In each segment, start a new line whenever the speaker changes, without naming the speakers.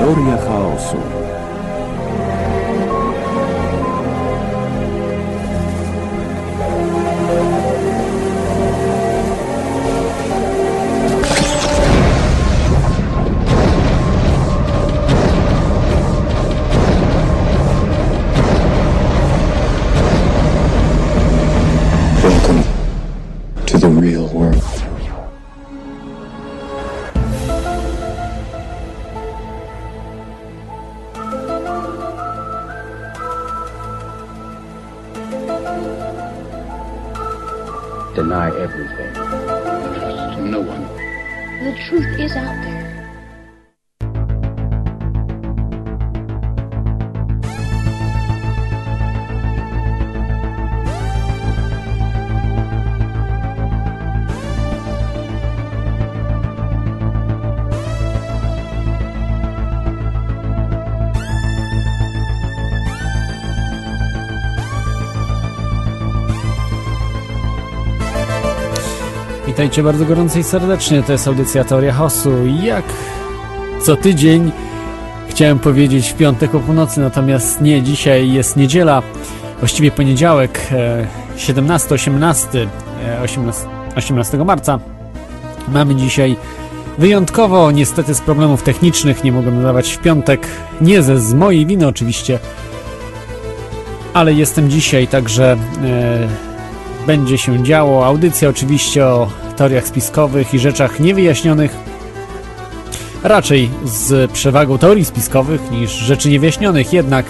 Teoria chaosu.
Welcome to the real world.
Deny everything. Trust no one.
The truth is out there.
Witajcie bardzo gorąco i serdecznie, to jest audycja Teoria Chaosu. Jak co tydzień chciałem powiedzieć w piątek o północy, natomiast nie, dzisiaj jest niedziela, właściwie poniedziałek, 18 marca. Mamy dzisiaj wyjątkowo, niestety z problemów technicznych, nie mogłem nadawać w piątek, nie z mojej winy oczywiście, ale jestem dzisiaj, także będzie się działo. Audycja oczywiście o teoriach spiskowych i rzeczach niewyjaśnionych, raczej z przewagą teorii spiskowych niż rzeczy niewyjaśnionych, jednak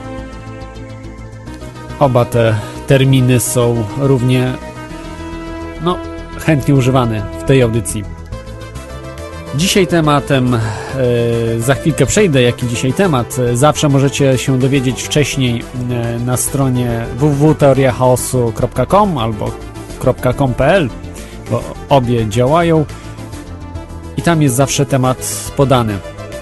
oba te terminy są równie chętnie używane w tej audycji. Dzisiaj tematem, za chwilkę przejdę, jaki dzisiaj temat. Zawsze możecie się dowiedzieć wcześniej na stronie www.teoriachaosu.com albo .com.pl, bo obie działają i tam jest zawsze temat podany.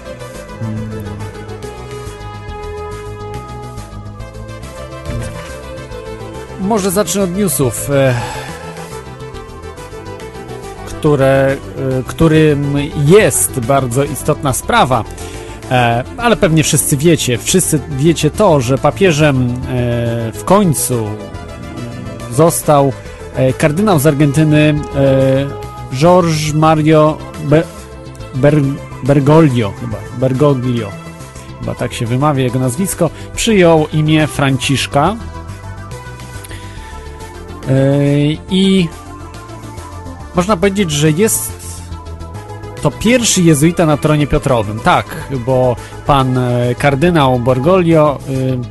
Może zacznę od newsów, którym jest bardzo istotna sprawa, ale pewnie wszyscy wiecie to, że papieżem w końcu został kardynał z Argentyny Jorge Mario Bergoglio, chyba tak się wymawia jego nazwisko, przyjął imię Franciszka i można powiedzieć, że jest to pierwszy jezuita na tronie Piotrowym. Tak, bo pan kardynał Bergoglio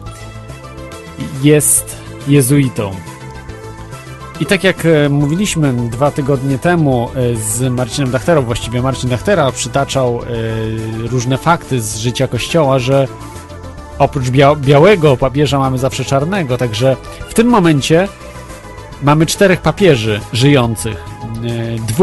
jest jezuitą. I tak jak mówiliśmy 2 tygodnie temu z Marcinem Dachterą, właściwie Marcin Dachtera przytaczał różne fakty z życia Kościoła, że oprócz białego papieża mamy zawsze czarnego, także w tym momencie mamy 4 papieży żyjących. 2,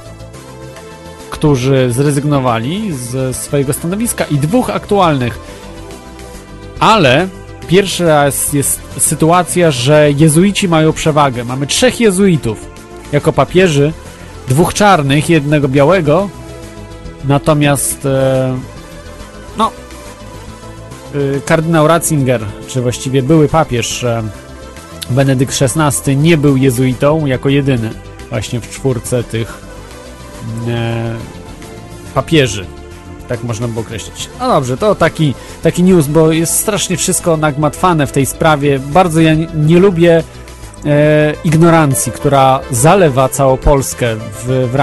którzy zrezygnowali ze swojego stanowiska i 2 aktualnych. Ale pierwsza jest sytuacja, że jezuici mają przewagę. Mamy 3 jezuitów jako papieży, 2 czarnych, 1 białego. Natomiast kardynał Ratzinger, czy właściwie były papież Benedykt XVI nie był jezuitą jako jedyny właśnie w 4 tych papieży, tak można by określić. No dobrze, to taki news, bo jest strasznie wszystko nagmatwane w tej sprawie. Bardzo ja nie lubię ignorancji, która zalewa całą Polskę w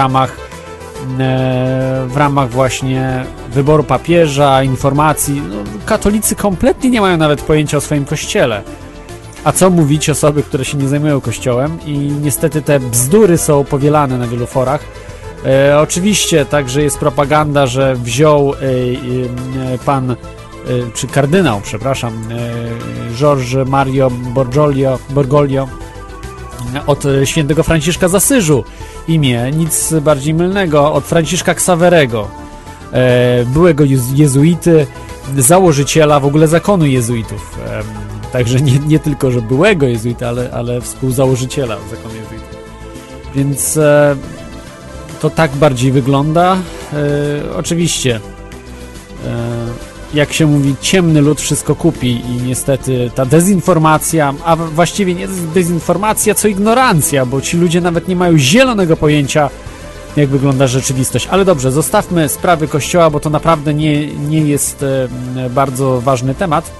ramach właśnie wyboru papieża, informacji. Katolicy kompletnie nie mają nawet pojęcia o swoim kościele. A co mówić osoby, które się nie zajmują Kościołem i niestety te bzdury są powielane na wielu forach. Oczywiście także jest propaganda, że wziął czy kardynał, przepraszam, Jorge Mario Bergoglio od świętego Franciszka z Asyżu imię, nic bardziej mylnego, od Franciszka Ksawerego, byłego jezuity, założyciela w ogóle zakonu jezuitów. Także nie tylko, że byłego jezuita, ale współzałożyciela zakonu jezuitów. Więc to tak bardziej wygląda. Oczywiście jak się mówi, ciemny lud wszystko kupi i niestety ta dezinformacja, a właściwie nie dezinformacja, co ignorancja, bo ci ludzie nawet nie mają zielonego pojęcia, jak wygląda rzeczywistość. Ale dobrze, zostawmy sprawy Kościoła, bo to naprawdę nie jest bardzo ważny temat.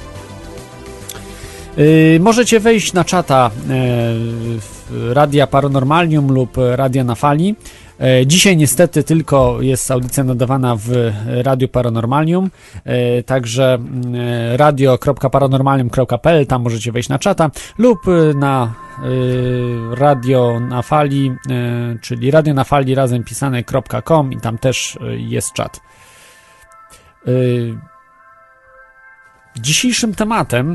Możecie wejść na czata Radia Paranormalium lub Radia na Fali. Dzisiaj niestety tylko jest audycja nadawana w Radiu Paranormalium, także radio.paranormalium.pl, tam możecie wejść na czata, lub na Radio na Fali, czyli Radio na Fali razem pisane.com i tam też jest czat. Dzisiejszym tematem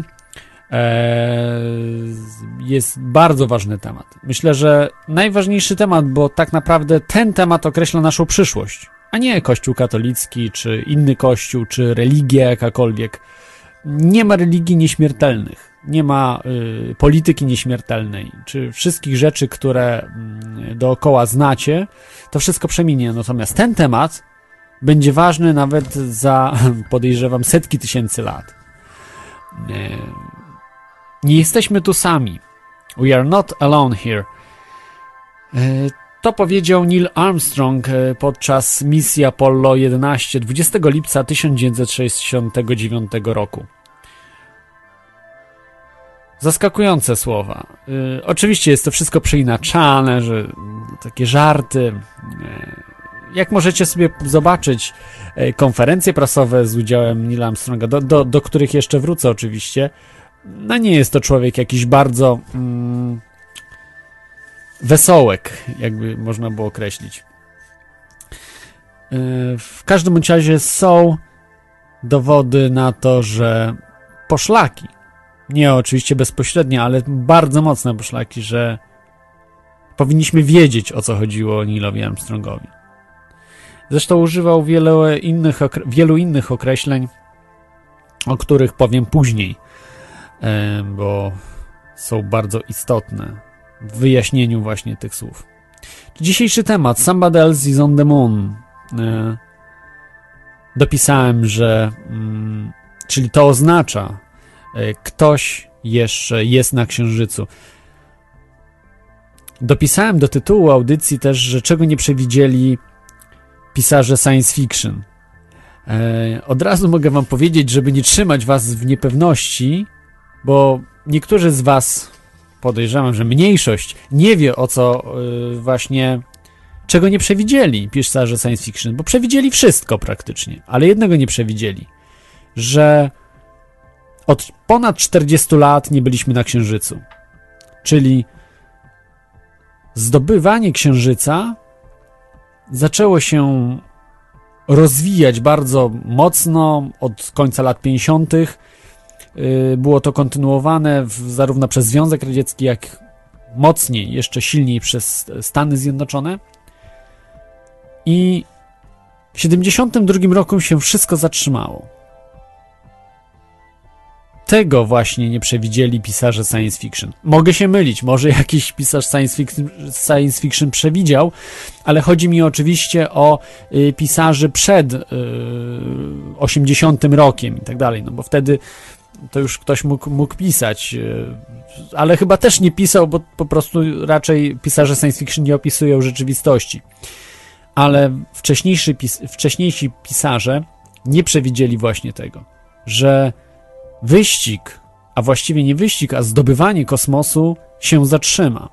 jest bardzo ważny temat. Myślę, że najważniejszy temat, bo tak naprawdę ten temat określa naszą przyszłość, a nie Kościół katolicki, czy inny kościół, czy religia jakakolwiek. Nie ma religii nieśmiertelnych, nie ma polityki nieśmiertelnej, czy wszystkich rzeczy, które dookoła znacie, to wszystko przeminie. Natomiast ten temat będzie ważny nawet za, podejrzewam, setki tysięcy lat. Nie jesteśmy tu sami. We are not alone here. To powiedział Neil Armstrong podczas misji Apollo 11 20 lipca 1969 roku. Zaskakujące słowa. Oczywiście jest to wszystko przeinaczane, że takie żarty. Jak możecie sobie zobaczyć konferencje prasowe z udziałem Neila Armstronga, do których jeszcze wrócę oczywiście, no nie jest to człowiek jakiś bardzo wesołek, jakby można było określić. W każdym bądź razie są dowody na to, że poszlaki, nie oczywiście bezpośrednie, ale bardzo mocne poszlaki, że powinniśmy wiedzieć, o co chodziło Neilowi Armstrongowi. Zresztą używał wielu innych określeń, o których powiem później, bo są bardzo istotne w wyjaśnieniu właśnie tych słów. Dzisiejszy temat, Somebody Else is on the Moon. Dopisałem, że czyli to oznacza, ktoś jeszcze jest na Księżycu. Dopisałem do tytułu audycji też, że czego nie przewidzieli pisarze science fiction. Od razu mogę wam powiedzieć, żeby nie trzymać was w niepewności, bo niektórzy z was, podejrzewam, że mniejszość, nie wie o co właśnie, czego nie przewidzieli pisarze science fiction, bo przewidzieli wszystko praktycznie, ale jednego nie przewidzieli, że od ponad 40 lat nie byliśmy na Księżycu. Czyli zdobywanie Księżyca zaczęło się rozwijać bardzo mocno od końca lat 50. Było to kontynuowane zarówno przez Związek Radziecki, jak mocniej, jeszcze silniej przez Stany Zjednoczone. I w 1972 roku się wszystko zatrzymało. Tego właśnie nie przewidzieli pisarze science fiction. Mogę się mylić, może jakiś pisarz science fiction przewidział, ale chodzi mi oczywiście o pisarzy przed 80 rokiem i tak dalej, no bo wtedy to już ktoś mógł pisać, ale chyba też nie pisał, bo po prostu raczej pisarze science fiction nie opisują rzeczywistości. Ale wcześniejsi pisarze nie przewidzieli właśnie tego, że wyścig, a właściwie nie wyścig, a zdobywanie kosmosu się zatrzyma.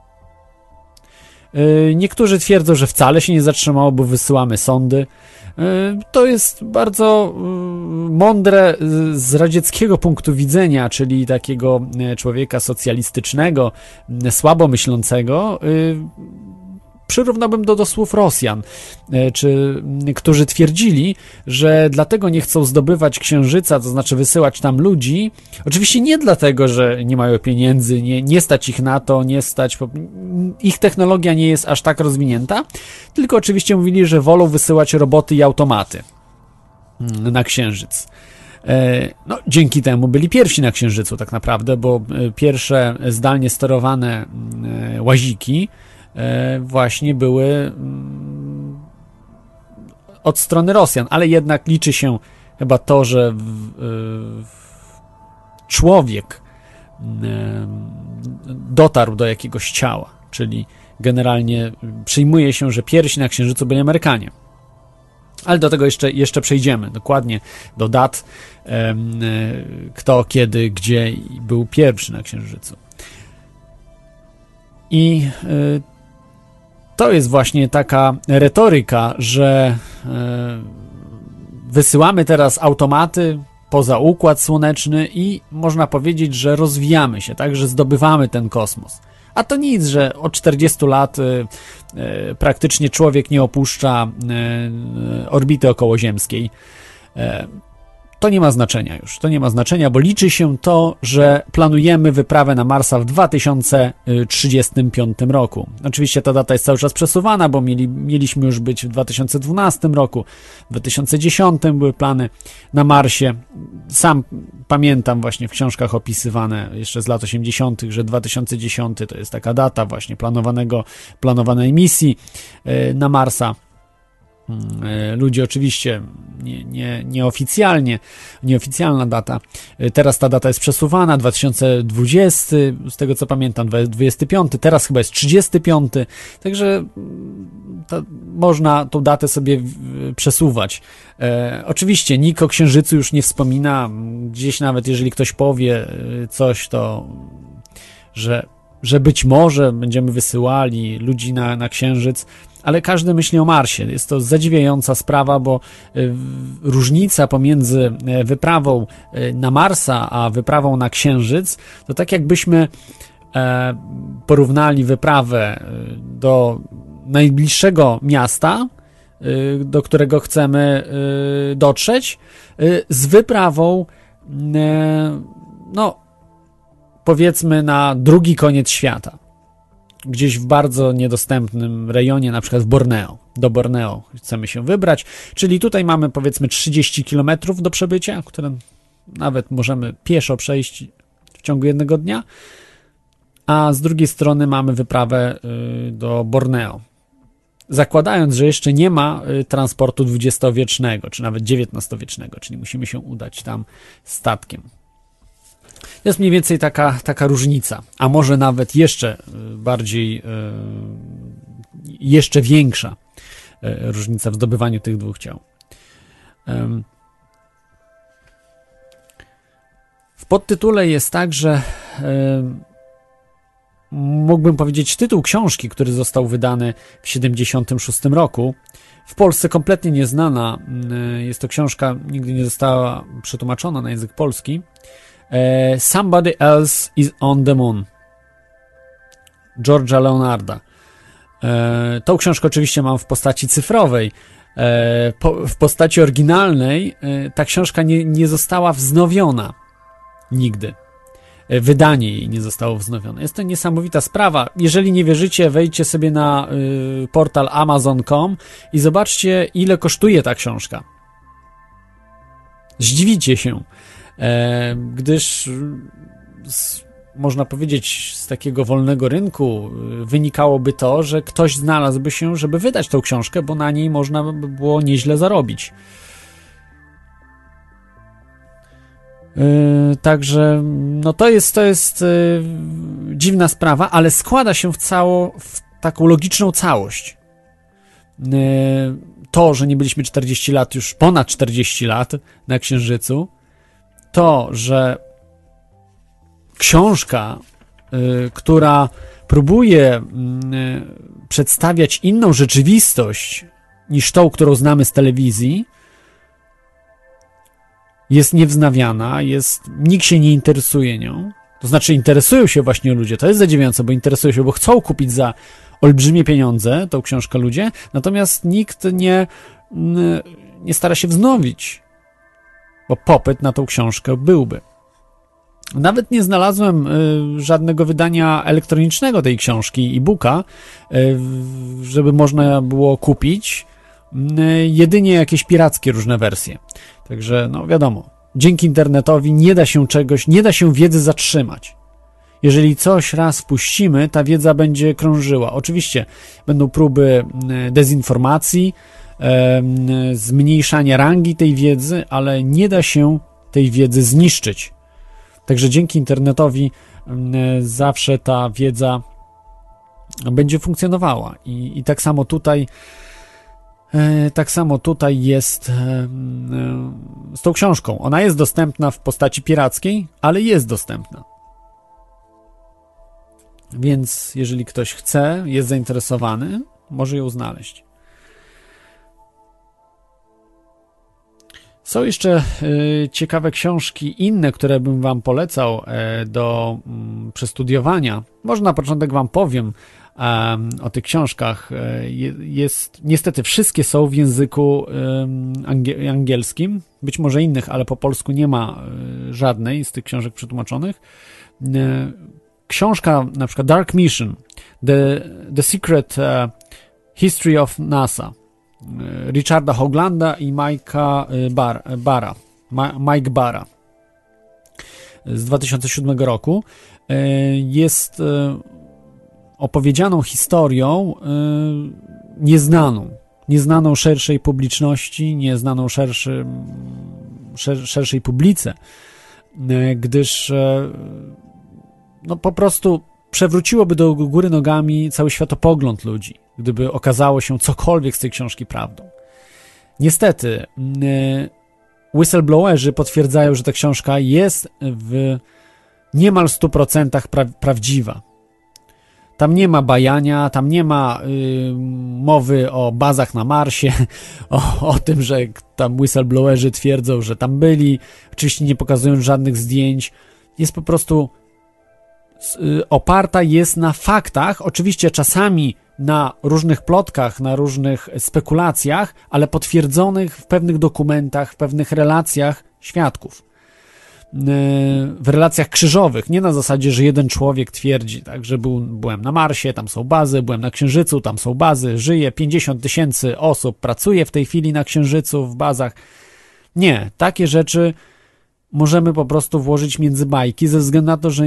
Niektórzy twierdzą, że wcale się nie zatrzymało, bo wysyłamy sondy. To jest bardzo mądre z radzieckiego punktu widzenia, czyli takiego człowieka socjalistycznego, słabo myślącego. Przyrównałbym do słów Rosjan, którzy twierdzili, że dlatego nie chcą zdobywać Księżyca, to znaczy wysyłać tam ludzi. Oczywiście nie dlatego, że nie mają pieniędzy, nie stać ich na to, ich technologia nie jest aż tak rozwinięta, tylko oczywiście mówili, że wolą wysyłać roboty i automaty na Księżyc. No, dzięki temu byli pierwsi na Księżycu tak naprawdę, bo pierwsze zdalnie sterowane łaziki właśnie były od strony Rosjan, ale jednak liczy się chyba to, że człowiek dotarł do jakiegoś ciała, czyli generalnie przyjmuje się, że pierwsi na Księżycu byli Amerykanie. Ale do tego jeszcze przejdziemy, dokładnie do dat, kto, kiedy, gdzie był pierwszy na Księżycu. I to jest właśnie taka retoryka, że wysyłamy teraz automaty poza Układ Słoneczny i można powiedzieć, że rozwijamy się, tak, że zdobywamy ten kosmos. A to nic, że od 40 lat praktycznie człowiek nie opuszcza orbity okołoziemskiej. To nie ma znaczenia już. To nie ma znaczenia, bo liczy się to, że planujemy wyprawę na Marsa w 2035 roku. Oczywiście ta data jest cały czas przesuwana, bo mieliśmy już być w 2012 roku, w 2010 były plany na Marsie. Sam pamiętam właśnie w książkach opisywane jeszcze z lat 80., że 2010 to jest taka data właśnie planowanej misji na Marsa. Ludzie oczywiście nieoficjalna data. Teraz ta data jest przesuwana, 2020, z tego co pamiętam, 25, teraz chyba jest 35, także można tą datę sobie przesuwać. Oczywiście nikt o Księżycu już nie wspomina, gdzieś nawet jeżeli ktoś powie coś, to że być może będziemy wysyłali ludzi na Księżyc, ale każdy myśli o Marsie. Jest to zadziwiająca sprawa, bo różnica pomiędzy wyprawą na Marsa a wyprawą na Księżyc to tak jakbyśmy porównali wyprawę do najbliższego miasta, do którego chcemy dotrzeć, z wyprawą powiedzmy na drugi koniec świata. Gdzieś w bardzo niedostępnym rejonie, na przykład w Borneo. Do Borneo chcemy się wybrać, czyli tutaj mamy powiedzmy 30 km do przebycia, które nawet możemy pieszo przejść w ciągu jednego dnia, a z drugiej strony mamy wyprawę do Borneo. Zakładając, że jeszcze nie ma transportu XX-wiecznego, czy nawet XIX-wiecznego, czyli musimy się udać tam statkiem. To jest mniej więcej taka różnica, a może nawet jeszcze bardziej, jeszcze większa różnica w zdobywaniu tych dwóch ciał. W podtytule jest tak, że mógłbym powiedzieć tytuł książki, który został wydany w 1976 roku. W Polsce kompletnie nieznana. Jest to książka, nigdy nie została przetłumaczona na język polski. Somebody Else is on the Moon George'a Leonarda. Tą książkę oczywiście mam w postaci cyfrowej. W postaci oryginalnej ta książka nie została wznowiona nigdy. Wydanie jej nie zostało wznowione. Jest to niesamowita sprawa. Jeżeli nie wierzycie, wejdźcie sobie na portal amazon.com i zobaczcie, ile kosztuje ta książka. Zdziwicie się. Gdyż można powiedzieć z takiego wolnego rynku wynikałoby to, że ktoś znalazłby się, żeby wydać tą książkę, bo na niej można by było nieźle zarobić. Także no to jest dziwna sprawa, ale składa się w taką logiczną całość. To, że nie byliśmy 40 lat, już ponad 40 lat na Księżycu, to, że książka, która próbuje przedstawiać inną rzeczywistość niż tą, którą znamy z telewizji, jest niewznawiana, nikt się nie interesuje nią. To znaczy interesują się właśnie ludzie, to jest zadziwiające, bo interesują się, bo chcą kupić za olbrzymie pieniądze tą książkę ludzie, natomiast nikt nie stara się wznowić, bo popyt na tą książkę byłby. Nawet nie znalazłem żadnego wydania elektronicznego tej książki, e-booka, żeby można było kupić, jedynie jakieś pirackie różne wersje. Także no wiadomo, dzięki internetowi nie da się wiedzy zatrzymać. Jeżeli coś raz wpuścimy, ta wiedza będzie krążyła. Oczywiście będą próby dezinformacji, zmniejszania rangi tej wiedzy, ale nie da się tej wiedzy zniszczyć. Także dzięki internetowi zawsze ta wiedza będzie funkcjonowała. I tak samo tutaj jest z tą książką. Ona jest dostępna w postaci pirackiej, ale jest dostępna. Więc jeżeli ktoś chce, jest zainteresowany, może ją znaleźć. Są jeszcze ciekawe książki inne, które bym wam polecał do przestudiowania. Może na początek wam powiem o tych książkach. Niestety wszystkie są w języku angielskim, być może innych, ale po polsku nie ma żadnej z tych książek przetłumaczonych. Książka na przykład Dark Mission, The Secret History of NASA, Richarda Hoaglanda i Mike'a Mike Barra z 2007 roku jest opowiedzianą historią nieznaną szerszej publiczności, nieznaną szerszej publice, gdyż no po prostu przewróciłoby do góry nogami cały światopogląd ludzi, gdyby okazało się cokolwiek z tej książki prawdą. Niestety, whistleblowerzy potwierdzają, że ta książka jest w niemal 100% prawdziwa. Tam nie ma bajania, tam nie ma mowy o bazach na Marsie, o tym, że tam whistleblowerzy twierdzą, że tam byli, oczywiście nie pokazują żadnych zdjęć. Jest po prostu oparta jest na faktach, oczywiście czasami na różnych plotkach, na różnych spekulacjach, ale potwierdzonych w pewnych dokumentach, w pewnych relacjach świadków. W relacjach krzyżowych, nie na zasadzie, że jeden człowiek twierdzi, tak, że byłem na Marsie, tam są bazy, byłem na Księżycu, tam są bazy, żyje 50 000 osób, pracuje w tej chwili na Księżycu, w bazach. Nie, takie rzeczy możemy po prostu włożyć między bajki, ze względu na to, że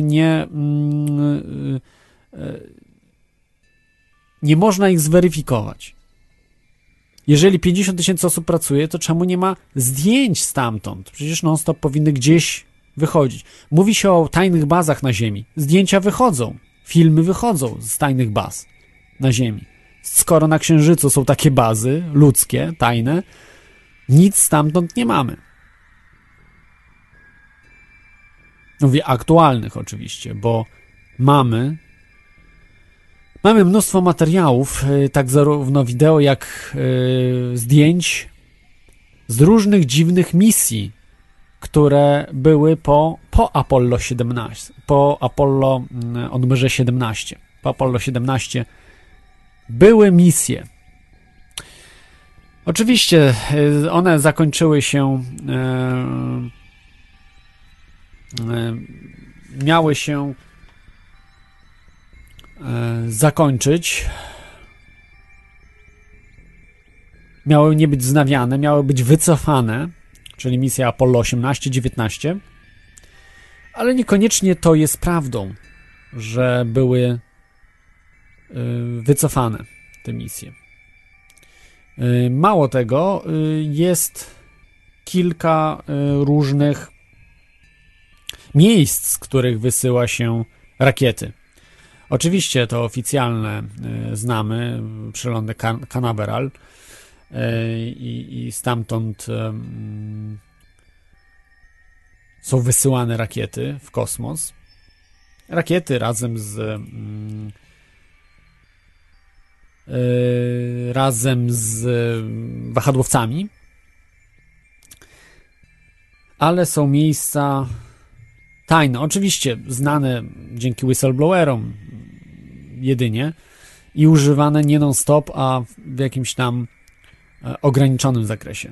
nie można ich zweryfikować. Jeżeli 50 000 osób pracuje, to czemu nie ma zdjęć stamtąd? Przecież non-stop powinny gdzieś wychodzić. Mówi się o tajnych bazach na Ziemi. Zdjęcia wychodzą, filmy wychodzą z tajnych baz na Ziemi. Skoro na Księżycu są takie bazy ludzkie, tajne, nic stamtąd nie mamy. Mówię aktualnych oczywiście, bo mamy mnóstwo materiałów, tak zarówno wideo, jak zdjęć z różnych dziwnych misji, które były po Apollo 17, po Apollo o numerze 17. Po Apollo 17 były misje. Oczywiście one zakończyły się, miały się zakończyć, miały nie być wznawiane, miały być wycofane, czyli misja Apollo 18-19, ale niekoniecznie to jest prawdą, że były wycofane te misje. Mało tego, jest kilka różnych miejsc, z których wysyła się rakiety. Oczywiście to oficjalne znamy, przylądy Canaveral i stamtąd są wysyłane rakiety w kosmos. Rakiety razem z wahadłowcami, ale są miejsca tajne, oczywiście znane dzięki whistleblowerom jedynie i używane nie non-stop, a w jakimś tam ograniczonym zakresie.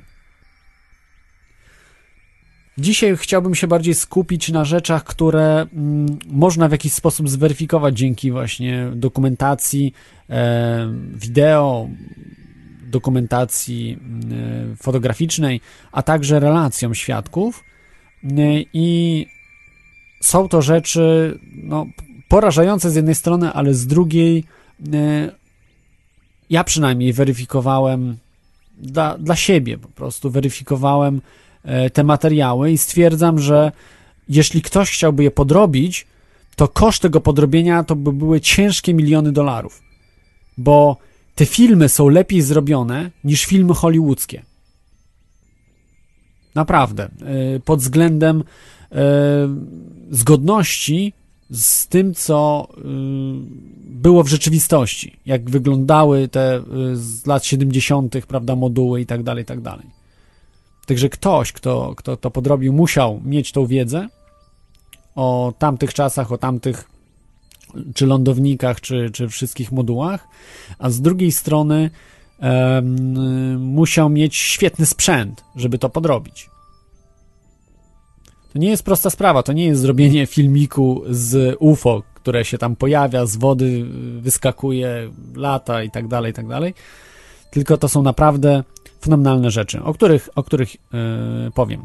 Dzisiaj chciałbym się bardziej skupić na rzeczach, które można w jakiś sposób zweryfikować dzięki właśnie dokumentacji wideo, dokumentacji fotograficznej, a także relacjom świadków. I są to rzeczy porażające z jednej strony, ale z drugiej ja przynajmniej weryfikowałem dla siebie po prostu weryfikowałem te materiały i stwierdzam, że jeśli ktoś chciałby je podrobić, to koszt tego podrobienia to by były ciężkie miliony dolarów, bo te filmy są lepiej zrobione niż filmy hollywoodzkie. Naprawdę. Pod względem zgodności z tym, co było w rzeczywistości. Jak wyglądały te z lat 70., prawda, moduły i tak dalej, i tak dalej. Także ktoś, kto to podrobił, musiał mieć tą wiedzę o tamtych czasach, o tamtych czy lądownikach, czy wszystkich modułach, a z drugiej strony musiał mieć świetny sprzęt, żeby to podrobić. To nie jest prosta sprawa, to nie jest zrobienie filmiku z UFO, które się tam pojawia, z wody wyskakuje, lata i tak dalej, tylko to są naprawdę fenomenalne rzeczy, o których powiem.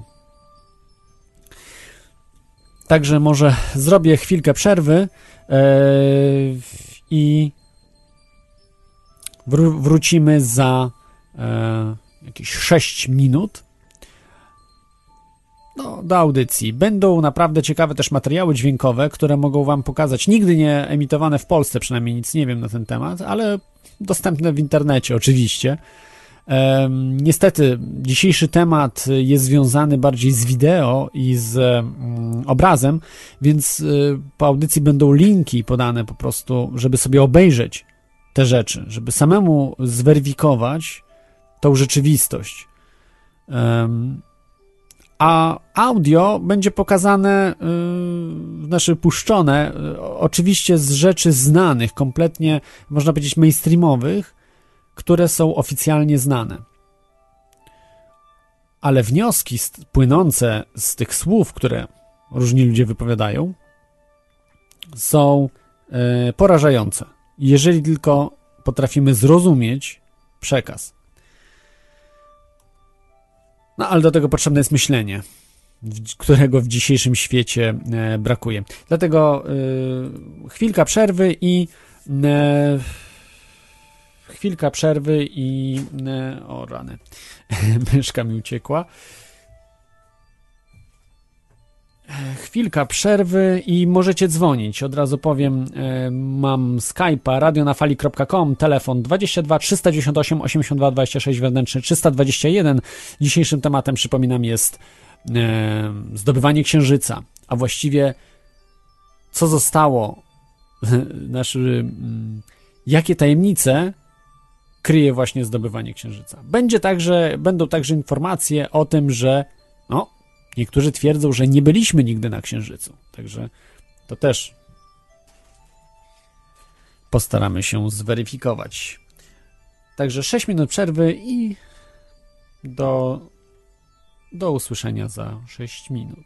Także może zrobię chwilkę przerwy i wrócimy za jakieś 6 minut do audycji. Będą naprawdę ciekawe też materiały dźwiękowe, które mogą wam pokazać, nigdy nie emitowane w Polsce, przynajmniej nic nie wiem na ten temat, ale dostępne w internecie oczywiście. Niestety dzisiejszy temat jest związany bardziej z wideo i z obrazem, więc po audycji będą linki podane po prostu, żeby sobie obejrzeć te rzeczy, żeby samemu zweryfikować tą rzeczywistość. A audio będzie pokazane, znaczy puszczone, oczywiście z rzeczy znanych, kompletnie, można powiedzieć, mainstreamowych, które są oficjalnie znane. Ale wnioski płynące z tych słów, które różni ludzie wypowiadają, są porażające. Jeżeli tylko potrafimy zrozumieć przekaz. No, ale do tego potrzebne jest myślenie, którego w dzisiejszym świecie brakuje. Dlatego chwilka przerwy i o rany, myszka mi uciekła. Chwilka przerwy i możecie dzwonić. Od razu powiem, mam Skype'a, radionafali.com, telefon 22 398 82 26, wewnętrzny 321. Dzisiejszym tematem, przypominam, jest zdobywanie Księżyca, a właściwie co zostało, jakie tajemnice kryje właśnie zdobywanie Księżyca. Będą także informacje o tym, że niektórzy twierdzą, że nie byliśmy nigdy na Księżycu. Także to też postaramy się zweryfikować. Także 6 minut przerwy i do usłyszenia za 6 minut.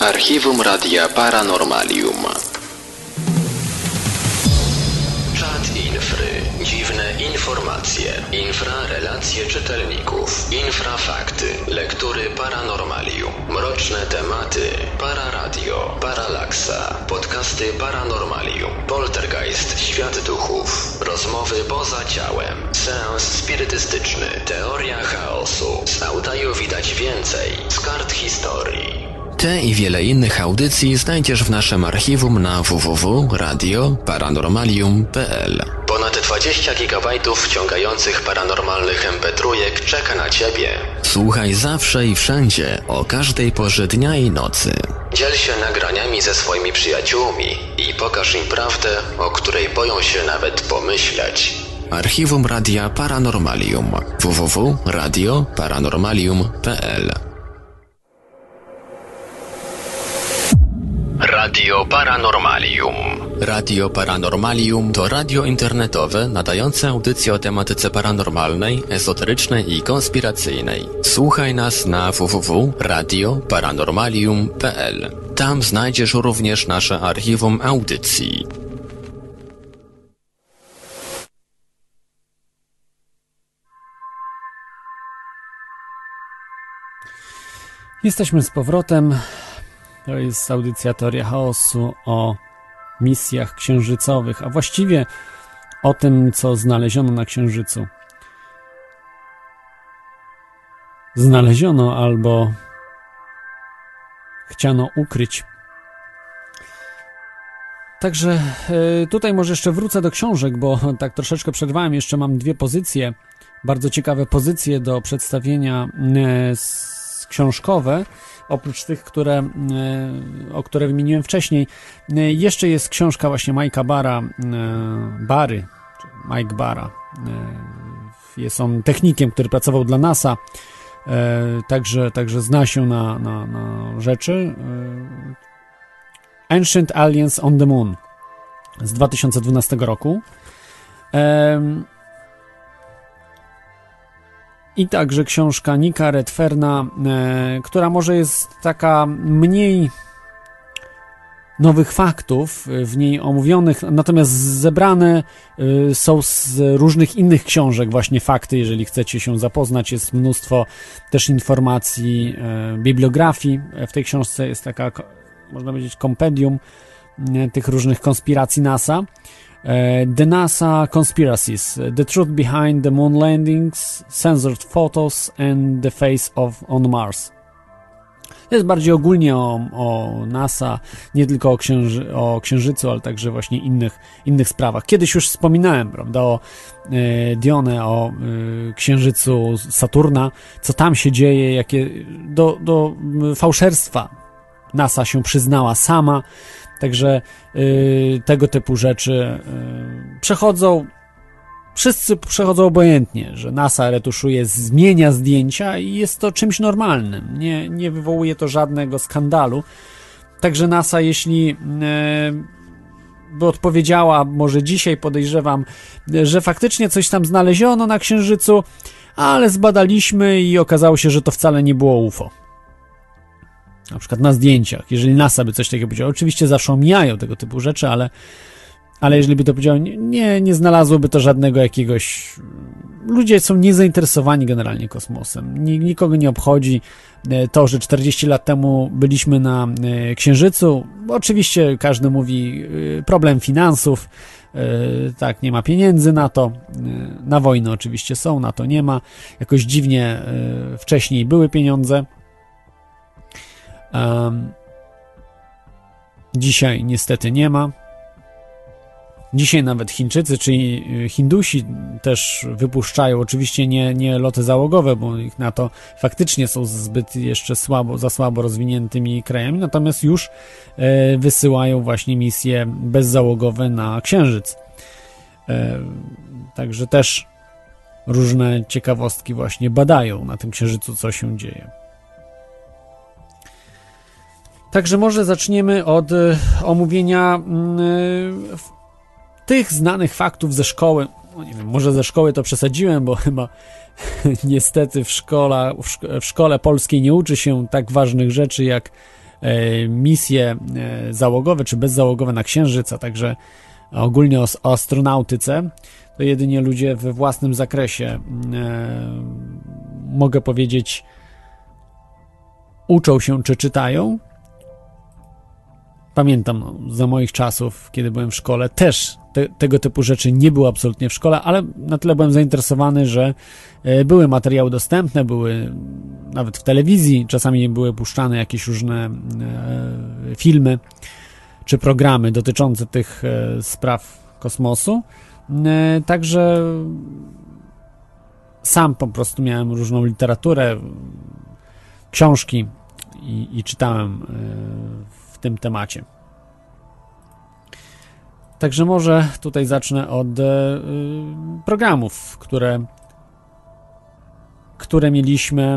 Archiwum Radia Paranormalium. Czat Infry. Dziwne informacje. Infrarelacje czytelników. Infrafakty. Lektury Paranormalium. Mroczne tematy. Pararadio. Paralaksa. Podcasty Paranormalium. Poltergeist. Świat duchów. Rozmowy poza ciałem. Seans spirytystyczny. Teoria chaosu. Z audio widać więcej. Z kart historii. Te i wiele innych audycji znajdziesz w naszym archiwum na www.radioparanormalium.pl. Ponad 20 GB wciągających paranormalnych MP3 czeka na Ciebie. Słuchaj zawsze i wszędzie, o każdej porze dnia i nocy. Dziel się nagraniami ze swoimi przyjaciółmi i pokaż im prawdę, o której boją się nawet pomyśleć. Archiwum Radia Paranormalium. www.radioparanormalium.pl. Radio Paranormalium. Radio Paranormalium to radio internetowe nadające audycje o tematyce paranormalnej, ezoterycznej i konspiracyjnej. Słuchaj nas na www.radioparanormalium.pl. Tam znajdziesz również nasze archiwum audycji.
Jesteśmy z powrotem. To jest audycja Teoria Chaosu o misjach księżycowych, a właściwie o tym, co znaleziono na Księżycu. Znaleziono albo chciano ukryć. Także tutaj może jeszcze wrócę do książek, bo tak troszeczkę przerwałem. Jeszcze mam dwie pozycje, bardzo ciekawe pozycje do przedstawienia książkowe. Oprócz tych, które wymieniłem wcześniej, jeszcze jest książka właśnie Mike'a Mike Barra. Jest on technikiem, który pracował dla NASA, także zna się na rzeczy. Ancient Aliens on the Moon z 2012 roku. I także książka Nicka Redferna, która może jest taka mniej nowych faktów w niej omówionych, natomiast zebrane są z różnych innych książek właśnie fakty, jeżeli chcecie się zapoznać. Jest mnóstwo też informacji, bibliografii. W tej książce jest taka, można powiedzieć, kompendium tych różnych konspiracji NASA. The NASA Conspiracies, The Truth Behind the Moon Landings, Censored Photos and the Face on Mars. To jest bardziej ogólnie o NASA, nie tylko o Księżycu, ale także właśnie innych sprawach. Kiedyś już wspominałem, prawda, o Dione, o Księżycu Saturna, co tam się dzieje, jakie do fałszerstwa NASA się przyznała sama. Także tego typu rzeczy wszyscy przechodzą obojętnie, że NASA retuszuje, zmienia zdjęcia i jest to czymś normalnym. Nie wywołuje to żadnego skandalu. Także NASA, jeśli by odpowiedziała, może dzisiaj podejrzewam, że faktycznie coś tam znaleziono na Księżycu, ale zbadaliśmy i okazało się, że to wcale nie było UFO. Na przykład na zdjęciach, jeżeli NASA by coś takiego powiedziało, oczywiście zawsze omijają tego typu rzeczy, ale jeżeli by to powiedziało, nie znalazłoby to żadnego jakiegoś... Ludzie są niezainteresowani generalnie kosmosem. Nikogo nie obchodzi to, że 40 lat temu byliśmy na Księżycu. Oczywiście każdy mówi problem finansów, tak, nie ma pieniędzy na to. Na wojnę oczywiście są, na to nie ma. Jakoś dziwnie wcześniej były pieniądze. Dzisiaj niestety nie ma. Dzisiaj nawet Chińczycy, czyli Hindusi też wypuszczają, oczywiście nie loty załogowe, bo ich na to faktycznie są zbyt jeszcze za słabo rozwiniętymi krajami, natomiast już wysyłają właśnie misje bezzałogowe na Księżyc. Także też różne ciekawostki właśnie badają na tym Księżycu, co się dzieje. Także może zaczniemy od omówienia tych znanych faktów ze szkoły. No nie wiem, może ze szkoły to przesadziłem, bo chyba niestety w szkole polskiej nie uczy się tak ważnych rzeczy jak misje załogowe czy bezzałogowe na Księżyc, a także ogólnie o astronautyce, to jedynie ludzie we własnym zakresie, mogę powiedzieć, uczą się czy czytają. Pamiętam za moich czasów, kiedy byłem w szkole, też tego typu rzeczy nie było absolutnie w szkole, ale na tyle byłem zainteresowany, że były materiały dostępne, były nawet w telewizji, czasami były puszczane jakieś różne filmy czy programy dotyczące tych spraw kosmosu. Także sam po prostu miałem różną literaturę, książki i czytałem w tym temacie. Także może tutaj zacznę od programów, które mieliśmy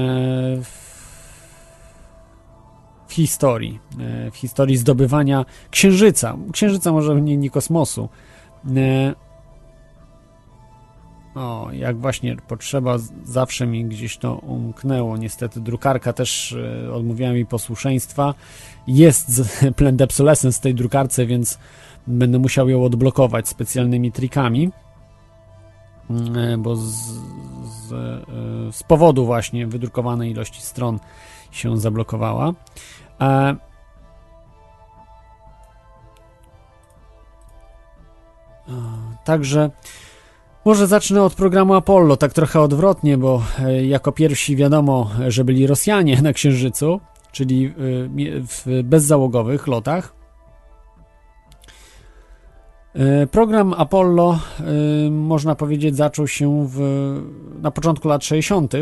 w historii zdobywania Księżyca może nie kosmosu. Jak właśnie potrzeba, zawsze mi gdzieś to umknęło. Niestety drukarka też odmówiła mi posłuszeństwa. Jest planned obsolescence w tej drukarce, więc będę musiał ją odblokować specjalnymi trikami, bo z powodu właśnie wydrukowanej ilości stron się zablokowała. Także może zacznę od programu Apollo, tak trochę odwrotnie, bo jako pierwsi wiadomo, że byli Rosjanie na Księżycu, czyli w bezzałogowych lotach. Program Apollo, można powiedzieć, zaczął się na początku lat 60.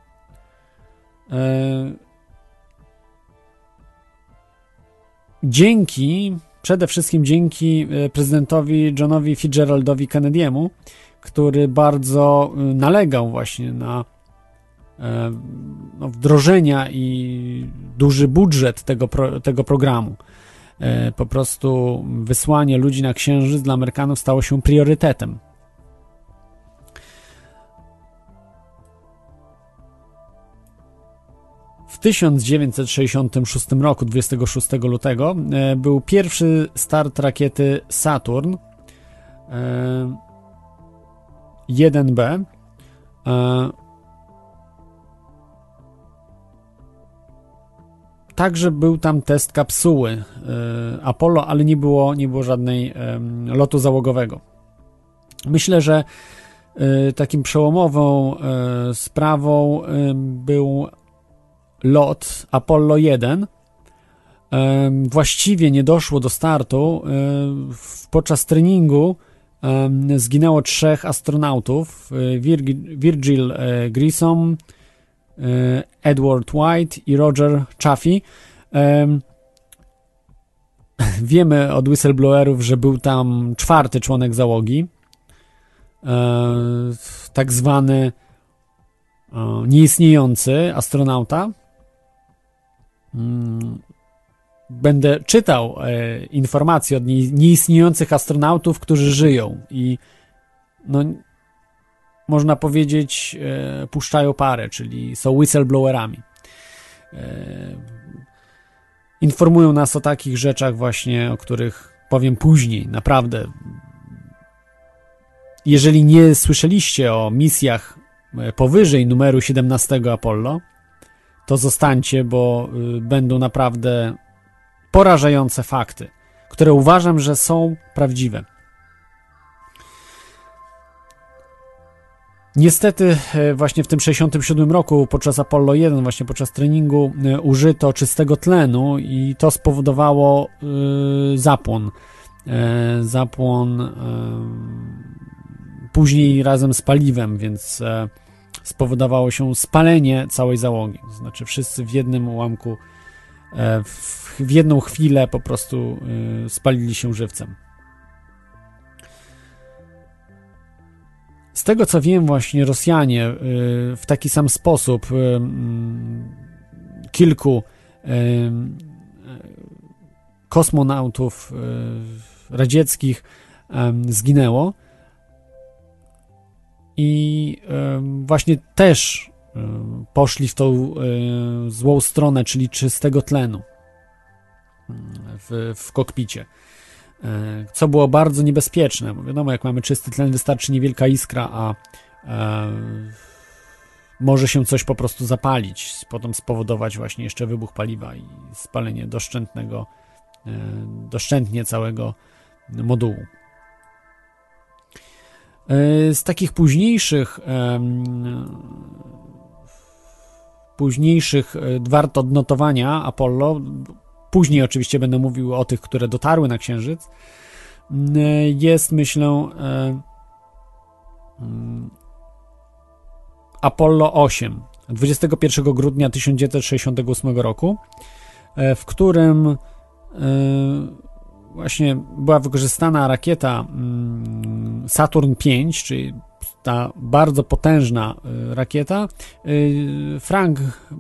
Przede wszystkim dzięki prezydentowi Johnowi Fitzgeraldowi Kennedy'emu, który bardzo nalegał właśnie na wdrożenia i duży budżet tego programu. Po prostu wysłanie ludzi na Księżyc dla Amerykanów stało się priorytetem. W 1966 roku, 26 lutego, był pierwszy start rakiety Saturn 1B. Także był tam test kapsuły Apollo, ale nie było żadnej lotu załogowego. Myślę, że takim przełomową sprawą był lot Apollo 1. Właściwie nie doszło do startu. Podczas treningu zginęło 3 astronautów: Virgil Grissom, Edward White i Roger Chaffee. Wiemy od whistleblowerów, że był tam 4. członek załogi, tak zwany nieistniejący astronauta. Będę czytał informacje od nieistniejących astronautów, którzy żyją i można powiedzieć, puszczają parę, czyli są whistleblowerami. Informują nas o takich rzeczach właśnie, o których powiem później. Naprawdę, jeżeli nie słyszeliście o misjach powyżej numeru 17 Apollo, to zostańcie, bo będą naprawdę porażające fakty, które uważam, że są prawdziwe. Niestety właśnie w tym 67 roku podczas Apollo 1, właśnie podczas treningu, użyto czystego tlenu i to spowodowało zapłon. Później razem z paliwem, więc spowodowało się spalenie całej załogi. To znaczy wszyscy w jednym ułamku, w jedną chwilę po prostu spalili się żywcem. Z tego co wiem, właśnie Rosjanie w taki sam sposób kilku kosmonautów radzieckich zginęło i właśnie też poszli w tą złą stronę, czyli czystego tlenu. w kokpicie. Co było bardzo niebezpieczne, bo wiadomo, jak mamy czysty tlen, wystarczy niewielka iskra, a może się coś po prostu zapalić, potem spowodować właśnie jeszcze wybuch paliwa i spalenie doszczętnie całego modułu. Z takich późniejszych warto odnotowania Apollo, później oczywiście będę mówił o tych, które dotarły na Księżyc, jest, myślę, Apollo 8, 21 grudnia 1968 roku, w którym właśnie była wykorzystana rakieta Saturn V, czyli ta bardzo potężna rakieta. Frank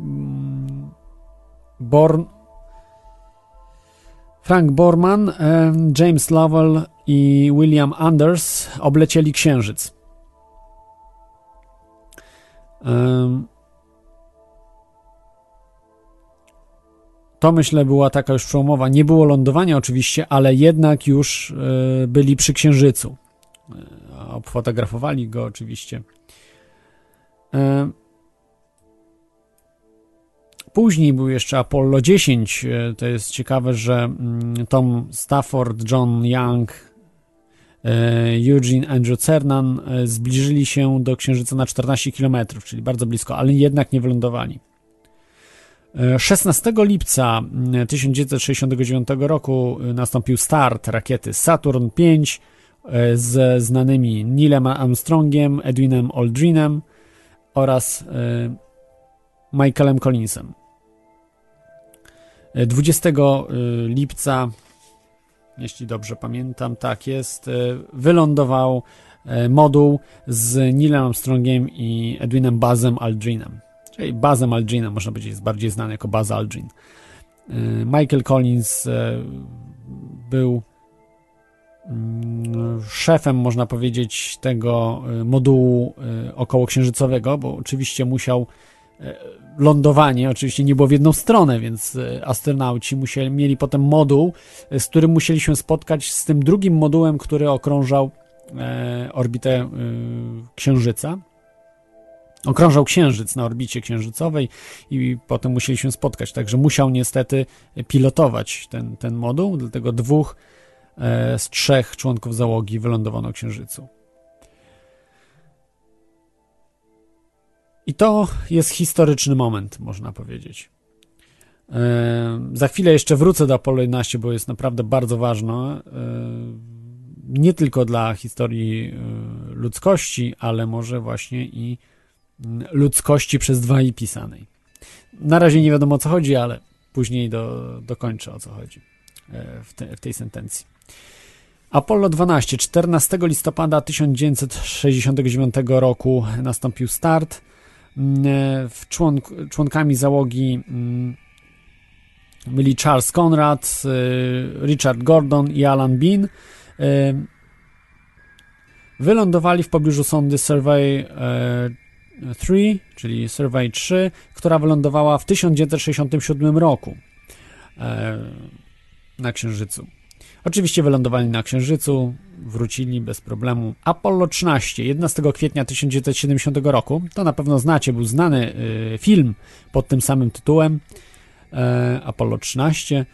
Borman, James Lovell i William Anders oblecieli Księżyc. To, myślę, była taka już przełomowa. Nie było lądowania oczywiście, ale jednak już byli przy Księżycu. Obfotografowali go oczywiście. Później był jeszcze Apollo 10. To jest ciekawe, że Tom Stafford, John Young, Eugene Andrew Cernan zbliżyli się do Księżyca na 14 km, czyli bardzo blisko, ale jednak nie wylądowali. 16 lipca 1969 roku nastąpił start rakiety Saturn V ze znanymi Neilem Armstrongiem, Edwinem Aldrinem oraz Michaelem Collinsem. 20 lipca, jeśli dobrze pamiętam, tak jest, wylądował moduł z Neilem Armstrongiem i Edwinem Buzzem Aldrinem. Czyli Buzzem Aldrinem, można powiedzieć, jest bardziej znany jako Buzz Aldrin. Michael Collins był szefem, można powiedzieć, tego modułu okołoksiężycowego, bo oczywiście musiał lądowanie, oczywiście nie było w jedną stronę, więc astronauci mieli potem moduł, z którym musieli się spotkać z tym drugim modułem, który okrążał orbitę Księżyca. Okrążał Księżyc na orbicie księżycowej i potem musieli się spotkać, także musiał niestety pilotować ten moduł, dlatego 2 z 3 członków załogi wylądowano na Księżycu. I to jest historyczny moment, można powiedzieć. Za chwilę jeszcze wrócę do Apollo 11, bo jest naprawdę bardzo ważne, nie tylko dla historii ludzkości, ale może właśnie i ludzkości przez 2i pisanej. Na razie nie wiadomo, o co chodzi, ale później dokończę, o co chodzi w tej sentencji. Apollo 12, 14 listopada 1969 roku nastąpił start. Członkami załogi byli Charles Conrad, Richard Gordon i Alan Bean. Wylądowali w pobliżu sondy Survey 3, czyli Survey 3, która wylądowała w 1967 roku na Księżycu. Oczywiście wylądowali na Księżycu, wrócili bez problemu. Apollo 13, 11 kwietnia 1970 roku, to na pewno znacie, był znany film pod tym samym tytułem, Apollo 13.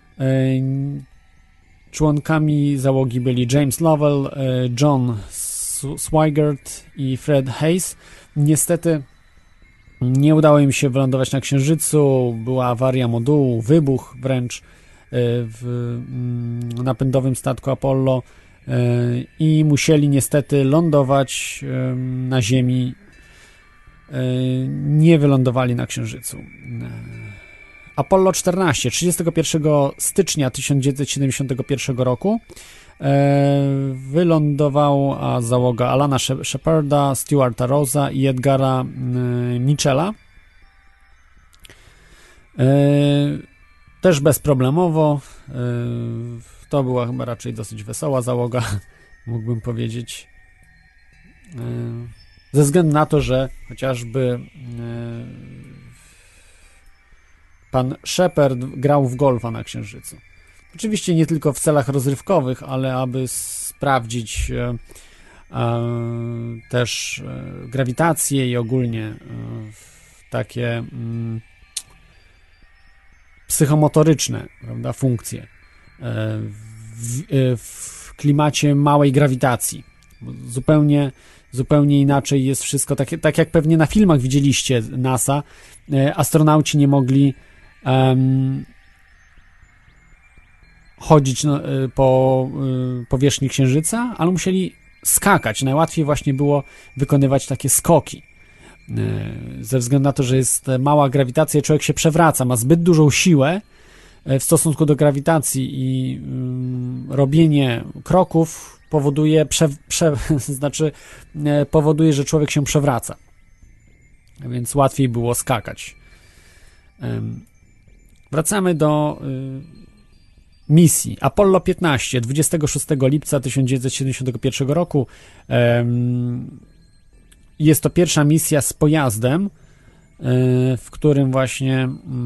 Członkami załogi byli James Lovell, John Swigert i Fred Hayes. Niestety nie udało im się wylądować na Księżycu, była awaria modułu, wybuch wręcz w napędowym statku Apollo i musieli niestety lądować na Ziemi, nie wylądowali na Księżycu. Apollo 14, 31 stycznia 1971 roku wylądowała załoga Alana Sheparda, Stewarta Rosa i Edgara Mitchella. Też bezproblemowo. To była chyba raczej dosyć wesoła załoga, mógłbym powiedzieć. Ze względu na to, że chociażby pan Shepard grał w golfa na Księżycu. Oczywiście nie tylko w celach rozrywkowych, ale aby sprawdzić też grawitację i ogólnie takie psychomotoryczne, prawda, funkcje w klimacie małej grawitacji. Zupełnie inaczej jest wszystko, tak jak pewnie na filmach widzieliście NASA, astronauci nie mogli chodzić po powierzchni Księżyca, ale musieli skakać. Najłatwiej właśnie było wykonywać takie skoki. Ze względu na to, że jest mała grawitacja, człowiek się przewraca, ma zbyt dużą siłę w stosunku do grawitacji i robienie kroków powoduje, powoduje, że człowiek się przewraca. Więc łatwiej było skakać. Wracamy do misji. Apollo 15, 26 lipca 1971 roku. Jest to pierwsza misja z pojazdem, w którym właśnie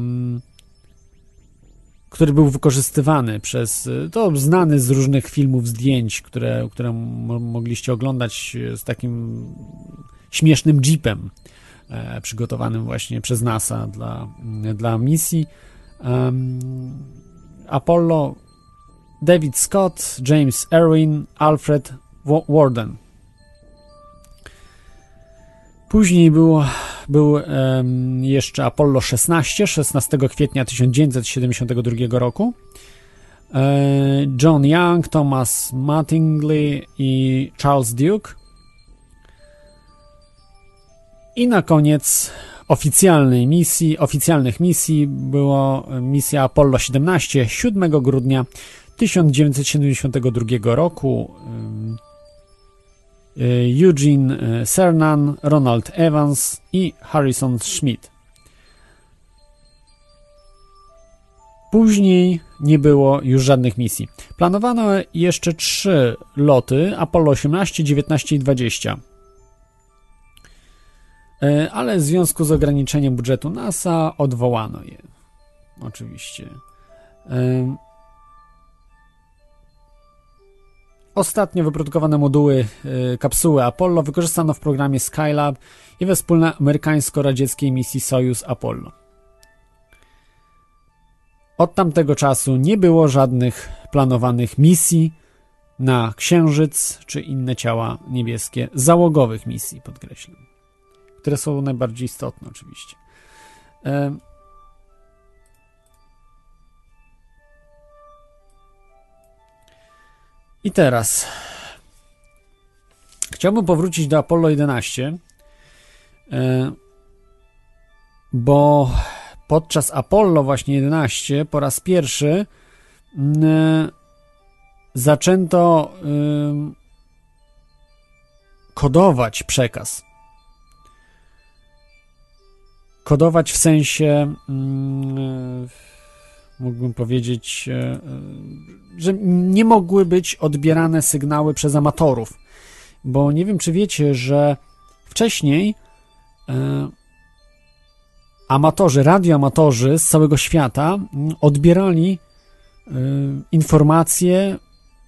który był wykorzystywany to znany z różnych filmów zdjęć, które mogliście oglądać, z takim śmiesznym jeepem przygotowanym właśnie przez NASA dla misji. Apollo, David Scott, James Irwin, Alfred Worden. Później był jeszcze Apollo 16, 16 kwietnia 1972 roku. John Young, Thomas Mattingly i Charles Duke. I na koniec oficjalnych misji była misja Apollo 17, 7 grudnia 1972 roku. Eugene Cernan, Ronald Evans i Harrison Schmitt. Później nie było już żadnych misji. Planowano jeszcze 3 loty, Apollo 18, 19 i 20. Ale w związku z ograniczeniem budżetu NASA odwołano je. Oczywiście. Ostatnio wyprodukowane moduły kapsuły Apollo wykorzystano w programie Skylab i we wspólnej amerykańsko-radzieckiej misji Sojuz Apollo. Od tamtego czasu nie było żadnych planowanych misji na Księżyc czy inne ciała niebieskie, załogowych misji, podkreślam, które są najbardziej istotne oczywiście. I teraz chciałbym powrócić do Apollo 11, bo podczas Apollo właśnie 11 po raz pierwszy zaczęto kodować przekaz. Kodować w sensie, mógłbym powiedzieć, że nie mogły być odbierane sygnały przez amatorów, bo nie wiem, czy wiecie, że wcześniej radioamatorzy z całego świata odbierali informacje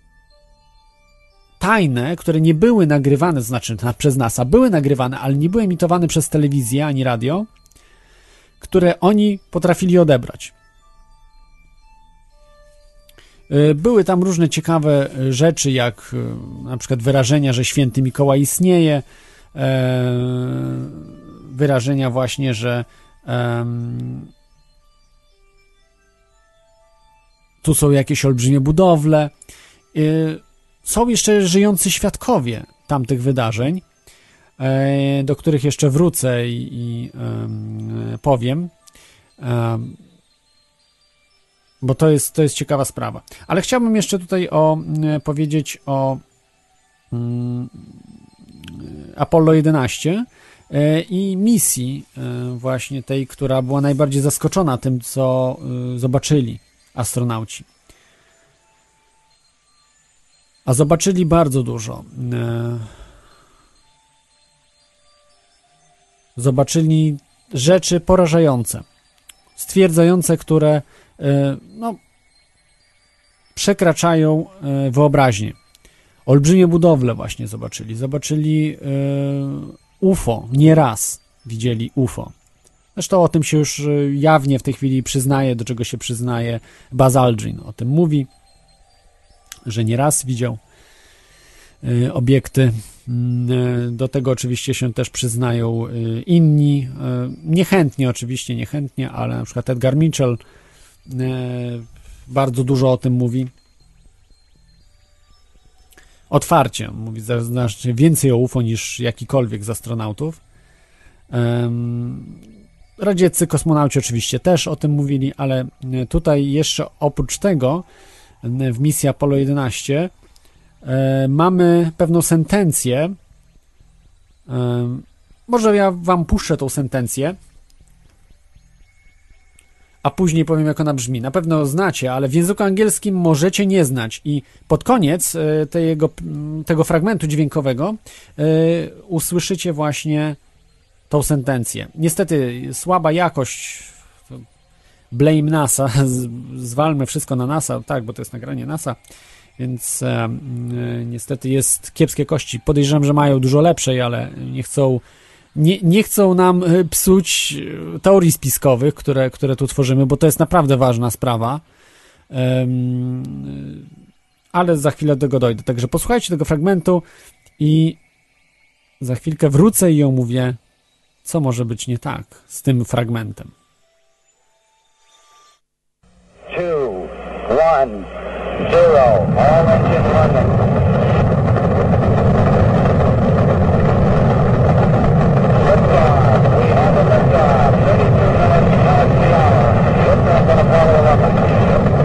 tajne, które nie były nagrywane, znaczy przez NASA, były nagrywane, ale nie były emitowane przez telewizję ani radio, które oni potrafili odebrać. Były tam różne ciekawe rzeczy, jak na przykład wyrażenia, że święty Mikołaj istnieje, wyrażenia właśnie, że tu są jakieś olbrzymie budowle. Są jeszcze żyjący świadkowie tamtych wydarzeń, do których jeszcze wrócę i powiem, bo to jest ciekawa sprawa. Ale chciałbym jeszcze tutaj powiedzieć o Apollo 11 i misji właśnie tej, która była najbardziej zaskoczona tym, co zobaczyli astronauci. A zobaczyli bardzo dużo. Zobaczyli rzeczy porażające. stwierdzające, które przekraczają wyobraźnię. Olbrzymie budowle właśnie zobaczyli UFO, nie raz widzieli UFO. Zresztą o tym się już jawnie w tej chwili przyznaje, do czego się przyznaje Buzz Aldrin. O tym mówi, że nie raz widział obiekty. Do tego oczywiście się też przyznają inni. Niechętnie oczywiście, ale na przykład Edgar Mitchell bardzo dużo o tym mówi. Otwarcie. Mówi znacznie więcej o UFO niż jakikolwiek z astronautów. Radzieccy kosmonauci oczywiście też o tym mówili, ale tutaj jeszcze oprócz tego w misji Apollo 11 mamy pewną sentencję. Może ja wam puszczę tą sentencję, a później powiem, jak ona brzmi. Na pewno znacie, ale w języku angielskim możecie nie znać. I pod koniec tego fragmentu dźwiękowego usłyszycie właśnie tą sentencję. Niestety słaba jakość, blame NASA, zwalmy wszystko na NASA, tak, bo to jest nagranie NASA, więc niestety jest kiepskie kości. Podejrzewam, że mają dużo lepszej, ale nie chcą nam psuć teorii spiskowych, które tu tworzymy, bo to jest naprawdę ważna sprawa. Ale za chwilę do tego dojdę. Także posłuchajcie tego fragmentu i za chwilkę wrócę i omówię, co może być nie tak z tym fragmentem.
2, 1, 0. All engine running. Liftoff. We have a liftoff. 32 minutes past the hour. Liftoff on Apollo 11.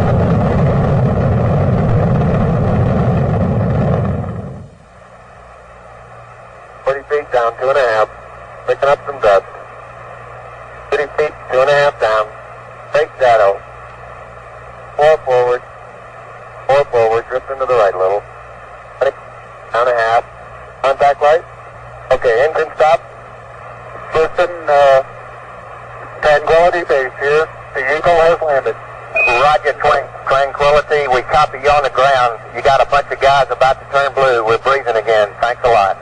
40 feet down, 2.5. Picking up some dust. 30 feet, 2.5 down. Take shadow. 4 forward. 4 forward. Drift into the right a little. 20, down a half. Contact light. Okay, engine stop. Houston, Tranquility Base here. The Eagle has landed. Roger, Tranquility. We copy you on the ground. You got a bunch of guys about to turn blue. We're breathing again. Thanks a lot.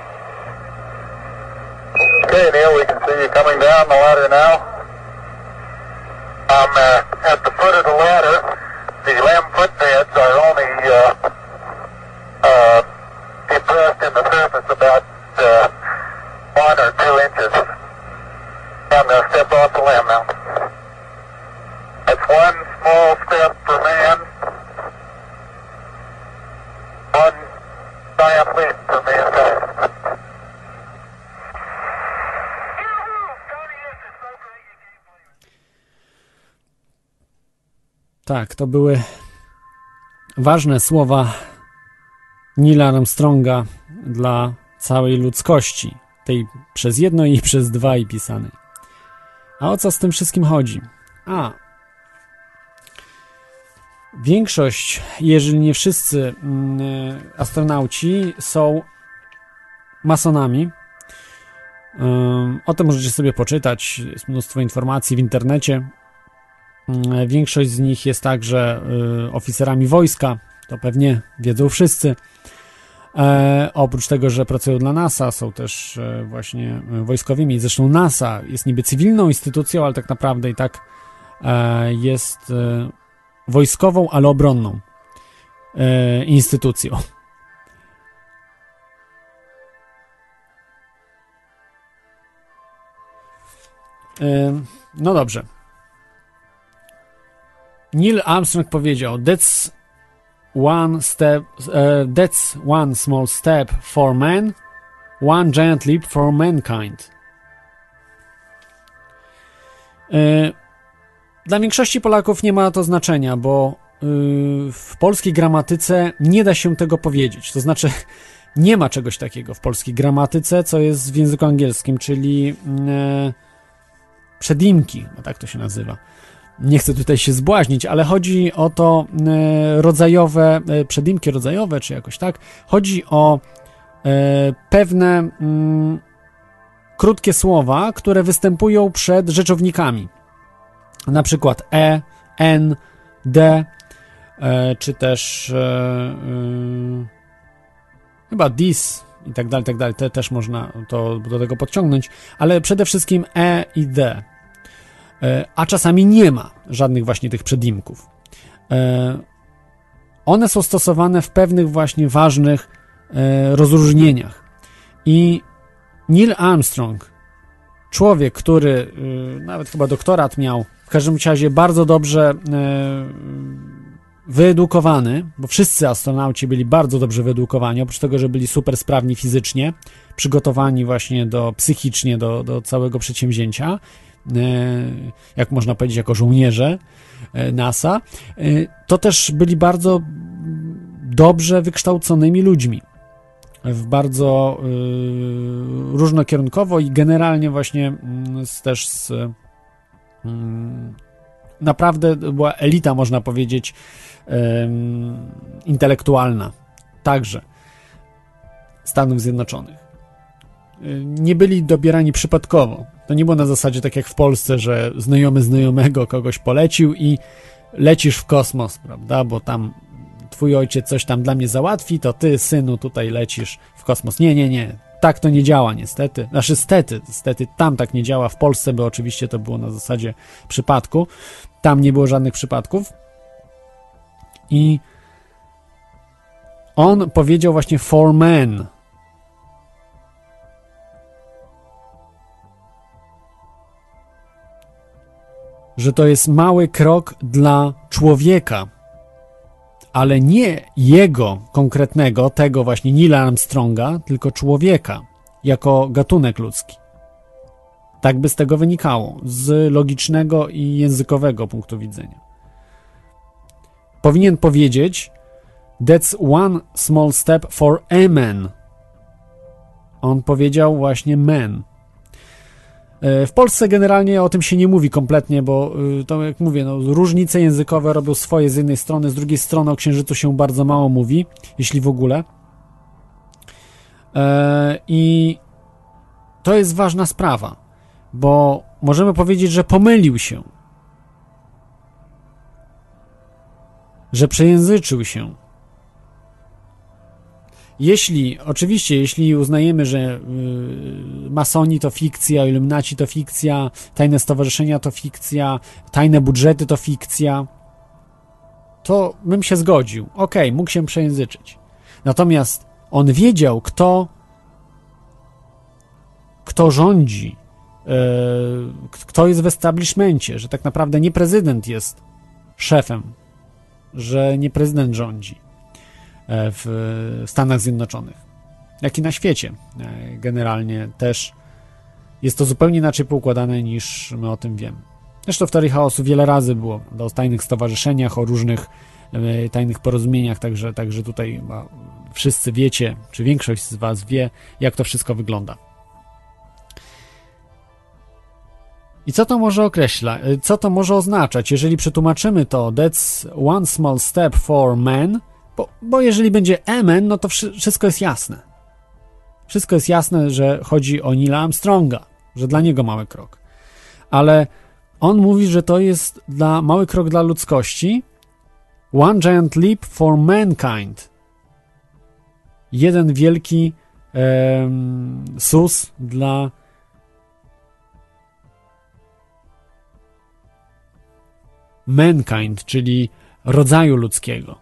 Okay, Neil, we can see you coming down the ladder now. I'm at the foot of the ladder. The LEM footbeds are only depressed in the surface about 1 or 2 inches. I'm going to step off the LEM now. That's one small step for man, one giant leap for mankind.
Tak, to były ważne słowa Neila Armstronga dla całej ludzkości, tej przez jedno i przez dwa i pisanej. A o co z tym wszystkim chodzi? Większość, jeżeli nie wszyscy astronauci są masonami. O tym możecie sobie poczytać, jest mnóstwo informacji w internecie. Większość z nich jest także oficerami wojska, to pewnie wiedzą wszyscy. Oprócz tego, że pracują dla NASA, są też właśnie wojskowymi. Zresztą NASA jest niby cywilną instytucją, ale tak naprawdę i tak jest wojskową, ale obronną instytucją. No dobrze. Neil Armstrong powiedział: that's one small step for man, one giant leap for mankind. Dla większości Polaków nie ma to znaczenia, bo w polskiej gramatyce nie da się tego powiedzieć. To znaczy, nie ma czegoś takiego w polskiej gramatyce, co jest w języku angielskim, czyli przedimki, no tak to się nazywa. Nie chcę tutaj się zbłaźnić, ale chodzi o to rodzajowe, przedimki rodzajowe, czy jakoś tak. Chodzi o pewne krótkie słowa, które występują przed rzeczownikami. na przykład E, N, D, czy też chyba dis i tak dalej, te też można to do tego podciągnąć, ale przede wszystkim E i D, a czasami nie ma żadnych właśnie tych przedimków. One są stosowane w pewnych właśnie ważnych rozróżnieniach i Neil Armstrong, człowiek, który nawet chyba doktorat miał, w każdym razie bardzo dobrze wyedukowany, bo wszyscy astronauci byli bardzo dobrze wyedukowani, oprócz tego, że byli super sprawni fizycznie, przygotowani właśnie psychicznie do całego przedsięwzięcia, jak można powiedzieć, jako żołnierze NASA, to też byli bardzo dobrze wykształconymi ludźmi, bardzo różnokierunkowo i generalnie właśnie naprawdę była elita, można powiedzieć, intelektualna także Stanów Zjednoczonych. Nie byli dobierani przypadkowo. To nie było na zasadzie tak jak w Polsce, że znajomy znajomego kogoś polecił i lecisz w kosmos, prawda, bo tam twój ojciec coś tam dla mnie załatwi, to ty, synu, tutaj lecisz w kosmos. Nie. Tak to nie działa niestety. Niestety tam tak nie działa. W Polsce by oczywiście to było na zasadzie przypadku. Tam nie było żadnych przypadków. I on powiedział właśnie for men. Że to jest mały krok dla człowieka, ale nie jego konkretnego, tego właśnie Neila Armstronga, tylko człowieka jako gatunek ludzki. Tak by z tego wynikało, z logicznego i językowego punktu widzenia. Powinien powiedzieć that's one small step for a man. On powiedział właśnie man. W Polsce generalnie o tym się nie mówi kompletnie, bo to jak mówię, różnice językowe robią swoje z jednej strony, z drugiej strony o Księżycu się bardzo mało mówi, jeśli w ogóle. I to jest ważna sprawa, bo możemy powiedzieć, że pomylił się, że przejęzyczył się. Jeśli uznajemy, że masoni to fikcja, iluminaci to fikcja, tajne stowarzyszenia to fikcja, tajne budżety to fikcja, to bym się zgodził. Okej, mógł się przejęzyczyć. Natomiast on wiedział, kto rządzi, kto jest w establishmencie, że tak naprawdę nie prezydent jest szefem, że nie prezydent rządzi w Stanach Zjednoczonych, jak i na świecie. Generalnie też jest to zupełnie inaczej poukładane niż my o tym wiemy. Zresztą w Teorii Chaosu wiele razy było o tajnych stowarzyszeniach, o różnych tajnych porozumieniach, także tutaj wszyscy wiecie, czy większość z was wie, jak to wszystko wygląda. I co to może określać? Co to może oznaczać? Jeżeli przetłumaczymy to that's one small step for man, bo jeżeli będzie man, no to wszystko jest jasne. Wszystko jest jasne, że chodzi o Neila Armstronga, że dla niego mały krok. Ale on mówi, że to jest mały krok dla ludzkości. One giant leap for mankind. Jeden wielki sus dla mankind, czyli rodzaju ludzkiego.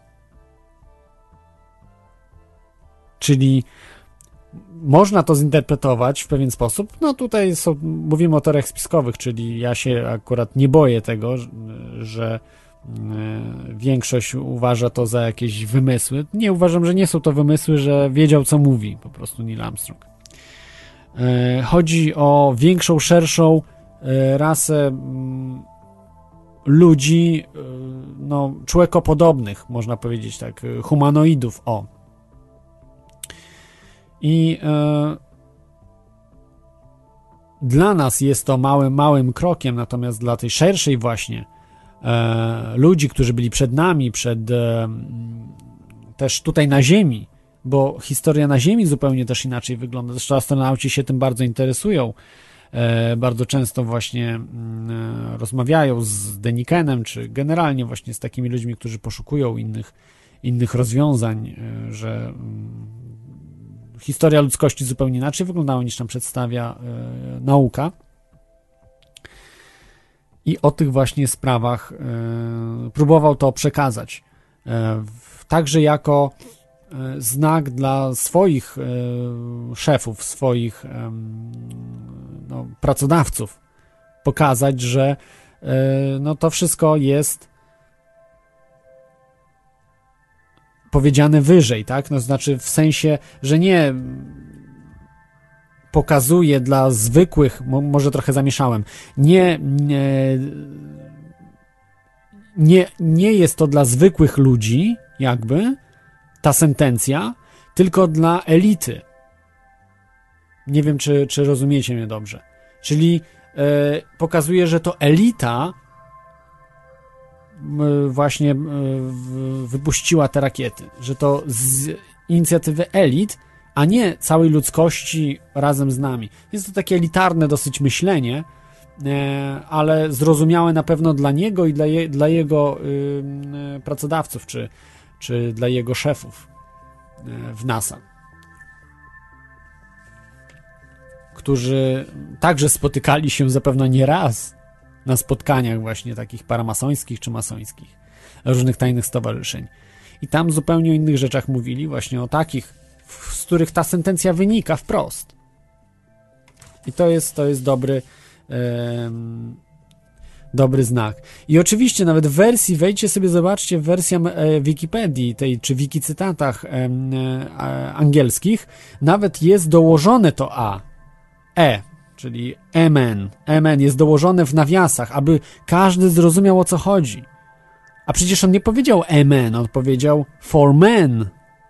Czyli można to zinterpretować w pewien sposób. No tutaj mówimy o teoriach spiskowych, czyli ja się akurat nie boję tego, że większość uważa to za jakieś wymysły. Nie uważam, że nie są to wymysły, że wiedział, co mówi po prostu Neil Armstrong. Chodzi o większą, szerszą rasę ludzi, człowiekopodobnych, można powiedzieć tak, humanoidów, I dla nas jest to małym krokiem, natomiast dla tej szerszej właśnie ludzi, którzy byli przed nami, też tutaj na Ziemi, bo historia na Ziemi zupełnie też inaczej wygląda. Zresztą astronauci się tym bardzo interesują, bardzo często właśnie rozmawiają z Denikenem, czy generalnie właśnie z takimi ludźmi, którzy poszukują innych rozwiązań, że historia ludzkości zupełnie inaczej wyglądała niż nam przedstawia nauka. I o tych właśnie sprawach próbował to przekazać. Także jako znak dla swoich szefów, swoich pracodawców. Pokazać, że to wszystko jest powiedziane wyżej, tak? No, znaczy w sensie, że nie pokazuje dla zwykłych, może trochę zamieszałem, nie jest to dla zwykłych ludzi, jakby, ta sentencja, tylko dla elity. Nie wiem, czy rozumiecie mnie dobrze. Czyli pokazuje, że to elita właśnie wypuściła te rakiety. Że to z inicjatywy elit, a nie całej ludzkości razem z nami. Jest to takie elitarne dosyć myślenie, ale zrozumiałe na pewno dla niego i dla jego pracodawców, czy dla jego szefów w NASA, którzy także spotykali się zapewne nie raz na spotkaniach właśnie takich paramasońskich czy masońskich, różnych tajnych stowarzyszeń. I tam zupełnie o innych rzeczach mówili, właśnie o takich, z których ta sentencja wynika wprost. I to jest dobry znak. I oczywiście nawet w wersji, wejdźcie sobie, zobaczcie w wersji Wikipedii, tej czy wikicytatach angielskich, nawet jest dołożone to czyli amen. Amen jest dołożone w nawiasach, aby każdy zrozumiał, o co chodzi. A przecież on nie powiedział amen, on powiedział for men.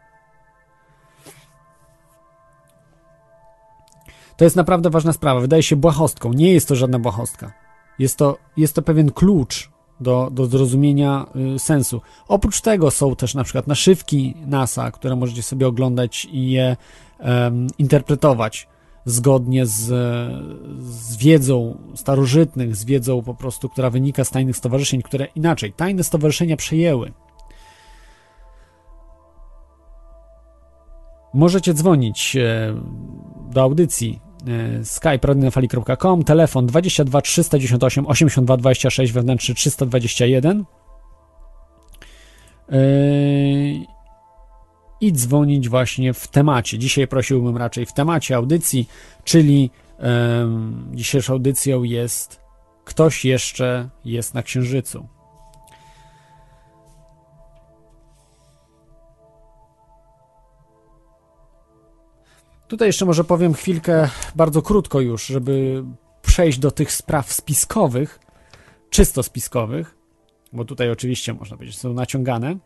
To jest naprawdę ważna sprawa. Wydaje się błahostką. Nie jest to żadna błahostka. Jest to pewien klucz do zrozumienia sensu. Oprócz tego są też na przykład naszywki NASA, które możecie sobie oglądać i je interpretować zgodnie z wiedzą starożytnych, z wiedzą po prostu, która wynika z tajnych stowarzyszeń, które inaczej, tajne stowarzyszenia przejęły. Możecie dzwonić do audycji Skype radionafali.com, telefon 22 398 82 26, wewnętrzny 321 i dzwonić właśnie w temacie. Dzisiaj prosiłbym raczej w temacie audycji, czyli dzisiejszą audycją jest Ktoś jeszcze jest na Księżycu. Tutaj jeszcze może powiem chwilkę, bardzo krótko już, żeby przejść do tych spraw spiskowych, czysto spiskowych, bo tutaj oczywiście można powiedzieć, są naciągane,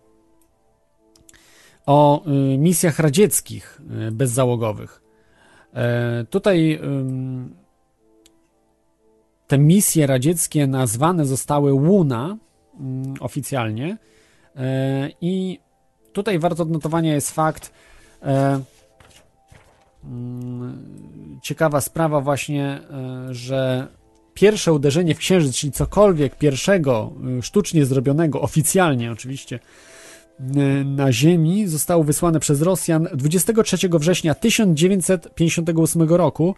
o misjach radzieckich bezzałogowych. Tutaj te misje radzieckie nazwane zostały Łuna oficjalnie i tutaj warto odnotowania jest fakt, ciekawa sprawa właśnie, że pierwsze uderzenie w Księżyc, czyli cokolwiek pierwszego sztucznie zrobionego, oficjalnie oczywiście, na Ziemi, zostało wysłane przez Rosjan 23 września 1958 roku.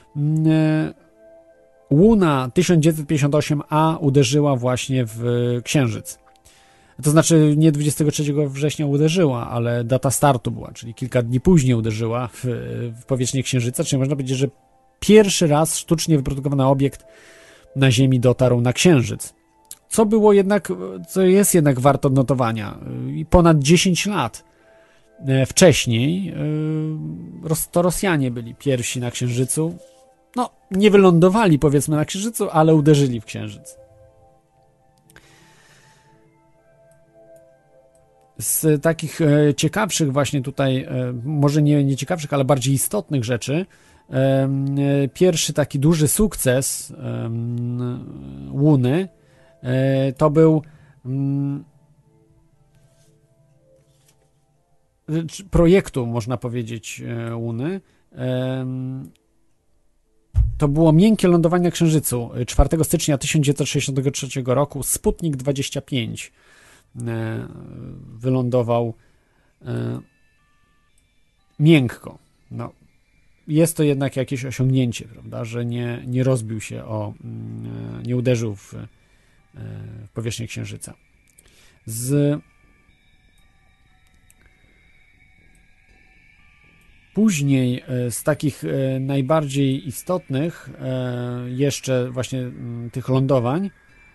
Łuna 1958A uderzyła właśnie w Księżyc. To znaczy nie 23 września uderzyła, ale data startu była, czyli kilka dni później uderzyła w powierzchnię Księżyca, czyli można powiedzieć, że pierwszy raz sztucznie wyprodukowany obiekt na Ziemi dotarł na Księżyc. Co jest jednak warte odnotowania. I ponad 10 lat wcześniej to Rosjanie byli pierwsi na Księżycu. No, nie wylądowali powiedzmy na Księżycu, ale uderzyli w Księżyc. Z takich ciekawszych właśnie tutaj, może nie ciekawszych, ale bardziej istotnych rzeczy, pierwszy taki duży sukces Łuny to był projektu, można powiedzieć, Łuny, to było miękkie lądowanie na Księżycu 4 stycznia 1963 roku. Sputnik 25 wylądował miękko. No, jest to jednak jakieś osiągnięcie, prawda, że nie rozbił się nie uderzył w powierzchnię Księżyca. Później z takich najbardziej istotnych jeszcze właśnie tych lądowań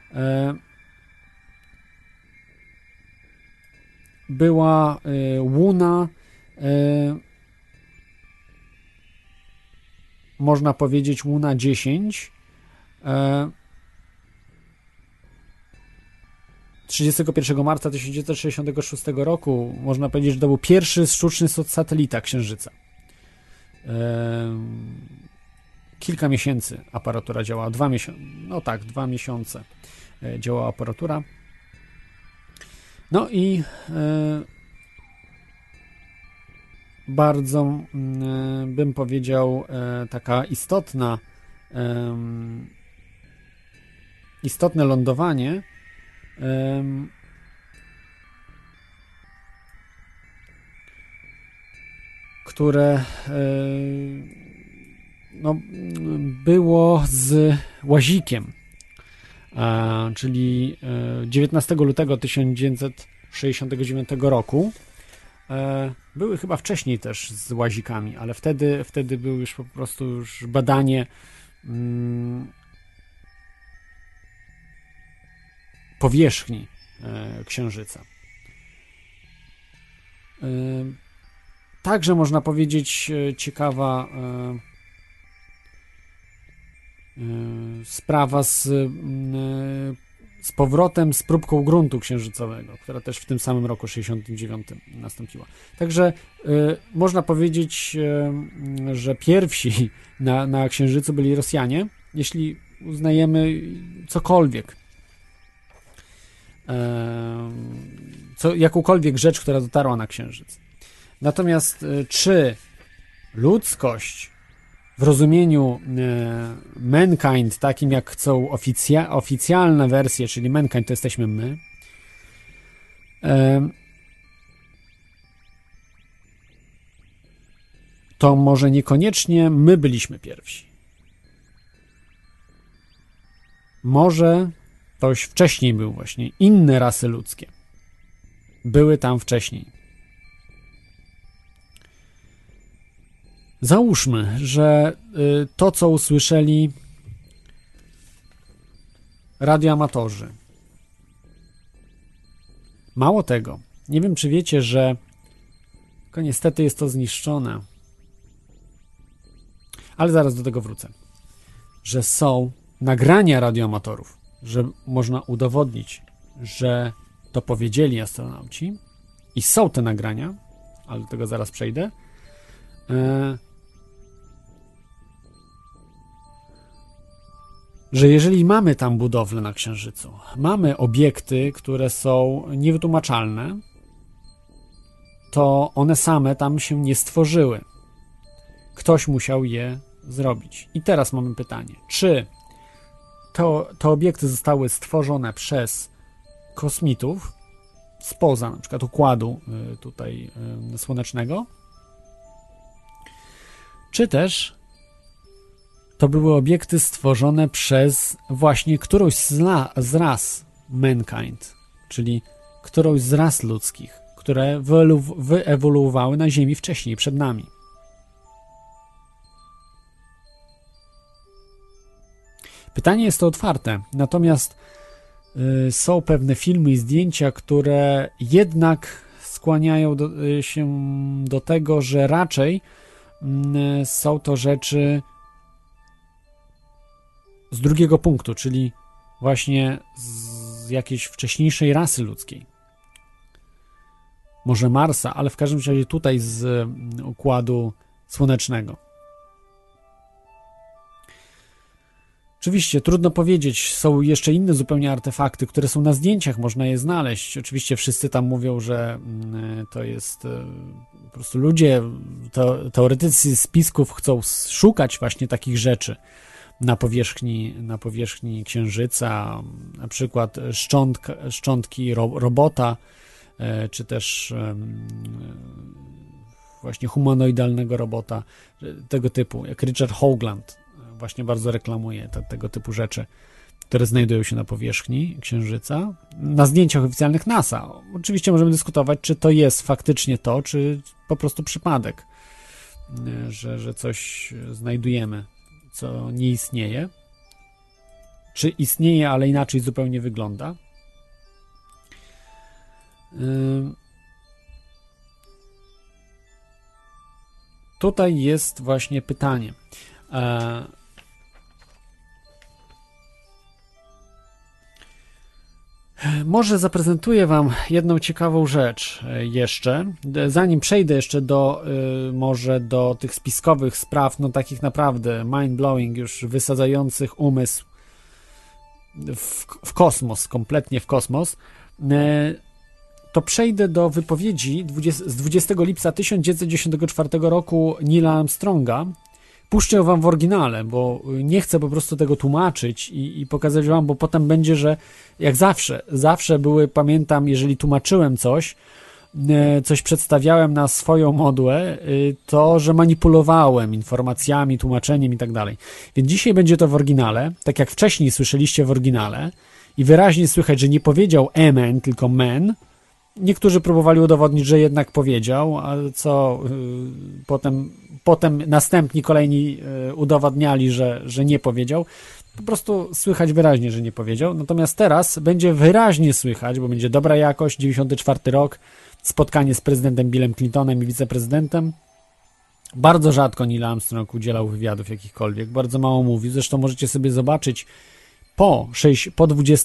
była Łuna, można powiedzieć Łuna 10, 31 marca 1966 roku. Można powiedzieć, że to był pierwszy sztuczny satelita Księżyca. Kilka miesięcy aparatura działała, 2 miesiące, no tak, 2 miesiące działała aparatura. No i bardzo bym powiedział taka istotne lądowanie, które no, było z łazikiem, czyli 19 lutego 1969 roku. Były chyba wcześniej też z łazikami, ale wtedy było już po prostu badanie powierzchni Księżyca. Także można powiedzieć ciekawa sprawa z powrotem z próbką gruntu księżycowego, która też w tym samym roku 69 nastąpiła. Także można powiedzieć, że pierwsi na Księżycu byli Rosjanie, jeśli uznajemy cokolwiek, jakąkolwiek rzecz, która dotarła na Księżyc. Natomiast czy ludzkość w rozumieniu mankind, takim jak chcą oficjalne wersje, czyli mankind to jesteśmy my, to może niekoniecznie my byliśmy pierwsi. Może ktoś wcześniej był właśnie, inne rasy ludzkie były tam wcześniej. Załóżmy, że to, co usłyszeli radioamatorzy. Mało tego, nie wiem, czy wiecie, że tylko niestety jest to zniszczone. Ale zaraz do tego wrócę. Że są nagrania radioamatorów, że można udowodnić, że to powiedzieli astronauci i są te nagrania, ale do tego zaraz przejdę. Że jeżeli mamy tam budowlę na Księżycu, mamy obiekty, które są niewytłumaczalne, to one same tam się nie stworzyły. Ktoś musiał je zrobić. I teraz mamy pytanie, czy te obiekty zostały stworzone przez kosmitów spoza na przykład układu tutaj słonecznego, czy też to były obiekty stworzone przez właśnie którąś z ras mankind, czyli którąś z ras ludzkich, które wyewoluowały na Ziemi wcześniej, przed nami. Pytanie jest to otwarte, natomiast są pewne filmy i zdjęcia, które jednak skłaniają się do tego, że raczej są to rzeczy z drugiego punktu, czyli właśnie z jakiejś wcześniejszej rasy ludzkiej. Może Marsa, ale w każdym razie tutaj z układu słonecznego. Oczywiście trudno powiedzieć, są jeszcze inne zupełnie artefakty, które są na zdjęciach, można je znaleźć. Oczywiście wszyscy tam mówią, że to jest po prostu ludzie, teoretycy spisków chcą szukać właśnie takich rzeczy. na powierzchni Księżyca, na przykład szczątki robota, czy też właśnie humanoidalnego robota, tego typu, jak Richard Hoagland właśnie bardzo reklamuje tego typu rzeczy, które znajdują się na powierzchni Księżyca, na zdjęciach oficjalnych NASA. Oczywiście możemy dyskutować, czy to jest faktycznie to, czy po prostu przypadek, że coś znajdujemy, co nie istnieje, czy istnieje, ale inaczej zupełnie wygląda. Tutaj jest właśnie pytanie. Może zaprezentuję Wam jedną ciekawą rzecz jeszcze, zanim przejdę jeszcze może do tych spiskowych spraw, no takich naprawdę mind-blowing, już wysadzających umysł w kosmos, kompletnie w kosmos, to przejdę do wypowiedzi z 20 lipca 1994 roku Neila Armstronga. Puszczę Wam w oryginale, bo nie chcę po prostu tego tłumaczyć i pokazać Wam, bo potem będzie, że jak zawsze pamiętam, jeżeli tłumaczyłem coś przedstawiałem na swoją modłę, to, że manipulowałem informacjami, tłumaczeniem i tak dalej. Więc dzisiaj będzie to w oryginale, tak jak wcześniej słyszeliście w oryginale i wyraźnie słychać, że nie powiedział amen, tylko men. Niektórzy próbowali udowodnić, że jednak powiedział, a co potem następni, kolejni udowadniali, że nie powiedział. Po prostu słychać wyraźnie, że nie powiedział. Natomiast teraz będzie wyraźnie słychać, bo będzie dobra jakość, 94 rok, spotkanie z prezydentem Billem Clintonem i wiceprezydentem. Bardzo rzadko Neil Armstrong udzielał wywiadów jakichkolwiek, bardzo mało mówił. Zresztą możecie sobie zobaczyć po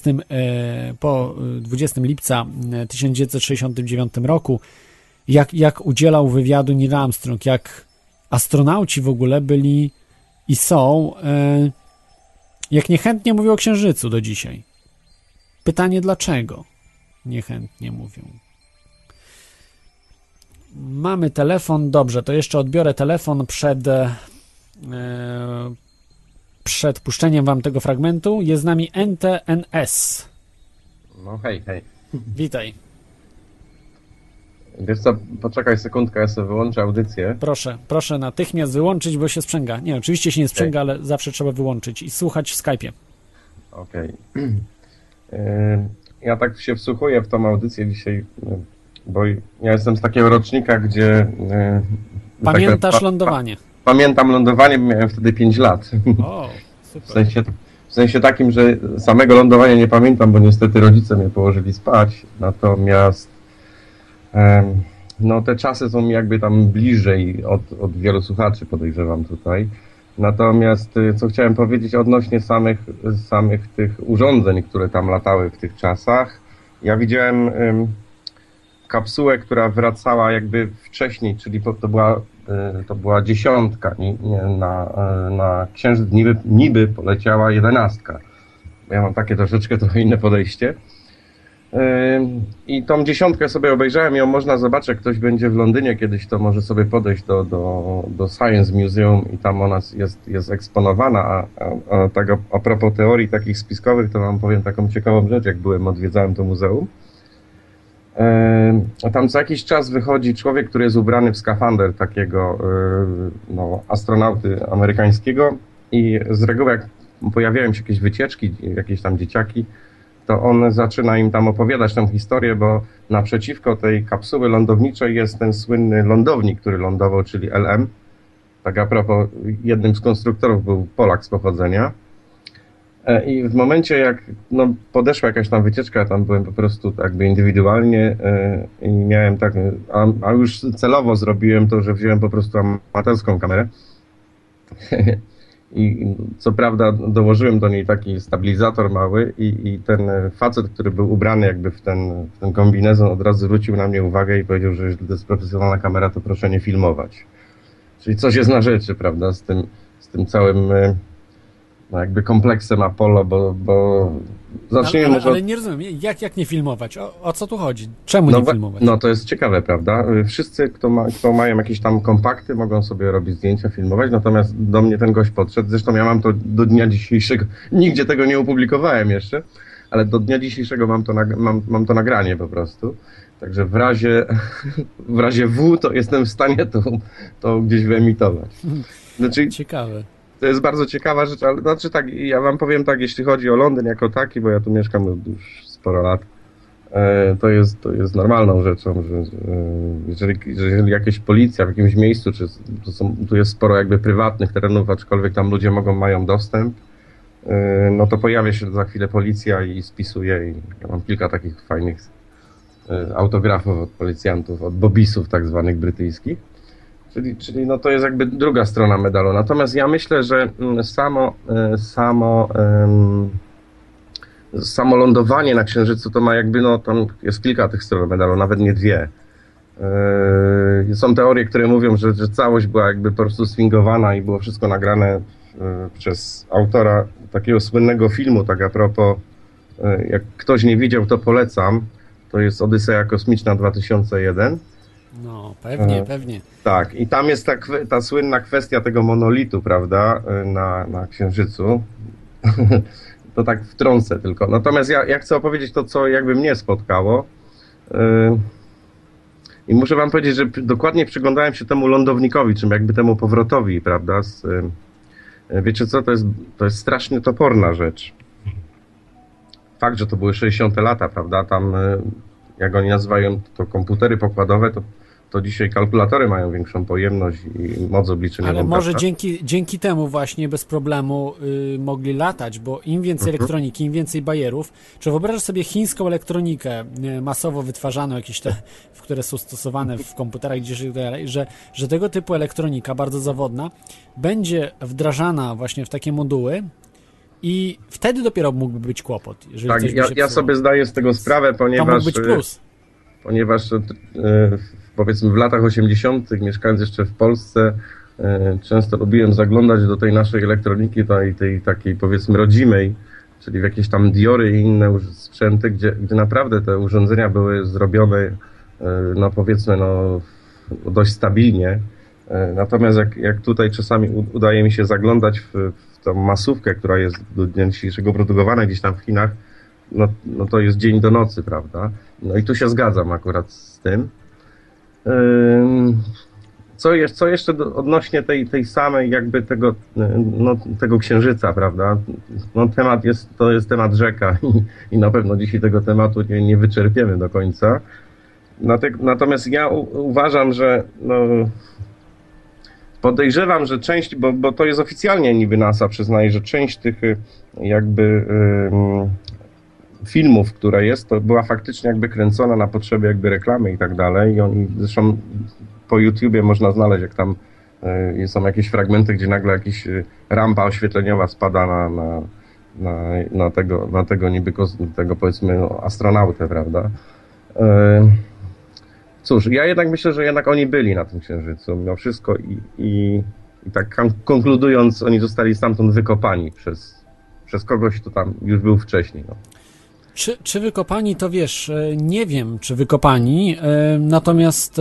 20 lipca 1969 roku, jak udzielał wywiadu Neil Armstrong, jak astronauci w ogóle byli i są, jak niechętnie mówią o Księżycu do dzisiaj. Pytanie, dlaczego niechętnie mówią? Mamy telefon, dobrze, to jeszcze odbiorę telefon przed puszczeniem Wam tego fragmentu. Jest z nami NTNS.
No hej.
Witaj.
Wiesz co, poczekaj sekundkę, ja sobie wyłączę audycję.
Proszę natychmiast wyłączyć, bo się sprzęga. Nie, oczywiście się nie sprzęga, ale zawsze trzeba wyłączyć i słuchać w Skype'ie.
Okej. Ja tak się wsłuchuję w tą audycję dzisiaj, bo ja jestem z takiego rocznika, gdzie...
Pamiętasz lądowanie?
Pamiętam lądowanie, miałem wtedy 5 lat.
O, super.
W sensie takim, że samego lądowania nie pamiętam, bo niestety rodzice mnie położyli spać. Natomiast no te czasy są mi jakby tam bliżej od wielu słuchaczy, podejrzewam tutaj. Natomiast co chciałem powiedzieć odnośnie samych tych urządzeń, które tam latały w tych czasach. Ja widziałem kapsułę, która wracała jakby wcześniej, czyli to była 10, na Księżyc niby poleciała 11. Ja mam takie trochę inne podejście. I tą 10 sobie obejrzałem, ją można zobaczyć, jak ktoś będzie w Londynie kiedyś, to może sobie podejść do Science Museum i tam ona jest eksponowana, a tak a propos teorii takich spiskowych, to wam powiem taką ciekawą rzecz, jak odwiedzałem to muzeum. A tam co jakiś czas wychodzi człowiek, który jest ubrany w skafander takiego astronauty amerykańskiego i z reguły jak pojawiają się jakieś wycieczki, jakieś tam dzieciaki, to on zaczyna im tam opowiadać tę historię, bo naprzeciwko tej kapsuły lądowniczej jest ten słynny lądownik, który lądował, czyli LM. Tak a propos, jednym z konstruktorów był Polak z pochodzenia. I w momencie jak podeszła jakaś tam wycieczka, ja tam byłem po prostu jakby indywidualnie i miałem tak, a już celowo zrobiłem to, że wziąłem po prostu amatorską kamerę. I co prawda dołożyłem do niej taki stabilizator mały i ten facet, który był ubrany jakby w ten kombinezon, od razu zwrócił na mnie uwagę i powiedział, że jeżeli to jest profesjonalna kamera, to proszę nie filmować. Czyli coś jest na rzeczy, prawda, z tym całym no jakby kompleksem Apollo, bo zacznijmy może...
Ale nie rozumiem, jak nie filmować? O co tu chodzi? Czemu nie filmować?
No to jest ciekawe, prawda? Wszyscy, kto mają jakieś tam kompakty, mogą sobie robić zdjęcia, filmować, natomiast do mnie ten gość podszedł, zresztą ja mam to do dnia dzisiejszego, nigdzie tego nie opublikowałem jeszcze, ale do dnia dzisiejszego mam to nagranie po prostu. Także w razie W to jestem w stanie to gdzieś wyemitować. Znaczy,
ciekawe.
To jest bardzo ciekawa rzecz, ale znaczy tak, ja wam powiem tak, jeśli chodzi o Londyn jako taki, bo ja tu mieszkam już sporo lat, to jest normalną rzeczą, że jeżeli jakaś policja w jakimś miejscu, czy tu jest sporo jakby prywatnych terenów, aczkolwiek tam ludzie mają dostęp, no to pojawia się za chwilę policja i spisuje, i ja mam kilka takich fajnych autografów od policjantów, od bobisów tak zwanych brytyjskich. Czyli no to jest jakby druga strona medalu. Natomiast ja myślę, że samo lądowanie na Księżycu to ma jakby, no tam jest kilka tych stron medalu, nawet nie dwie. Są teorie, które mówią, że całość była jakby po prostu swingowana i było wszystko nagrane przez autora takiego słynnego filmu, tak a propos, jak ktoś nie widział, to polecam. To jest Odyseja Kosmiczna 2001.
No, pewnie.
Tak, i tam jest ta słynna kwestia tego monolitu, prawda, na Księżycu. To tak wtrącę tylko. Natomiast ja chcę opowiedzieć to, co jakby mnie spotkało. I muszę wam powiedzieć, że dokładnie przyglądałem się temu lądownikowi, czym jakby temu powrotowi, prawda. Wiecie co, to jest strasznie toporna rzecz. Fakt, że to były 60. lata, prawda, tam jak oni nazywają to komputery pokładowe, to dzisiaj kalkulatory mają większą pojemność i moc obliczeniową.
Ale może dzięki temu właśnie bez problemu mogli latać, bo im więcej elektroniki, im więcej bajerów. Czy wyobrażasz sobie chińską elektronikę masowo wytwarzaną, jakieś te, które są stosowane w komputerach gdzieś dalej, że tego typu elektronika, bardzo zawodna, będzie wdrażana właśnie w takie moduły i wtedy dopiero mógłby być kłopot. Jeżeli
Tak, ja sobie zdaję z tego sprawę, ponieważ...
To mógł być plus.
Ponieważ powiedzmy w latach 80., mieszkając jeszcze w Polsce, często lubiłem zaglądać do tej naszej elektroniki, tej takiej powiedzmy rodzimej, czyli w jakieś tam Diory i inne sprzęty, gdzie naprawdę te urządzenia były zrobione no powiedzmy no dość stabilnie. Natomiast jak tutaj czasami udaje mi się zaglądać w tą masówkę, która jest do dnia dzisiejszego produkowana gdzieś tam w Chinach, no to jest dzień do nocy, prawda? No i tu się zgadzam akurat z tym. Co jeszcze odnośnie tej samej jakby tego Księżyca, prawda? No to jest temat rzeka i na pewno dzisiaj tego tematu nie wyczerpiemy do końca. Natomiast ja uważam, że podejrzewam, że część, bo to jest oficjalnie niby NASA przyznaje, że część tych jakby filmów, które jest, to była faktycznie jakby kręcona na potrzeby jakby reklamy i tak dalej. I oni zresztą po YouTubie można znaleźć, jak tam są jakieś fragmenty, gdzie nagle jakaś rampa oświetleniowa spada na tego niby tego powiedzmy astronautę, prawda? Cóż, ja jednak myślę, że jednak oni byli na tym Księżycu mimo wszystko i tak konkludując, oni zostali stamtąd wykopani przez kogoś, kto tam już był wcześniej. No.
Czy wykopani, to wiesz, nie wiem, czy wykopani, natomiast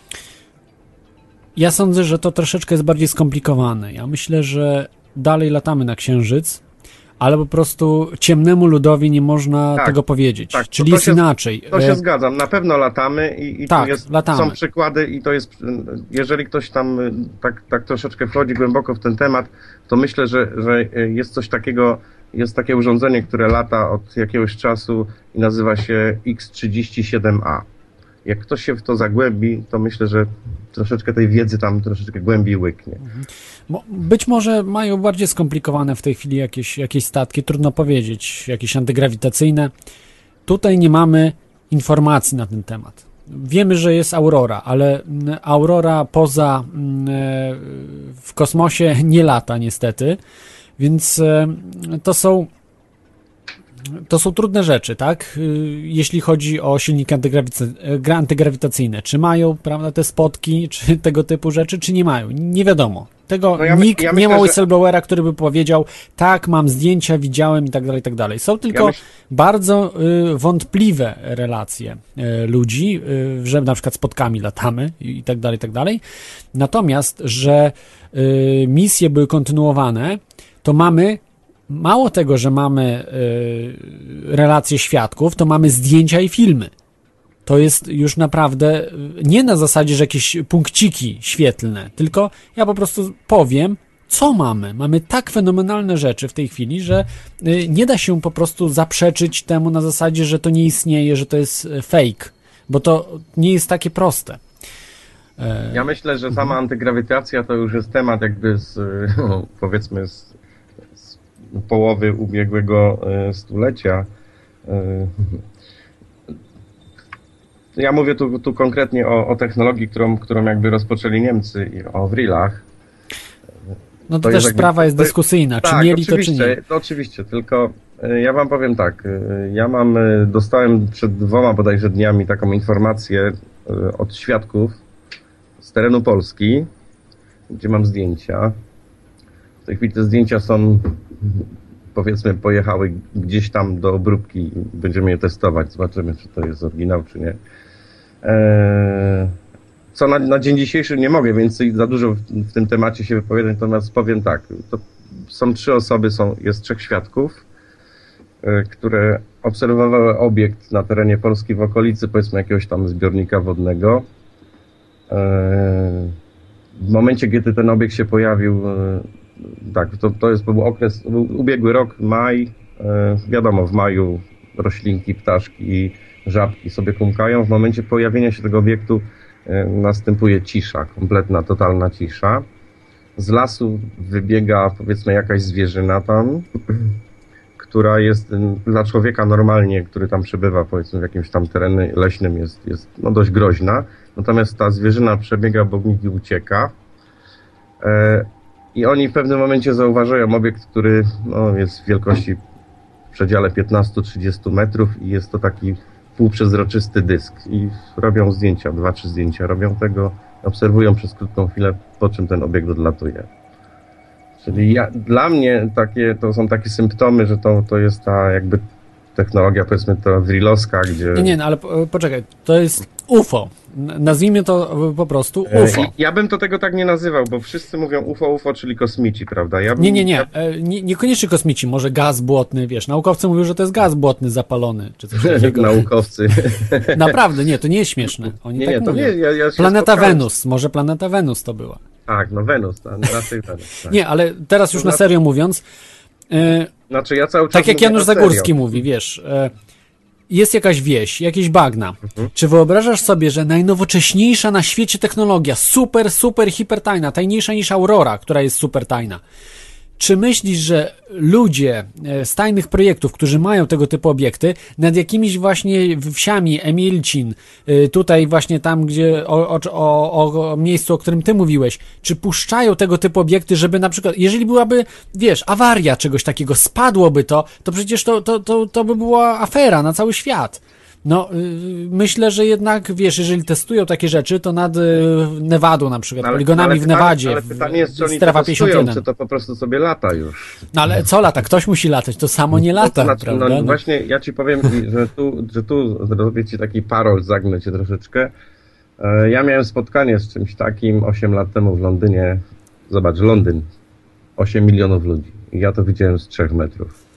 ja sądzę, że to troszeczkę jest bardziej skomplikowane. Ja myślę, że dalej latamy na Księżyc, ale po prostu ciemnemu ludowi nie można tego powiedzieć. Tak, czyli jest inaczej.
To się zgadzam. Na pewno latamy i
tak,
latamy. Są przykłady i to jest, jeżeli ktoś tam tak troszeczkę wchodzi głęboko w ten temat, to myślę, że jest coś takiego, jest takie urządzenie, które lata od jakiegoś czasu i nazywa się X-37A. Jak ktoś się w to zagłębi, to myślę, że troszeczkę tej wiedzy tam troszeczkę głębiej łyknie.
Być może mają bardziej skomplikowane w tej chwili jakieś statki, trudno powiedzieć, jakieś antygrawitacyjne. Tutaj nie mamy informacji na ten temat. Wiemy, że jest Aurora, ale Aurora w kosmosie nie lata niestety, więc to są to są trudne rzeczy, tak? Jeśli chodzi o silniki antygrawitacyjne. Czy mają, prawda, te spotki, czy tego typu rzeczy, czy nie mają? Nie wiadomo. Tego nikt nie ma whistleblowera, który by powiedział, tak, mam zdjęcia, widziałem i tak dalej, i tak dalej. Są tylko bardzo wątpliwe relacje ludzi, że na przykład spotkami latamy i tak dalej, i tak dalej. Natomiast, że misje były kontynuowane, to mamy mało tego, że mamy relacje świadków, to mamy zdjęcia i filmy. To jest już naprawdę nie na zasadzie, że jakieś punkciki świetlne, tylko ja po prostu powiem, co mamy. Mamy tak fenomenalne rzeczy w tej chwili, że nie da się po prostu zaprzeczyć temu na zasadzie, że to nie istnieje, że to jest fake, bo to nie jest takie proste.
Ja myślę, że sama antygrawitacja to już jest temat jakby powiedzmy z połowy ubiegłego stulecia. Ja mówię tu konkretnie o technologii, którą jakby rozpoczęli Niemcy i o Vrillach.
No to też sprawa jest dyskusyjna, czy mieli to, czy nie.
To oczywiście, tylko ja wam powiem tak, dostałem przed 2 bodajże dniami taką informację od świadków z terenu Polski, gdzie mam zdjęcia. W tej chwili te zdjęcia są, powiedzmy, pojechały gdzieś tam do obróbki i będziemy je testować, zobaczymy, czy to jest oryginał, czy nie. Co na dzień dzisiejszy nie mogę więcej za dużo w tym temacie się wypowiadać, natomiast powiem tak, to są 3 osoby, jest 3 świadków, które obserwowały obiekt na terenie Polski w okolicy, powiedzmy, jakiegoś tam zbiornika wodnego. W momencie, kiedy ten obiekt się pojawił, tak, był okres, był ubiegły rok, maj, wiadomo, w maju roślinki, ptaszki, żabki sobie kumkają. W momencie pojawienia się tego obiektu następuje cisza, kompletna, totalna cisza. Z lasu wybiega, powiedzmy, jakaś zwierzyna tam, która jest dla człowieka normalnie, który tam przebywa, powiedzmy, w jakimś tam terenie leśnym, jest no, dość groźna. Natomiast ta zwierzyna przebiega obok nich i ucieka. I oni w pewnym momencie zauważają obiekt, który no, jest w wielkości w przedziale 15-30 metrów i jest to taki półprzezroczysty dysk. I robią zdjęcia, 2-3 zdjęcia robią tego, obserwują przez krótką chwilę, po czym ten obiekt odlatuje. Czyli dla mnie to są takie symptomy, że to jest ta jakby technologia, powiedzmy, ta vrillowska, gdzie... Nie,
no ale poczekaj, to jest UFO. Nazwijmy to po prostu UFO.
Ja bym tego tak nie nazywał, bo wszyscy mówią UFO, czyli kosmici, prawda?
Niekoniecznie kosmici, może gaz błotny, wiesz, naukowcy mówią, że to jest gaz błotny zapalony, czy coś takiego.
Naukowcy.
Naprawdę, nie, to nie jest śmieszne. Oni tak
to
mówią.
Ja
planeta Wenus, może planeta Wenus to była.
Tak, no Wenus, raczej Wenus. Tak.
Nie, ale teraz już na serio mówiąc,
znaczy ja cały czas
tak jak Janusz Zagórski mówi, wiesz, jest jakaś wieś, jakieś bagna. Czy wyobrażasz sobie, że najnowocześniejsza na świecie technologia, super, hipertajna, tajniejsza niż Aurora, która jest super tajna. Czy myślisz, że ludzie z tajnych projektów, którzy mają tego typu obiekty, nad jakimiś właśnie wsiami, Emilcin, tutaj właśnie tam, gdzie o miejscu, o którym ty mówiłeś, czy puszczają tego typu obiekty, żeby na przykład, jeżeli byłaby, wiesz, awaria czegoś takiego, spadłoby to przecież to by była afera na cały świat. No, myślę, że jednak, wiesz, jeżeli testują takie rzeczy, to nad Nevadą na przykład, poligonami w Nevadzie,
ale pytanie jest, czy oni
strefa 51.
Czy to po prostu sobie lata już?
No ale co lata? Ktoś musi latać, to samo nie lata, prawda?
No właśnie, ja ci powiem, że tu zrobię ci taki parol, zagnę cię troszeczkę. Ja miałem spotkanie z czymś takim 8 lat temu w Londynie. Zobacz, Londyn. 8 milionów ludzi. I ja to widziałem z 3 metrów.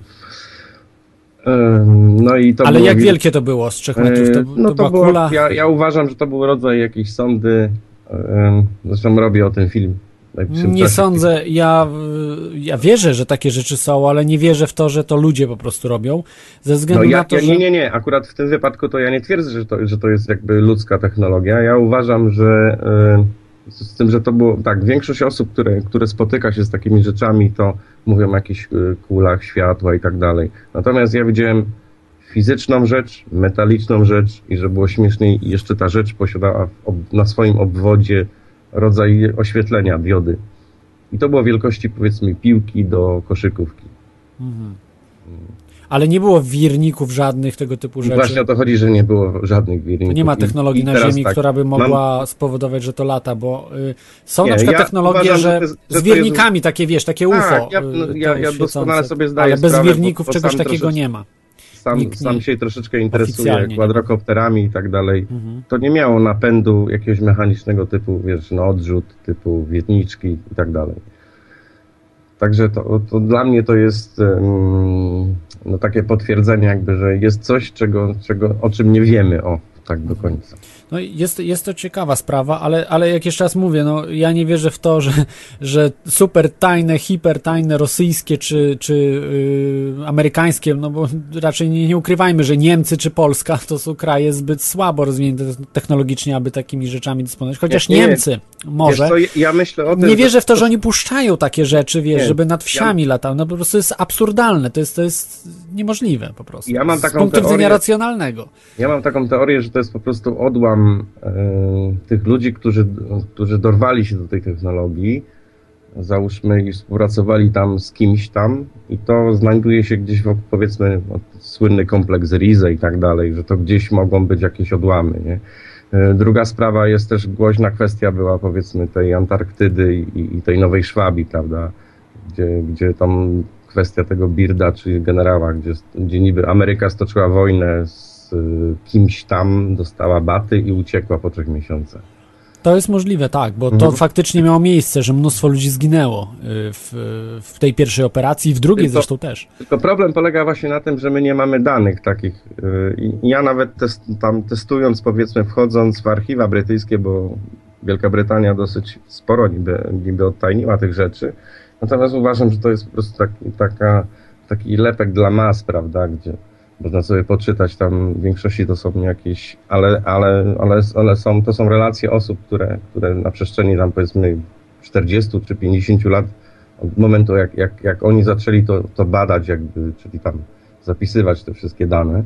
No i to
ale jak wielkie to było z 3 metrów? To była kula?
Ja uważam, że to był rodzaj jakiejś sondy. Zresztą robię o tym film.
Nie sądzę. Ja wierzę, że takie rzeczy są, ale nie wierzę w to, że to ludzie po prostu robią. Ze względu na to, że...
Nie. Akurat w tym wypadku to ja nie twierdzę, że to jest jakby ludzka technologia. Ja uważam, że z tym, że to było... Tak, większość osób, które spotyka się z takimi rzeczami, to mówią o jakichś kulach światła i tak dalej. Natomiast ja widziałem fizyczną rzecz, metaliczną rzecz i że było śmieszniej, jeszcze ta rzecz posiadała na swoim obwodzie rodzaj oświetlenia, diody. I to było wielkości, powiedzmy, piłki do koszykówki.
Ale nie było wirników żadnych tego typu rzeczy.
Właśnie o to chodzi, że nie było żadnych wirników.
Nie ma technologii
I
na
teraz
Ziemi,
tak,
która by mogła spowodować, że to lata, bo są
Nie,
na przykład
ja
technologie,
uważam,
że
że to
z wirnikami takie, wiesz, takie UFO.
Tak, ja
to
doskonale
świecące.
sobie zdaję
Ale bez
sprawę,
wirników
bo
czegoś
sam
takiego
troszeczkę-
nie ma.
Sam się troszeczkę interesuję
oficjalnie nie ma.
kwadrokopterami i tak dalej. To nie miało napędu jakiegoś mechanicznego typu, wiesz, na odrzut, typu wietniczki i tak dalej. Także to dla mnie to jest no, takie potwierdzenie jakby, że jest coś, o czym nie wiemy, tak do końca.
No jest to ciekawa sprawa, ale jak jeszcze raz mówię, no ja nie wierzę w to, że super tajne, hipertajne rosyjskie czy amerykańskie, no bo raczej nie ukrywajmy, że Niemcy czy Polska to są kraje zbyt słabo rozwinięte technologicznie, aby takimi rzeczami dysponować. Chociaż
Nie,
Niemcy może.
Wiesz co, ja myślę o tym,
Nie wierzę w to, że oni puszczają takie rzeczy, wiesz, żeby nad wsiami latał. No po prostu jest absurdalne, to jest niemożliwe po prostu.
Ja mam
z
taką
punktu widzenia
teorię-
racjonalnego.
Ja mam taką teorię, że to jest po prostu odłam tych ludzi, którzy dorwali się do tej technologii, załóżmy i współpracowali tam z kimś tam i to znajduje się gdzieś wokół, powiedzmy, słynny kompleks Rize i tak dalej, że to gdzieś mogą być jakieś odłamy, nie? Druga sprawa jest też głośna kwestia była, powiedzmy, tej Antarktydy i tej Nowej Szwabii, prawda, gdzie tam kwestia tego Birda, czyli generała, gdzie niby Ameryka stoczyła wojnę z kimś tam, dostała baty i uciekła po 3 miesiącach.
To jest możliwe, tak, bo to faktycznie miało miejsce, że mnóstwo ludzi zginęło w tej pierwszej operacji i w drugiej zresztą też.
Tylko problem polega właśnie na tym, że my nie mamy danych takich. I ja nawet testując, powiedzmy, wchodząc w archiwa brytyjskie, bo Wielka Brytania dosyć sporo niby odtajniła tych rzeczy, natomiast uważam, że to jest po prostu taki lepek dla mas, prawda, gdzie można sobie poczytać, tam w większości to są jakieś, ale to są relacje osób, które na przestrzeni tam powiedzmy 40 czy 50 lat od momentu jak oni zaczęli to badać jakby, czyli tam zapisywać te wszystkie dane,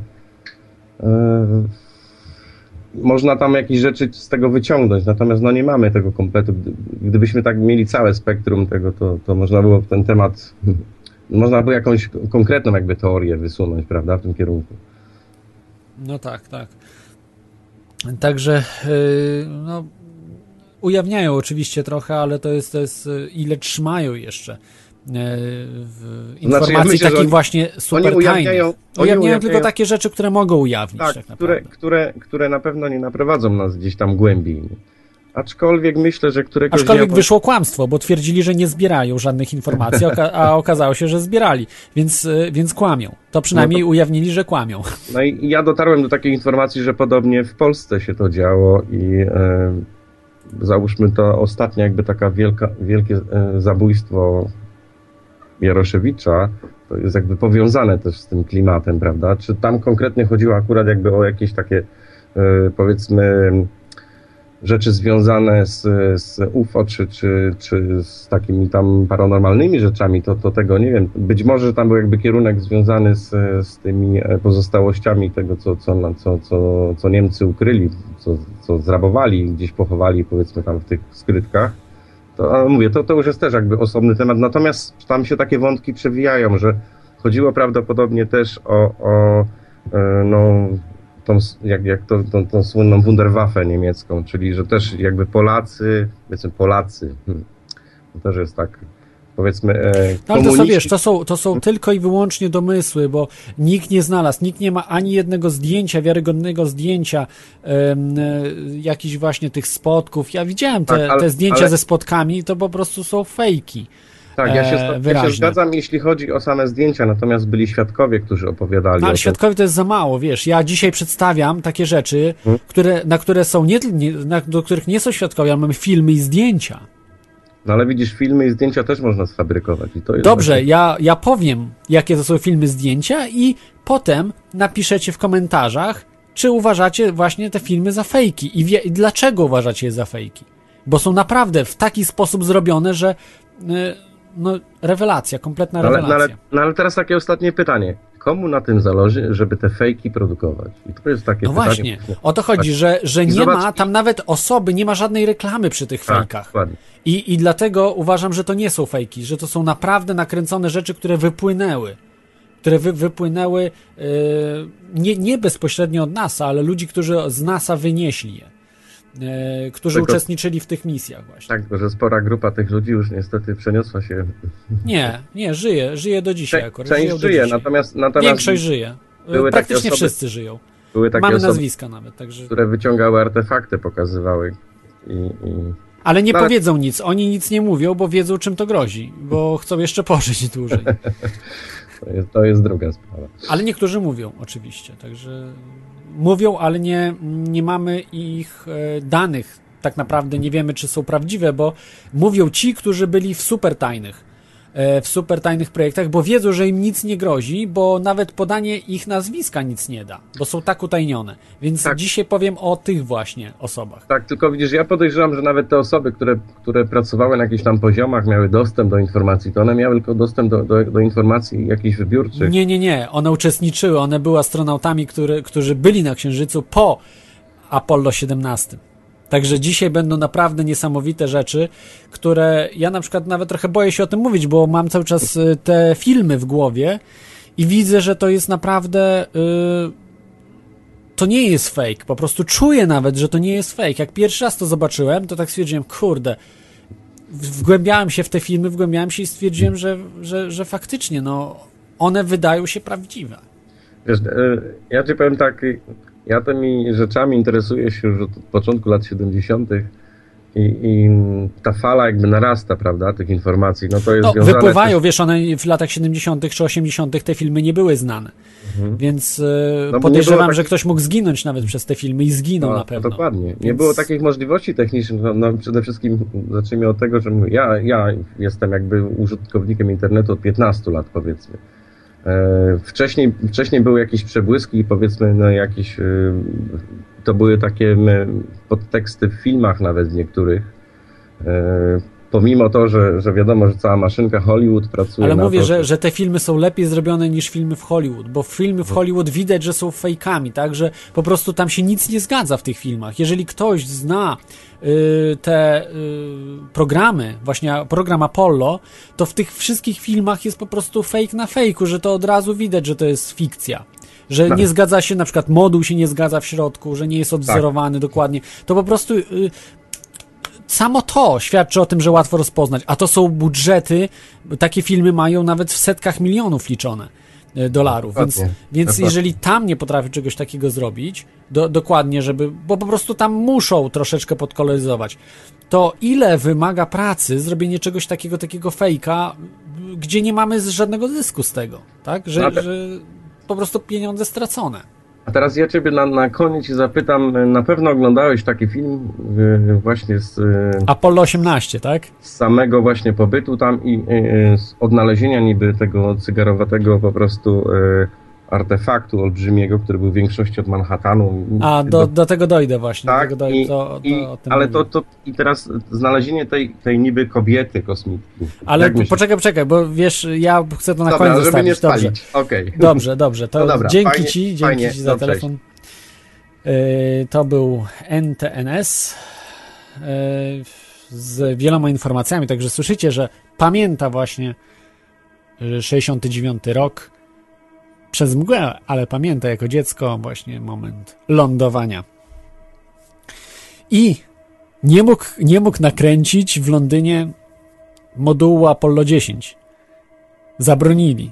można tam jakieś rzeczy z tego wyciągnąć, natomiast no nie mamy tego kompletu. Gdybyśmy tak mieli całe spektrum tego, to można było ten temat... Można by jakąś konkretną jakby teorię wysunąć, prawda, w tym kierunku.
No tak. Także no, ujawniają oczywiście trochę, ale to jest ile trzymają jeszcze informacji
ja myślę,
takich właśnie super tajnych. Ujawniają tylko takie rzeczy, które mogą ujawnić.
Tak,
tak naprawdę.
które na pewno nie naprowadzą nas gdzieś tam głębiej. Aczkolwiek myślę, że
Aczkolwiek wyszło kłamstwo, bo twierdzili, że nie zbierają żadnych informacji, a okazało się, że zbierali, więc kłamią. To przynajmniej ujawnili, że kłamią.
No i ja dotarłem do takiej informacji, że podobnie w Polsce się to działo i załóżmy to ostatnie jakby taka wielkie zabójstwo Jaroszewicza, to jest jakby powiązane też z tym klimatem, prawda? Czy tam konkretnie chodziło akurat jakby o jakieś takie powiedzmy rzeczy związane z UFO, czy z takimi tam paranormalnymi rzeczami, to tego nie wiem. Być może że tam był jakby kierunek związany z tymi pozostałościami tego, co Niemcy ukryli, co zrabowali, gdzieś pochowali, powiedzmy tam w tych skrytkach. To mówię, to już jest też jakby osobny temat. Natomiast tam się takie wątki przewijają, że chodziło prawdopodobnie też o tą słynną Wunderwaffe niemiecką, czyli że też jakby Polacy, to też jest tak, powiedzmy,
no, ale to są tylko i wyłącznie domysły, bo nikt nie znalazł, nikt nie ma ani jednego zdjęcia, wiarygodnego zdjęcia jakichś właśnie tych spotków. Ja widziałem te zdjęcia ze spotkami, to po prostu są fejki.
Tak, ja się zgadzam, jeśli chodzi o same zdjęcia, natomiast byli świadkowie, którzy opowiadali.
No, ale świadkowie to jest za mało, wiesz. Ja dzisiaj przedstawiam takie rzeczy, do których nie są świadkowie, ale mamy filmy i zdjęcia.
No ale widzisz, filmy i zdjęcia też można sfabrykować. I to jest
dobrze,
właśnie...
ja powiem, jakie to są filmy, zdjęcia i potem napiszecie w komentarzach, czy uważacie właśnie te filmy za fejki i dlaczego uważacie je za fejki. Bo są naprawdę w taki sposób zrobione, że rewelacja, kompletna rewelacja.
Ale teraz takie ostatnie pytanie. Komu na tym zależy, żeby te fejki produkować? I to jest takie pytanie.
Właśnie, o to chodzi, że nie ma tam nawet osoby, nie ma żadnej reklamy przy tych fejkach.
Dokładnie.
I dlatego uważam, że to nie są fejki, że to są naprawdę nakręcone rzeczy, które wypłynęły. które wypłynęły nie bezpośrednio od NASA, ale ludzi, którzy z NASA wynieśli je, którzy uczestniczyli w tych misjach właśnie.
Tak, tylko że spora grupa tych ludzi już niestety przeniosła się.
Nie, żyje do dzisiaj akurat.
Część żyje, natomiast
większość żyje. Praktycznie wszyscy żyją.
Były takie
Mamy
osoby,
nazwiska nawet, także...
które wyciągały artefakty, pokazywały.
Ale nie powiedzą nic, oni nic nie mówią, bo wiedzą, czym to grozi, bo chcą jeszcze pożyć dłużej.
To jest druga sprawa.
Ale niektórzy mówią, oczywiście, także mówią, ale nie mamy ich danych. Tak naprawdę nie wiemy, czy są prawdziwe, bo mówią ci, którzy byli w super tajnych projektach, bo wiedzą, że im nic nie grozi, bo nawet podanie ich nazwiska nic nie da, bo są tak utajnione. Więc dzisiaj powiem o tych właśnie osobach. Tak,
tylko widzisz, ja podejrzewam, że nawet te osoby, które pracowały na jakichś tam poziomach, miały dostęp do informacji, to one miały tylko dostęp do informacji jakichś wybiórczych.
Nie. One uczestniczyły, one były astronautami, którzy byli na Księżycu po Apollo 17. Także dzisiaj będą naprawdę niesamowite rzeczy, które ja na przykład nawet trochę boję się o tym mówić, bo mam cały czas te filmy w głowie i widzę, że to jest naprawdę... to nie jest fake. Po prostu czuję nawet, że to nie jest fake. Jak pierwszy raz to zobaczyłem, to tak stwierdziłem, kurde, wgłębiałem się w te filmy, i stwierdziłem, że faktycznie, one wydają się prawdziwe.
Wiesz, ja ci powiem tak... Ja tymi rzeczami interesuję się już od początku lat 70. i ta fala jakby narasta, prawda, tych informacji. To jest związane
wypływają,
też...
wiesz, one w latach 70. czy 80. te filmy nie były znane. Więc podejrzewam, że ktoś mógł zginąć nawet przez te filmy i zginął na pewno.
Dokładnie. Nie było takich możliwości technicznych. Przede wszystkim zacznijmy od tego, że ja jestem jakby użytkownikiem internetu od 15 lat, powiedzmy. Wcześniej były jakieś przebłyski, powiedzmy, jakieś, to były takie podteksty w filmach nawet niektórych. Pomimo to, że wiadomo, że cała maszynka Hollywood pracuje
ale
na
mówię,
to,
że te filmy są lepiej zrobione niż filmy w Hollywood, bo filmy w Hollywood widać, że są fejkami, tak, że po prostu tam się nic nie zgadza w tych filmach. Jeżeli ktoś zna te programy, właśnie program Apollo, to w tych wszystkich filmach jest po prostu fake na fejku, że to od razu widać, że to jest fikcja. Że nie zgadza się, na przykład moduł się nie zgadza w środku, że nie jest odwzorowany dokładnie. To po prostu samo to świadczy o tym, że łatwo rozpoznać. A to są budżety, takie filmy mają nawet w setkach milionów liczone dolarów. Więc jeżeli tam nie potrafią czegoś takiego zrobić, dokładnie, bo po prostu tam muszą troszeczkę podkoloryzować, to ile wymaga pracy zrobienie czegoś takiego fejka, gdzie nie mamy żadnego zysku z tego, tak? Że po prostu pieniądze stracone.
A teraz ja ciebie na koniec zapytam, na pewno oglądałeś taki film właśnie z...
Apollo 18, tak?
Z samego właśnie pobytu tam i z odnalezienia niby tego cygarowatego po prostu artefaktu olbrzymiego, który był w większości od Manhattanu.
Do tego dojdę właśnie.
Tak, i teraz znalezienie tej niby kobiety kosmitki.
Ale poczekaj, bo wiesz, ja chcę to na koniec zostawić.
Żeby nie spalić. Okay.
Dobrze. To dobra, dzięki ci za telefon. To był NTNS z wieloma informacjami, także słyszycie, że pamięta właśnie 69 rok, przez mgłę, ale pamięta jako dziecko właśnie moment lądowania. I nie mógł nakręcić w Londynie modułu Apollo 10. Zabronili.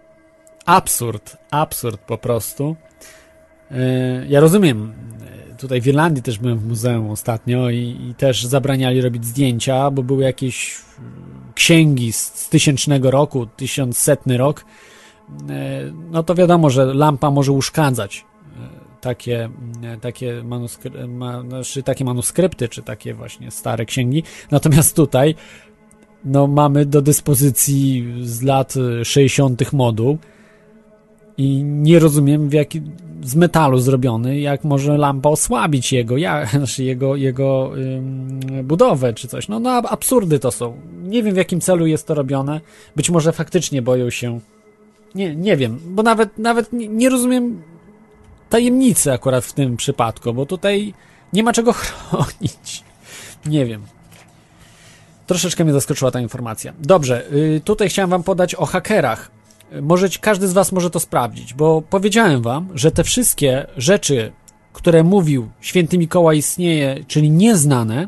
Absurd po prostu. Ja rozumiem, tutaj w Irlandii też byłem w muzeum ostatnio i też zabraniali robić zdjęcia, bo były jakieś księgi z 1000 roku, 1100 rok. No to wiadomo, że lampa może uszkadzać takie manuskrypty, czy takie właśnie stare księgi. Natomiast tutaj mamy do dyspozycji z lat 60. moduł i nie rozumiem, z metalu zrobiony, jak może lampa osłabić jego budowę, czy coś. Absurdy to są. Nie wiem, w jakim celu jest to robione. Być może faktycznie boją się. Nie wiem, bo nawet nie rozumiem tajemnicy akurat w tym przypadku, bo tutaj nie ma czego chronić. Nie wiem. Troszeczkę mnie zaskoczyła ta informacja. Dobrze, tutaj chciałem wam podać o hakerach. każdy z was może to sprawdzić, bo powiedziałem wam, że te wszystkie rzeczy, które mówił Święty Mikołaj istnieje, czyli nieznane,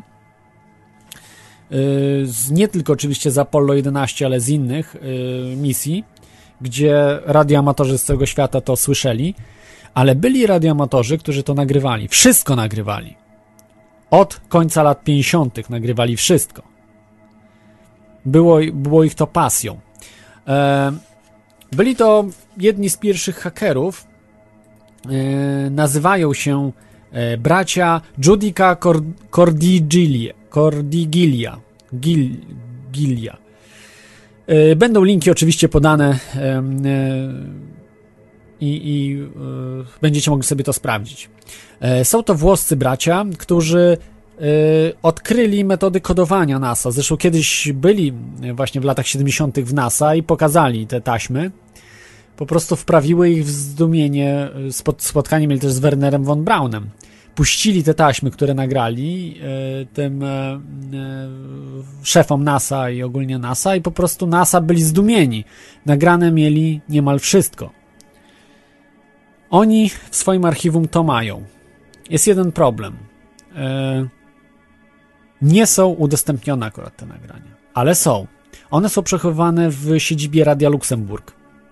nie tylko oczywiście z Apollo 11, ale z innych misji, gdzie radioamatorzy z całego świata to słyszeli, ale byli radioamatorzy, którzy to nagrywali. Wszystko nagrywali. Od końca lat 50. nagrywali wszystko. Było ich to pasją. Byli to jedni z pierwszych hakerów. Nazywają się bracia Judica Cordigiglia. Będą linki oczywiście podane i będziecie mogli sobie to sprawdzić. Są to włoscy bracia, którzy odkryli metody kodowania NASA. Zresztą kiedyś byli właśnie w latach 70. w NASA i pokazali te taśmy. Po prostu wprawiły ich w zdumienie. Spotkanie mieli też z Wernerem von Braunem. Puścili te taśmy, które nagrali tym szefom NASA i ogólnie NASA i po prostu NASA byli zdumieni. Nagrane mieli niemal wszystko. Oni w swoim archiwum to mają. Jest jeden problem. Nie są udostępnione akurat te nagrania, ale są. One są przechowywane w siedzibie Radia Luksemburg.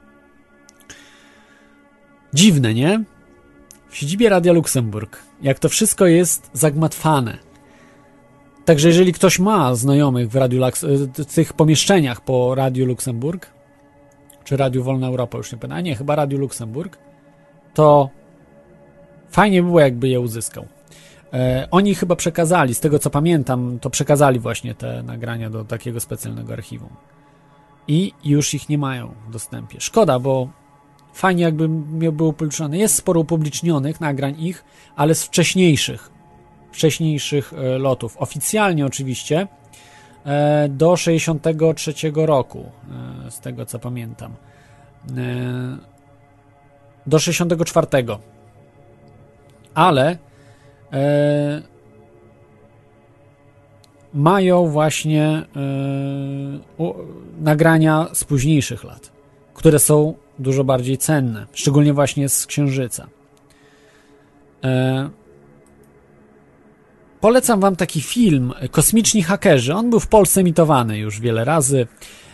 Dziwne, nie? W siedzibie Radia Luksemburg. Jak to wszystko jest zagmatwane. Także jeżeli ktoś ma znajomych w tych pomieszczeniach po Radiu Luksemburg, czy Radiu Wolna Europa, już nie pamiętam, a nie, chyba Radiu Luksemburg, to fajnie było, jakby je uzyskał. Oni chyba przekazali, z tego co pamiętam, to przekazali właśnie te nagrania do takiego specjalnego archiwum. I już ich nie mają w dostępie. Szkoda, bo fajnie jakby było upublicznione. Jest sporo upublicznionych nagrań ich, ale z wcześniejszych lotów. Oficjalnie oczywiście do 63 roku, z tego co pamiętam. Do 64. Ale mają właśnie nagrania z późniejszych lat, które są dużo bardziej cenne, szczególnie właśnie z Księżyca. Polecam wam taki film Kosmiczni hakerzy. On był w Polsce emitowany już wiele razy.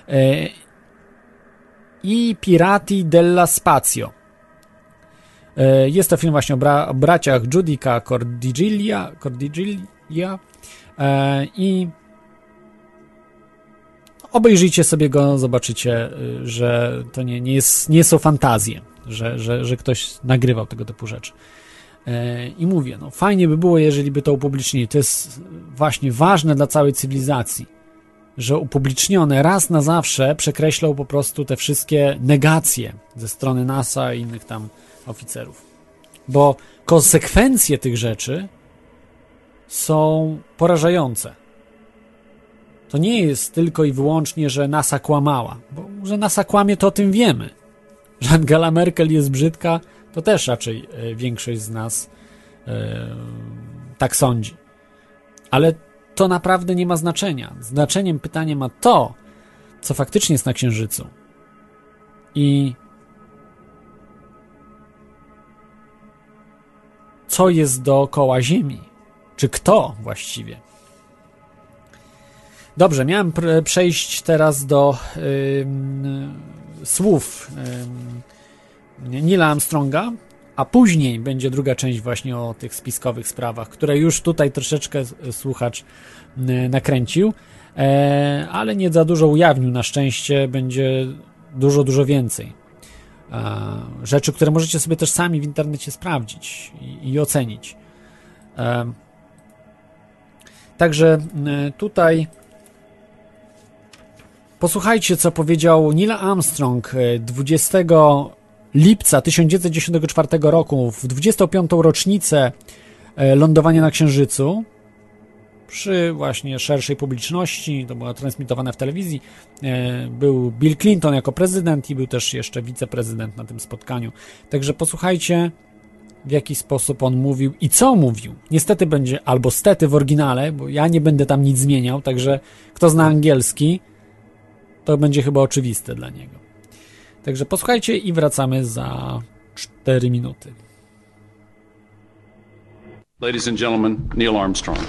I Pirati della Spazio. Jest to film właśnie o braciach Judica Cordigiglia i obejrzyjcie sobie go, zobaczycie, że to nie są fantazje, że ktoś nagrywał tego typu rzeczy. I mówię, no fajnie by było, jeżeli by to upublicznili. To jest właśnie ważne dla całej cywilizacji, że upublicznione raz na zawsze przekreślą po prostu te wszystkie negacje ze strony NASA i innych tam oficerów. Bo konsekwencje tych rzeczy są porażające. To nie jest tylko i wyłącznie, że NASA kłamała. Bo że NASA kłamie, to o tym wiemy. Że Angela Merkel jest brzydka, to też raczej większość z nas tak sądzi. Ale to naprawdę nie ma znaczenia. Znaczeniem pytania ma to, co faktycznie jest na Księżycu. I co jest dookoła Ziemi. Czy kto właściwie? Dobrze, miałem przejść teraz do słów Neila Armstronga, a później będzie druga część właśnie o tych spiskowych sprawach, które już tutaj troszeczkę słuchacz nakręcił, ale nie za dużo ujawnił. Na szczęście będzie dużo więcej rzeczy, które możecie sobie też sami w internecie sprawdzić i ocenić. Także tutaj posłuchajcie, co powiedział Neil Armstrong 20 lipca 1994 roku w 25. rocznicę lądowania na Księżycu przy właśnie szerszej publiczności. To było transmitowane w telewizji. Był Bill Clinton jako prezydent i był też jeszcze wiceprezydent na tym spotkaniu. Także posłuchajcie, w jaki sposób on mówił i co mówił. Niestety będzie, albo stety w oryginale, bo ja nie będę tam nic zmieniał, także kto zna angielski, to będzie chyba oczywiste dla niego. Także posłuchajcie i wracamy za 4 minuty.
Ladies and gentlemen, Neil Armstrong.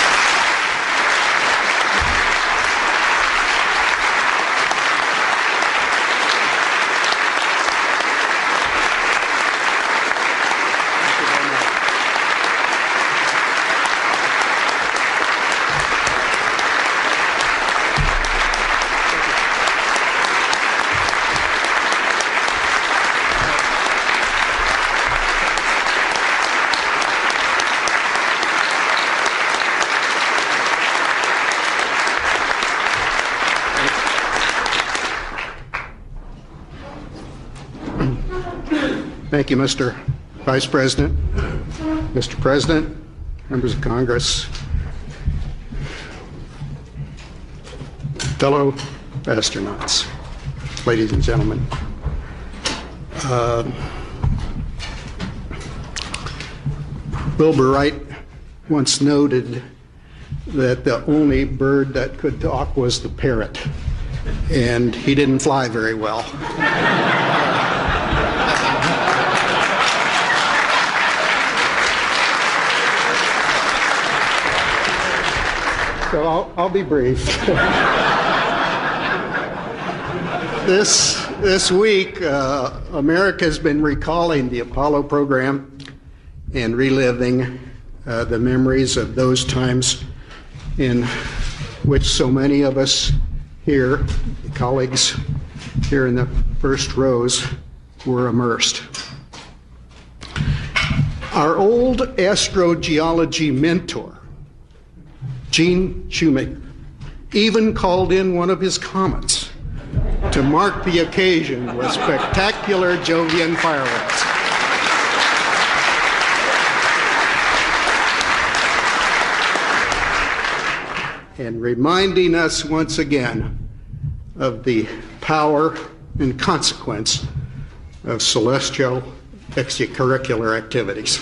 Thank you, Mr. Vice President, Mr. President, members of Congress, fellow astronauts, ladies and gentlemen. Wilbur Wright once noted that the only bird that could talk was the parrot, and he didn't fly very well. So I'll be brief. This week, America has been recalling the Apollo program and reliving the memories of those times in which so many of us here, colleagues here in the first rows, were immersed. Our old astrogeology mentor, Gene Shoemaker, even called in one of his comets to mark the occasion with spectacular Jovian fireworks. And reminding us once again of the power and consequence of celestial extracurricular activities.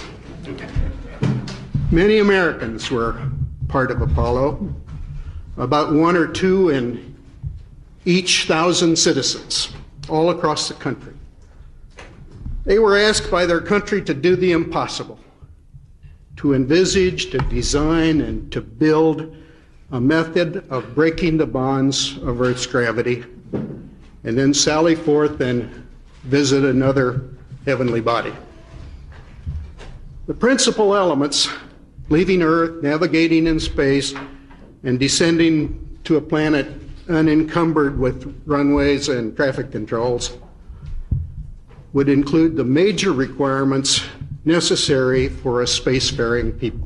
Many Americans were part of Apollo, about 1 or 2 in each 1,000 citizens, all across the country. They were asked by their country to do the impossible, to envisage, to design, and to build a method of breaking the bonds of Earth's gravity, and then sally forth and visit another heavenly body. The principal elements, leaving Earth, navigating in space, and descending to a planet unencumbered with runways and traffic controls, would include the major requirements necessary for a spacefaring people.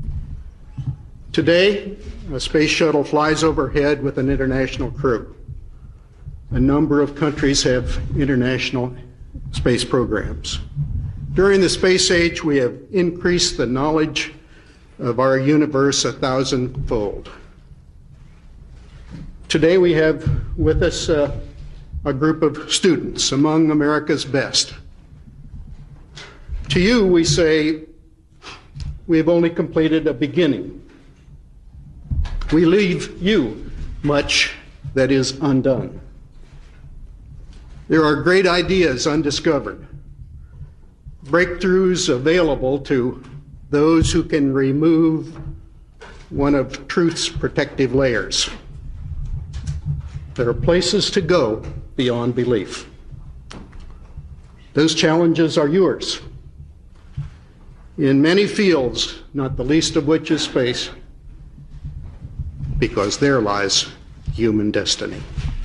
Today, a space shuttle flies overhead with an international crew. A number of countries have international space programs. During the space age, we have increased the knowledge of our universe 1,000-fold. Today we have with us a group of students among America's best. To you, we say, we have only completed a beginning. We leave you much that is undone. There are great ideas undiscovered, breakthroughs available to those who can remove one of truth's protective layers. There are places to go beyond belief. Those challenges are yours. In many fields, not the least of which is space, because there lies human destiny.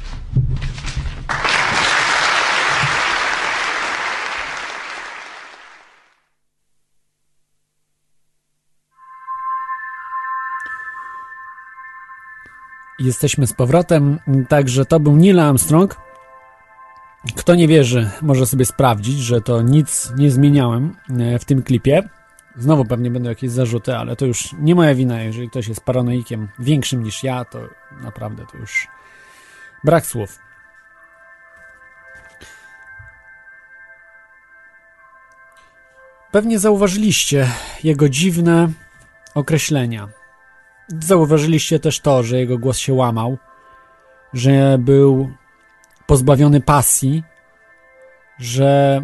Jesteśmy z powrotem, także to był Neil Armstrong. Kto nie wierzy, może sobie sprawdzić, że to nic nie zmieniałem w tym klipie. Znowu pewnie będą jakieś zarzuty, ale to już nie moja wina. Jeżeli ktoś jest paranoikiem większym niż ja, to naprawdę to już brak słów. Pewnie zauważyliście jego dziwne określenia. Zauważyliście też to, że jego głos się łamał, że był pozbawiony pasji, że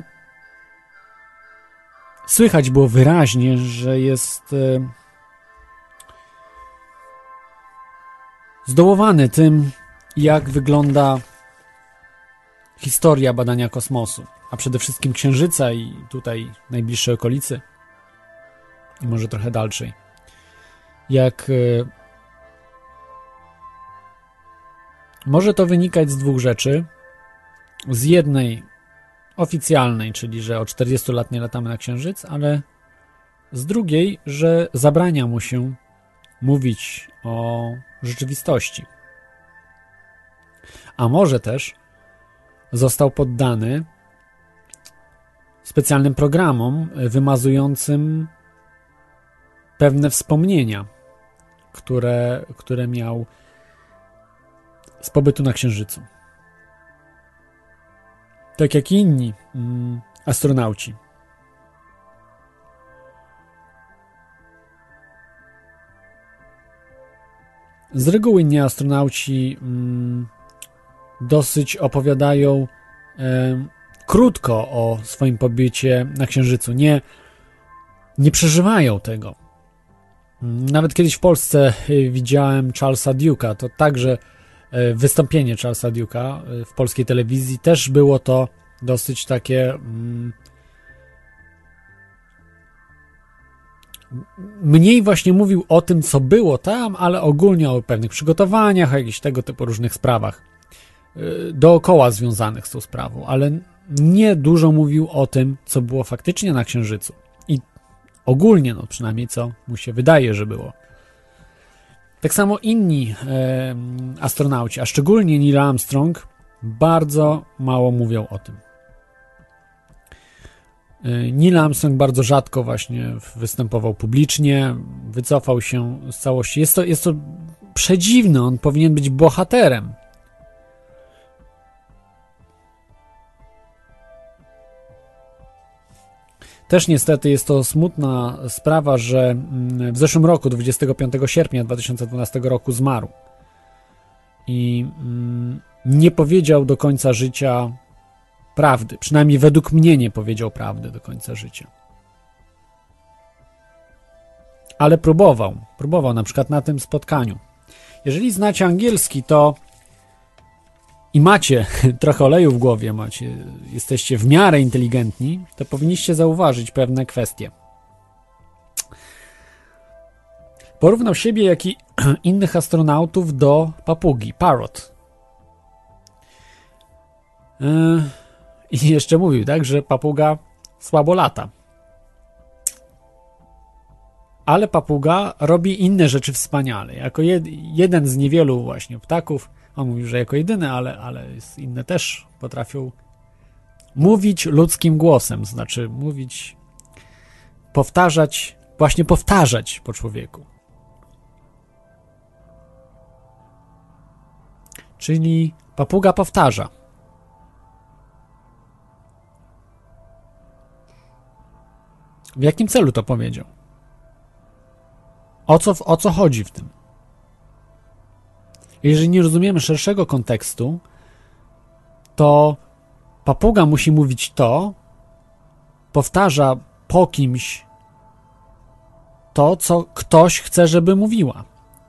słychać było wyraźnie, że jest zdołowany tym, jak wygląda historia badania kosmosu, a przede wszystkim Księżyca i tutaj najbliższej okolicy i może trochę dalszej. Jak może to wynikać z dwóch rzeczy. Z jednej oficjalnej, czyli że od 40 lat nie latamy na Księżyc, ale z drugiej, że zabrania mu się mówić o rzeczywistości. A może też został poddany specjalnym programom wymazującym pewne wspomnienia, które miał z pobytu na Księżycu. Tak jak i inni astronauci. Z reguły inni astronauci dosyć opowiadają krótko o swoim pobycie na Księżycu. Nie przeżywają tego. Nawet kiedyś w Polsce widziałem Charlesa Duke'a, to także wystąpienie Charlesa Duke'a w polskiej telewizji, też było to dosyć takie mniej właśnie mówił o tym, co było tam, ale ogólnie o pewnych przygotowaniach, o jakichś tego typu różnych sprawach dookoła związanych z tą sprawą, ale nie dużo mówił o tym, co było faktycznie na Księżycu i ogólnie, no przynajmniej co mu się wydaje, że było. Tak samo inni astronauci, a szczególnie Neil Armstrong, bardzo mało mówią o tym. Neil Armstrong bardzo rzadko właśnie występował publicznie, wycofał się z całości. Jest to przedziwne, on powinien być bohaterem. Też niestety jest to smutna sprawa, że w zeszłym roku, 25 sierpnia 2012 roku zmarł i nie powiedział do końca życia prawdy. Przynajmniej według mnie nie powiedział prawdy do końca życia. Ale próbował na przykład na tym spotkaniu. Jeżeli znacie angielski, to i macie trochę oleju w głowie, jesteście w miarę inteligentni, to powinniście zauważyć pewne kwestie. Porównał siebie, jak i innych astronautów do papugi, parrot. I jeszcze mówił, tak, że papuga słabo lata. Ale papuga robi inne rzeczy wspaniale. Jako jeden z niewielu właśnie ptaków, on mówił, że jako jedyny, ale inne też potrafią mówić ludzkim głosem, znaczy mówić, powtarzać po człowieku. Czyli papuga powtarza. W jakim celu to powiedział? O co chodzi w tym? Jeżeli nie rozumiemy szerszego kontekstu, to papuga musi mówić to, powtarza po kimś to, co ktoś chce, żeby mówiła.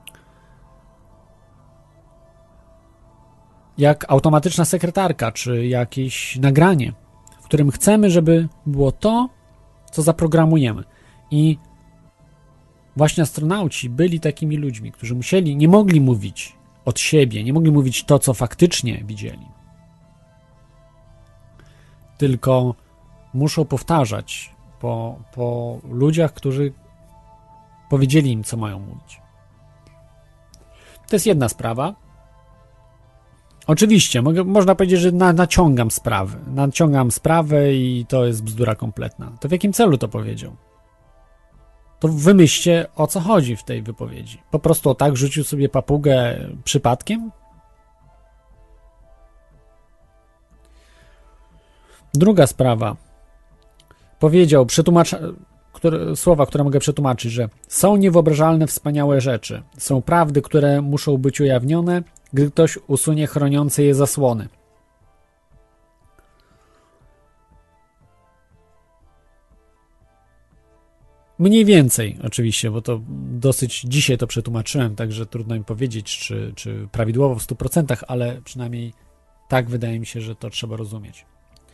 Jak automatyczna sekretarka, czy jakieś nagranie, w którym chcemy, żeby było to, co zaprogramujemy. I właśnie astronauci byli takimi ludźmi, którzy nie mogli mówić od siebie, nie mogli mówić to, co faktycznie widzieli. Tylko muszą powtarzać po ludziach, którzy powiedzieli im, co mają mówić. To jest jedna sprawa. Oczywiście, można powiedzieć, że naciągam sprawę i to jest bzdura kompletna. To w jakim celu to powiedział? To wymyślcie, o co chodzi w tej wypowiedzi. Po prostu tak rzucił sobie papugę przypadkiem? Druga sprawa. Powiedział, słowa, które mogę przetłumaczyć, że są niewyobrażalne, wspaniałe rzeczy. Są prawdy, które muszą być ujawnione, gdy ktoś usunie chroniące je zasłony. Mniej więcej oczywiście, bo to dosyć dzisiaj to przetłumaczyłem, także trudno mi powiedzieć, czy prawidłowo w 100%, ale przynajmniej tak wydaje mi się, że to trzeba rozumieć.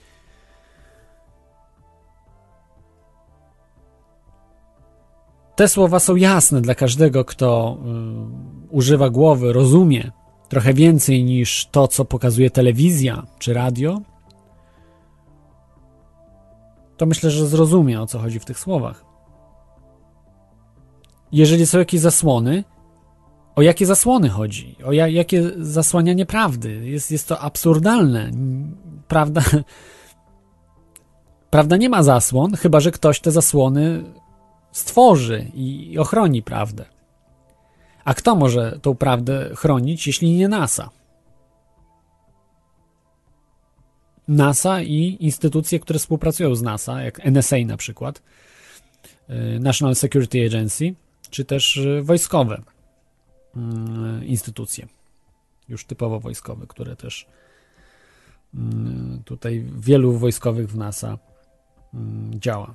Te słowa są jasne dla każdego, kto używa głowy, rozumie trochę więcej niż to, co pokazuje telewizja czy radio. To myślę, że zrozumie, o co chodzi w tych słowach. Jeżeli są jakieś zasłony, o jakie zasłony chodzi? O jakie zasłanianie prawdy? Jest to absurdalne. Prawda nie ma zasłon, chyba że ktoś te zasłony stworzy i ochroni prawdę. A kto może tą prawdę chronić, jeśli nie NASA? NASA i instytucje, które współpracują z NASA, jak NSA na przykład, National Security Agency, czy też wojskowe instytucje, już typowo wojskowe, które też tutaj wielu wojskowych w NASA działa.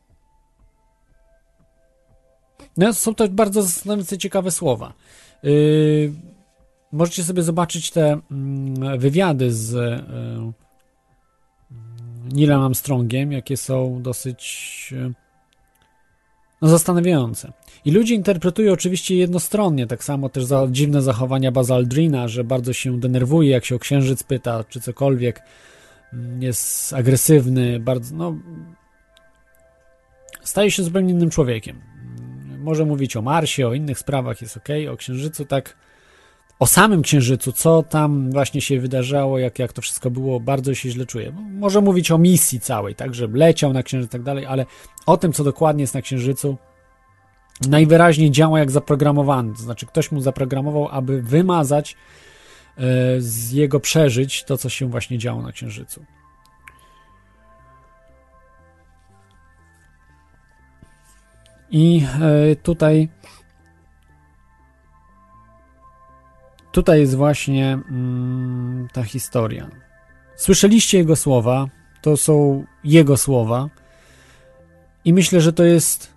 No, są to bardzo zastanawiające, ciekawe słowa. Możecie sobie zobaczyć te wywiady z Neilem Armstrongiem, jakie są dosyć zastanawiające. I ludzie interpretują oczywiście jednostronnie, tak samo też za dziwne zachowania Buzza Aldrina, że bardzo się denerwuje, jak się o księżyc pyta, czy cokolwiek, jest agresywny, bardzo, staje się zupełnie innym człowiekiem. Może mówić o Marsie, o innych sprawach, jest okej, o księżycu tak, o samym księżycu, co tam właśnie się wydarzało, jak to wszystko było, bardzo się źle czuje. Może mówić o misji całej, tak, że leciał na księżyc i tak dalej, ale o tym, co dokładnie jest na księżycu, najwyraźniej działa jak zaprogramowany, to znaczy ktoś mu zaprogramował, aby wymazać z jego przeżyć to, co się właśnie działo na księżycu. I tutaj jest właśnie ta historia. Słyszeliście jego słowa, to są jego słowa i myślę, że to jest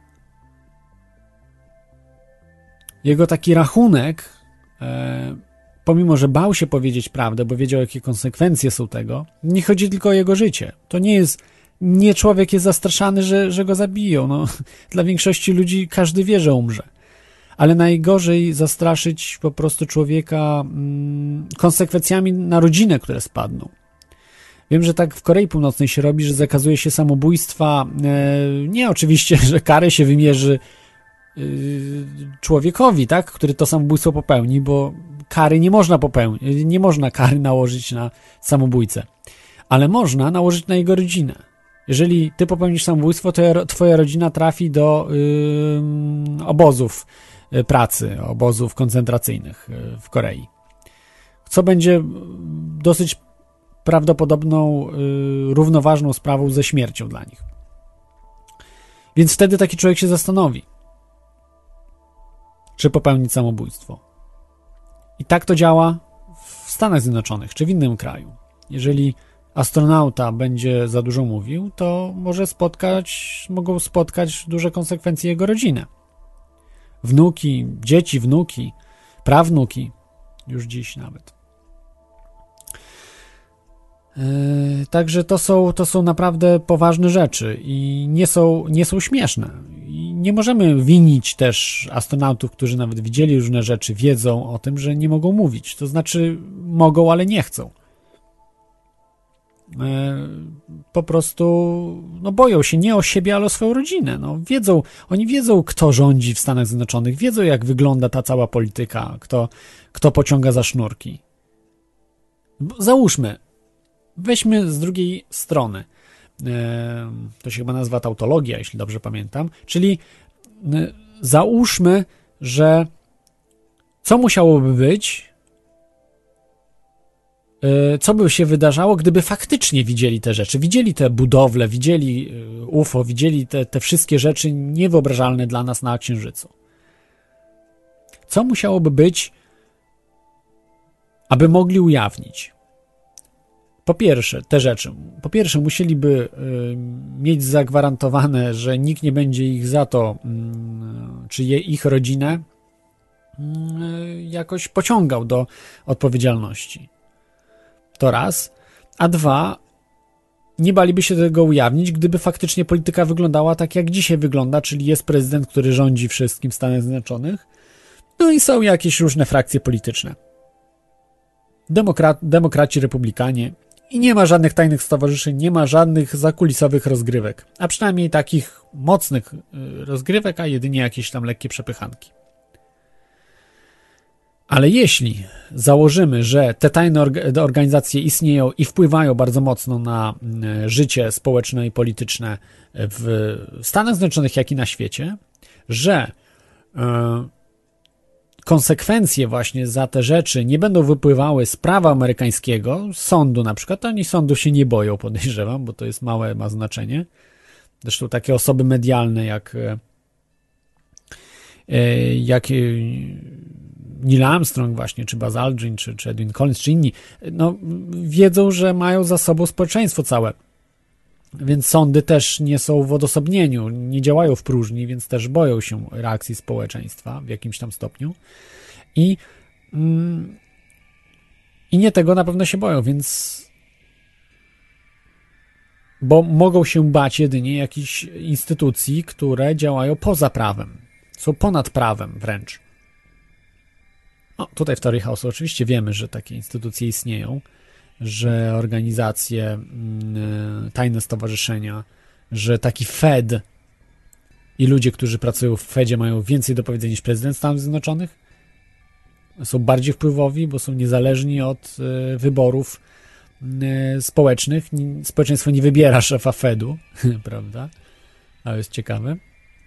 jego taki rachunek, pomimo, że bał się powiedzieć prawdę, bo wiedział, jakie konsekwencje są tego, nie chodzi tylko o jego życie. To nie człowiek jest zastraszany, że go zabiją. Dla większości ludzi każdy wie, że umrze. Ale najgorzej zastraszyć po prostu człowieka konsekwencjami na rodzinę, które spadną. Wiem, że tak w Korei Północnej się robi, że zakazuje się samobójstwa. Nie oczywiście, że karę się wymierzy człowiekowi, tak, który to samobójstwo popełni, bo kary nie można popełnić, nie można kary nałożyć na samobójcę, ale można nałożyć na jego rodzinę. Jeżeli ty popełnisz samobójstwo, to twoja rodzina trafi do obozów pracy, obozów koncentracyjnych w Korei, co będzie dosyć prawdopodobną, równoważną sprawą ze śmiercią dla nich. Więc wtedy taki człowiek się zastanowi, czy popełnić samobójstwo. I tak to działa w Stanach Zjednoczonych, czy w innym kraju. Jeżeli astronauta będzie za dużo mówił, to mogą spotkać duże konsekwencje jego rodziny. Wnuki, dzieci, wnuki, prawnuki, już dziś nawet. Także to są naprawdę poważne rzeczy i nie są śmieszne. I nie możemy winić też astronautów, którzy nawet widzieli różne rzeczy, wiedzą o tym, że nie mogą mówić. To znaczy mogą, ale nie chcą. Po prostu boją się nie o siebie, ale o swoją rodzinę. Oni wiedzą, kto rządzi w Stanach Zjednoczonych, wiedzą, jak wygląda ta cała polityka, kto pociąga za sznurki. Załóżmy, weźmy z drugiej strony, to się chyba nazywa tautologia, jeśli dobrze pamiętam, czyli załóżmy, że co musiałoby być, co by się wydarzało, gdyby faktycznie widzieli te rzeczy, widzieli te budowle, widzieli UFO, widzieli te wszystkie rzeczy niewyobrażalne dla nas na Księżycu. Co musiałoby być, aby mogli ujawnić? po pierwsze, te rzeczy. Po pierwsze, musieliby mieć zagwarantowane, że nikt nie będzie ich za to, czy ich rodzinę jakoś pociągał do odpowiedzialności. To raz. A dwa, nie baliby się tego ujawnić, gdyby faktycznie polityka wyglądała tak, jak dzisiaj wygląda, czyli jest prezydent, który rządzi wszystkim w Stanach Zjednoczonych, no i są jakieś różne frakcje polityczne. Demokraci, republikanie i nie ma żadnych tajnych stowarzyszeń, nie ma żadnych zakulisowych rozgrywek, a przynajmniej takich mocnych rozgrywek, a jedynie jakieś tam lekkie przepychanki. Ale jeśli założymy, że te tajne organizacje istnieją i wpływają bardzo mocno na życie społeczne i polityczne w Stanach Zjednoczonych, jak i na świecie, że konsekwencje właśnie za te rzeczy nie będą wypływały z prawa amerykańskiego, z sądu na przykład, oni sądu się nie boją, podejrzewam, bo to jest małe, ma znaczenie. Zresztą takie osoby medialne jak Neil Armstrong właśnie, czy Buzz Aldrin, czy Edwin Collins, czy inni, no, wiedzą, że mają za sobą społeczeństwo całe. Więc sądy też nie są w odosobnieniu, nie działają w próżni, więc też boją się reakcji społeczeństwa w jakimś tam stopniu. I nie tego na pewno się boją, więc bo mogą się bać jedynie jakichś instytucji, które działają poza prawem, są ponad prawem wręcz. No, tutaj w teorii chaosu oczywiście wiemy, że takie instytucje istnieją, że organizacje, tajne stowarzyszenia, że taki Fed i ludzie, którzy pracują w Fedzie, mają więcej do powiedzenia niż prezydent Stanów Zjednoczonych. Są bardziej wpływowi, bo są niezależni od wyborów społecznych. Społeczeństwo nie wybiera szefa Fedu, prawda? Ale jest ciekawe.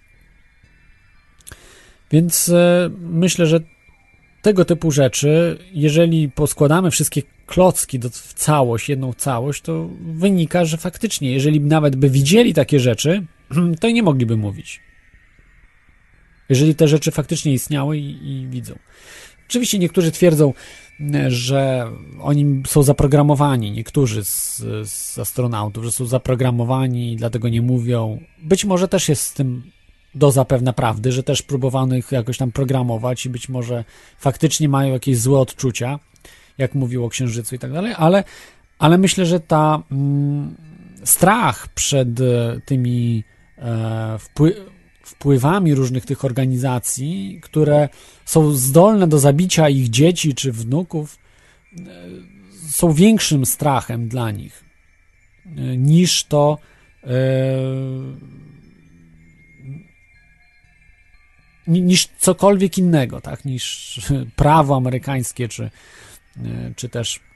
Więc myślę, że tego typu rzeczy, jeżeli poskładamy wszystkie klocki w całość, jedną całość, to wynika, że faktycznie, jeżeli nawet by widzieli takie rzeczy, to nie mogliby mówić. Jeżeli te rzeczy faktycznie istniały i widzą. Oczywiście niektórzy twierdzą, że oni są zaprogramowani, niektórzy z astronautów, że są zaprogramowani i dlatego nie mówią. Być może też jest z tym doza pewna prawdy, że też próbowano ich jakoś tam programować i być może faktycznie mają jakieś złe odczucia, jak mówił o Księżycu i tak dalej, ale myślę, że ta strach przed tymi wpływami różnych tych organizacji, które są zdolne do zabicia ich dzieci czy wnuków, są większym strachem dla nich niż to niż cokolwiek innego, tak, niż prawo amerykańskie, czy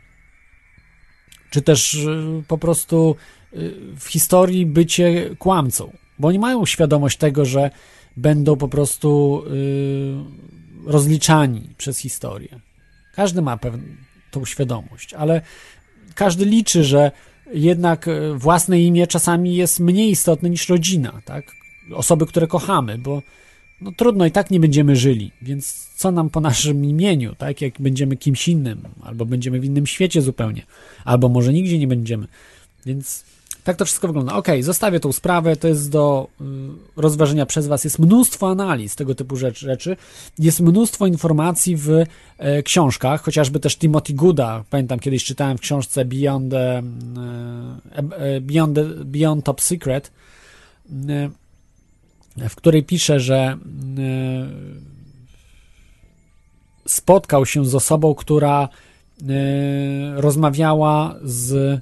też po prostu w historii bycie kłamcą, bo oni mają świadomość tego, że będą po prostu rozliczani przez historię. Każdy ma tą świadomość, ale każdy liczy, że jednak własne imię czasami jest mniej istotne niż rodzina, tak? Osoby, które kochamy, bo no trudno, i tak nie będziemy żyli, więc co nam po naszym imieniu, tak, jak będziemy kimś innym, albo będziemy w innym świecie zupełnie, albo może nigdzie nie będziemy, więc tak to wszystko wygląda. Okej, zostawię tą sprawę, to jest do rozważenia przez was, jest mnóstwo analiz tego typu rzeczy, jest mnóstwo informacji w książkach, chociażby też Timothy Gooda, pamiętam kiedyś czytałem w książce Beyond Top Secret, w której pisze, że spotkał się z osobą, która rozmawiała z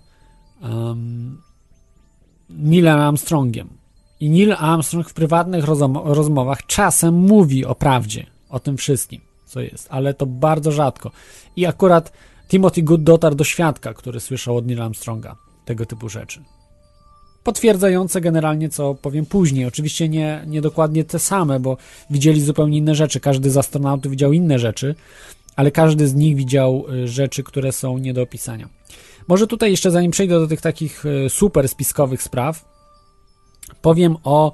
Neilem Armstrongiem. I Neil Armstrong w prywatnych rozmowach czasem mówi o prawdzie, o tym wszystkim, co jest, ale to bardzo rzadko. I akurat Timothy Good dotarł do świadka, który słyszał od Neila Armstronga tego typu rzeczy. Potwierdzające generalnie, co powiem później. Oczywiście nie dokładnie te same, bo widzieli zupełnie inne rzeczy. Każdy z astronautów widział inne rzeczy, ale każdy z nich widział rzeczy, które są nie do opisania. Może tutaj jeszcze, zanim przejdę do tych takich super spiskowych spraw, powiem o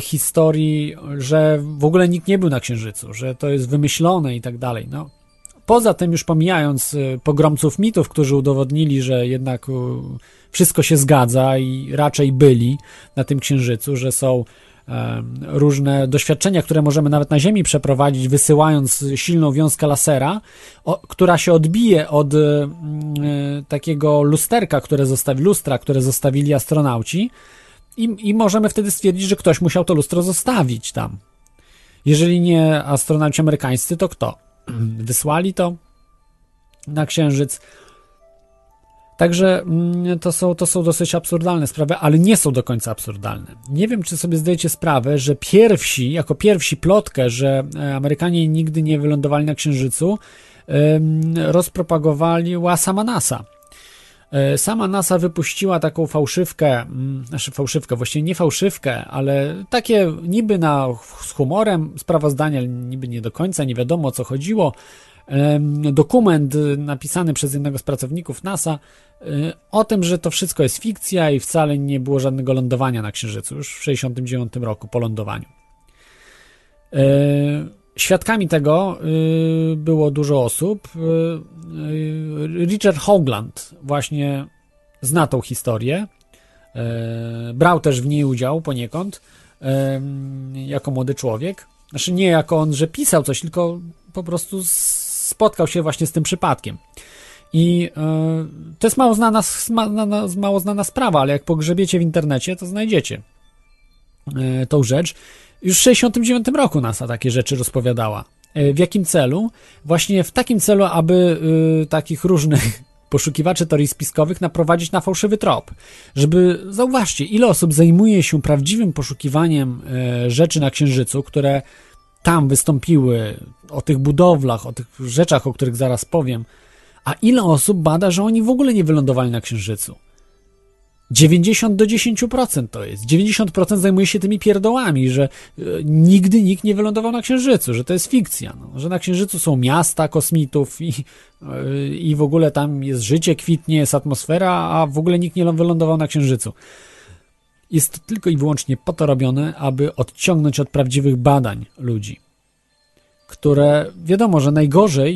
historii, że w ogóle nikt nie był na Księżycu, że to jest wymyślone i tak dalej. No, poza tym już pomijając pogromców mitów, którzy udowodnili, że jednak wszystko się zgadza i raczej byli na tym księżycu, że są różne doświadczenia, które możemy nawet na Ziemi przeprowadzić, wysyłając silną wiązkę lasera, która się odbije od takiego lustra, które zostawili astronauci i możemy wtedy stwierdzić, że ktoś musiał to lustro zostawić tam. Jeżeli nie astronauci amerykańscy, to kto? Wysłali to na Księżyc. Także to są dosyć absurdalne sprawy, ale nie są do końca absurdalne. Nie wiem, czy sobie zdajecie sprawę, że jako pierwsi plotkę, że Amerykanie nigdy nie wylądowali na Księżycu, rozpropagowała sama NASA. Sama NASA wypuściła taką fałszywkę, właściwie nie fałszywkę, ale takie niby z humorem sprawozdania, niby nie do końca, nie wiadomo o co chodziło, dokument napisany przez jednego z pracowników NASA o tym, że to wszystko jest fikcja i wcale nie było żadnego lądowania na Księżycu, już w 1969 roku po lądowaniu. Świadkami tego było dużo osób. Richard Hoagland właśnie zna tą historię. Brał też w niej udział poniekąd jako młody człowiek. Znaczy nie jako on, że pisał coś, tylko po prostu spotkał się właśnie z tym przypadkiem. I to jest mało znana sprawa, ale jak pogrzebiecie w internecie, to znajdziecie tą rzecz. Już w 1969 roku NASA takie rzeczy rozpowiadała. W jakim celu? Właśnie w takim celu, aby takich różnych poszukiwaczy teorii spiskowych naprowadzić na fałszywy trop. Żeby, zauważcie, ile osób zajmuje się prawdziwym poszukiwaniem rzeczy na Księżycu, które tam wystąpiły, o tych budowlach, o tych rzeczach, o których zaraz powiem, a ile osób bada, że oni w ogóle nie wylądowali na Księżycu. 90 do 10% to jest. 90% zajmuje się tymi pierdołami, że nigdy nikt nie wylądował na Księżycu, że to jest fikcja, że na Księżycu są miasta kosmitów i w ogóle tam jest życie, kwitnie, jest atmosfera, a w ogóle nikt nie wylądował na Księżycu. Jest to tylko i wyłącznie po to robione, aby odciągnąć od prawdziwych badań ludzi, które wiadomo, że najgorzej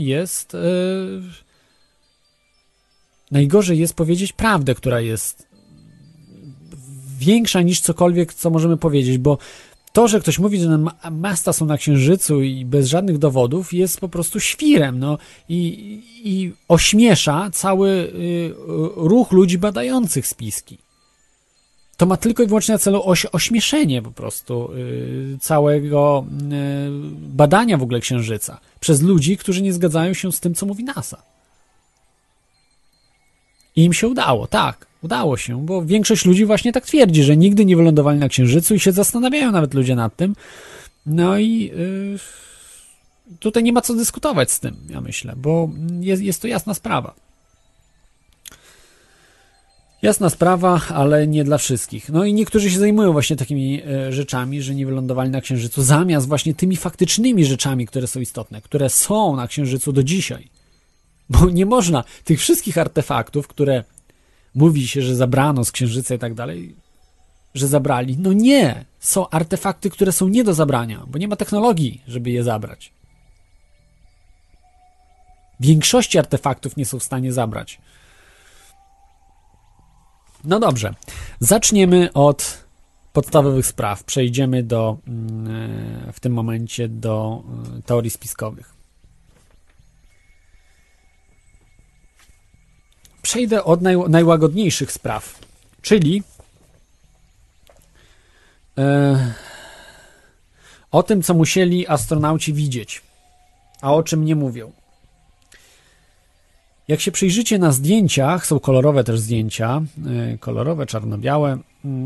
jest powiedzieć prawdę, która jest większa niż cokolwiek, co możemy powiedzieć, bo to, że ktoś mówi, że miasta są na Księżycu i bez żadnych dowodów, jest po prostu świrem, i ośmiesza cały ruch ludzi badających spiski. To ma tylko i wyłącznie na celu ośmieszenie po prostu całego badania w ogóle Księżyca przez ludzi, którzy nie zgadzają się z tym, co mówi NASA. I im się udało, tak, udało się, bo większość ludzi właśnie tak twierdzi, że nigdy nie wylądowali na Księżycu i się zastanawiają nawet ludzie nad tym. No i tutaj nie ma co dyskutować z tym, ja myślę, bo jest to jasna sprawa. Jasna sprawa, ale nie dla wszystkich. No i niektórzy się zajmują właśnie takimi rzeczami, że nie wylądowali na Księżycu, zamiast właśnie tymi faktycznymi rzeczami, które są istotne, które są na Księżycu do dzisiaj. Bo nie można tych wszystkich artefaktów, które mówi się, że zabrano z Księżyca i tak dalej, że zabrali. No nie! Są artefakty, które są nie do zabrania, bo nie ma technologii, żeby je zabrać. Większości artefaktów nie są w stanie zabrać. No dobrze. Zaczniemy od podstawowych spraw. Przejdziemy w tym momencie do teorii spiskowych. Przejdę od najłagodniejszych spraw, czyli o tym, co musieli astronauci widzieć, a o czym nie mówią. Jak się przyjrzycie na zdjęciach, są kolorowe też zdjęcia, kolorowe, czarno-białe.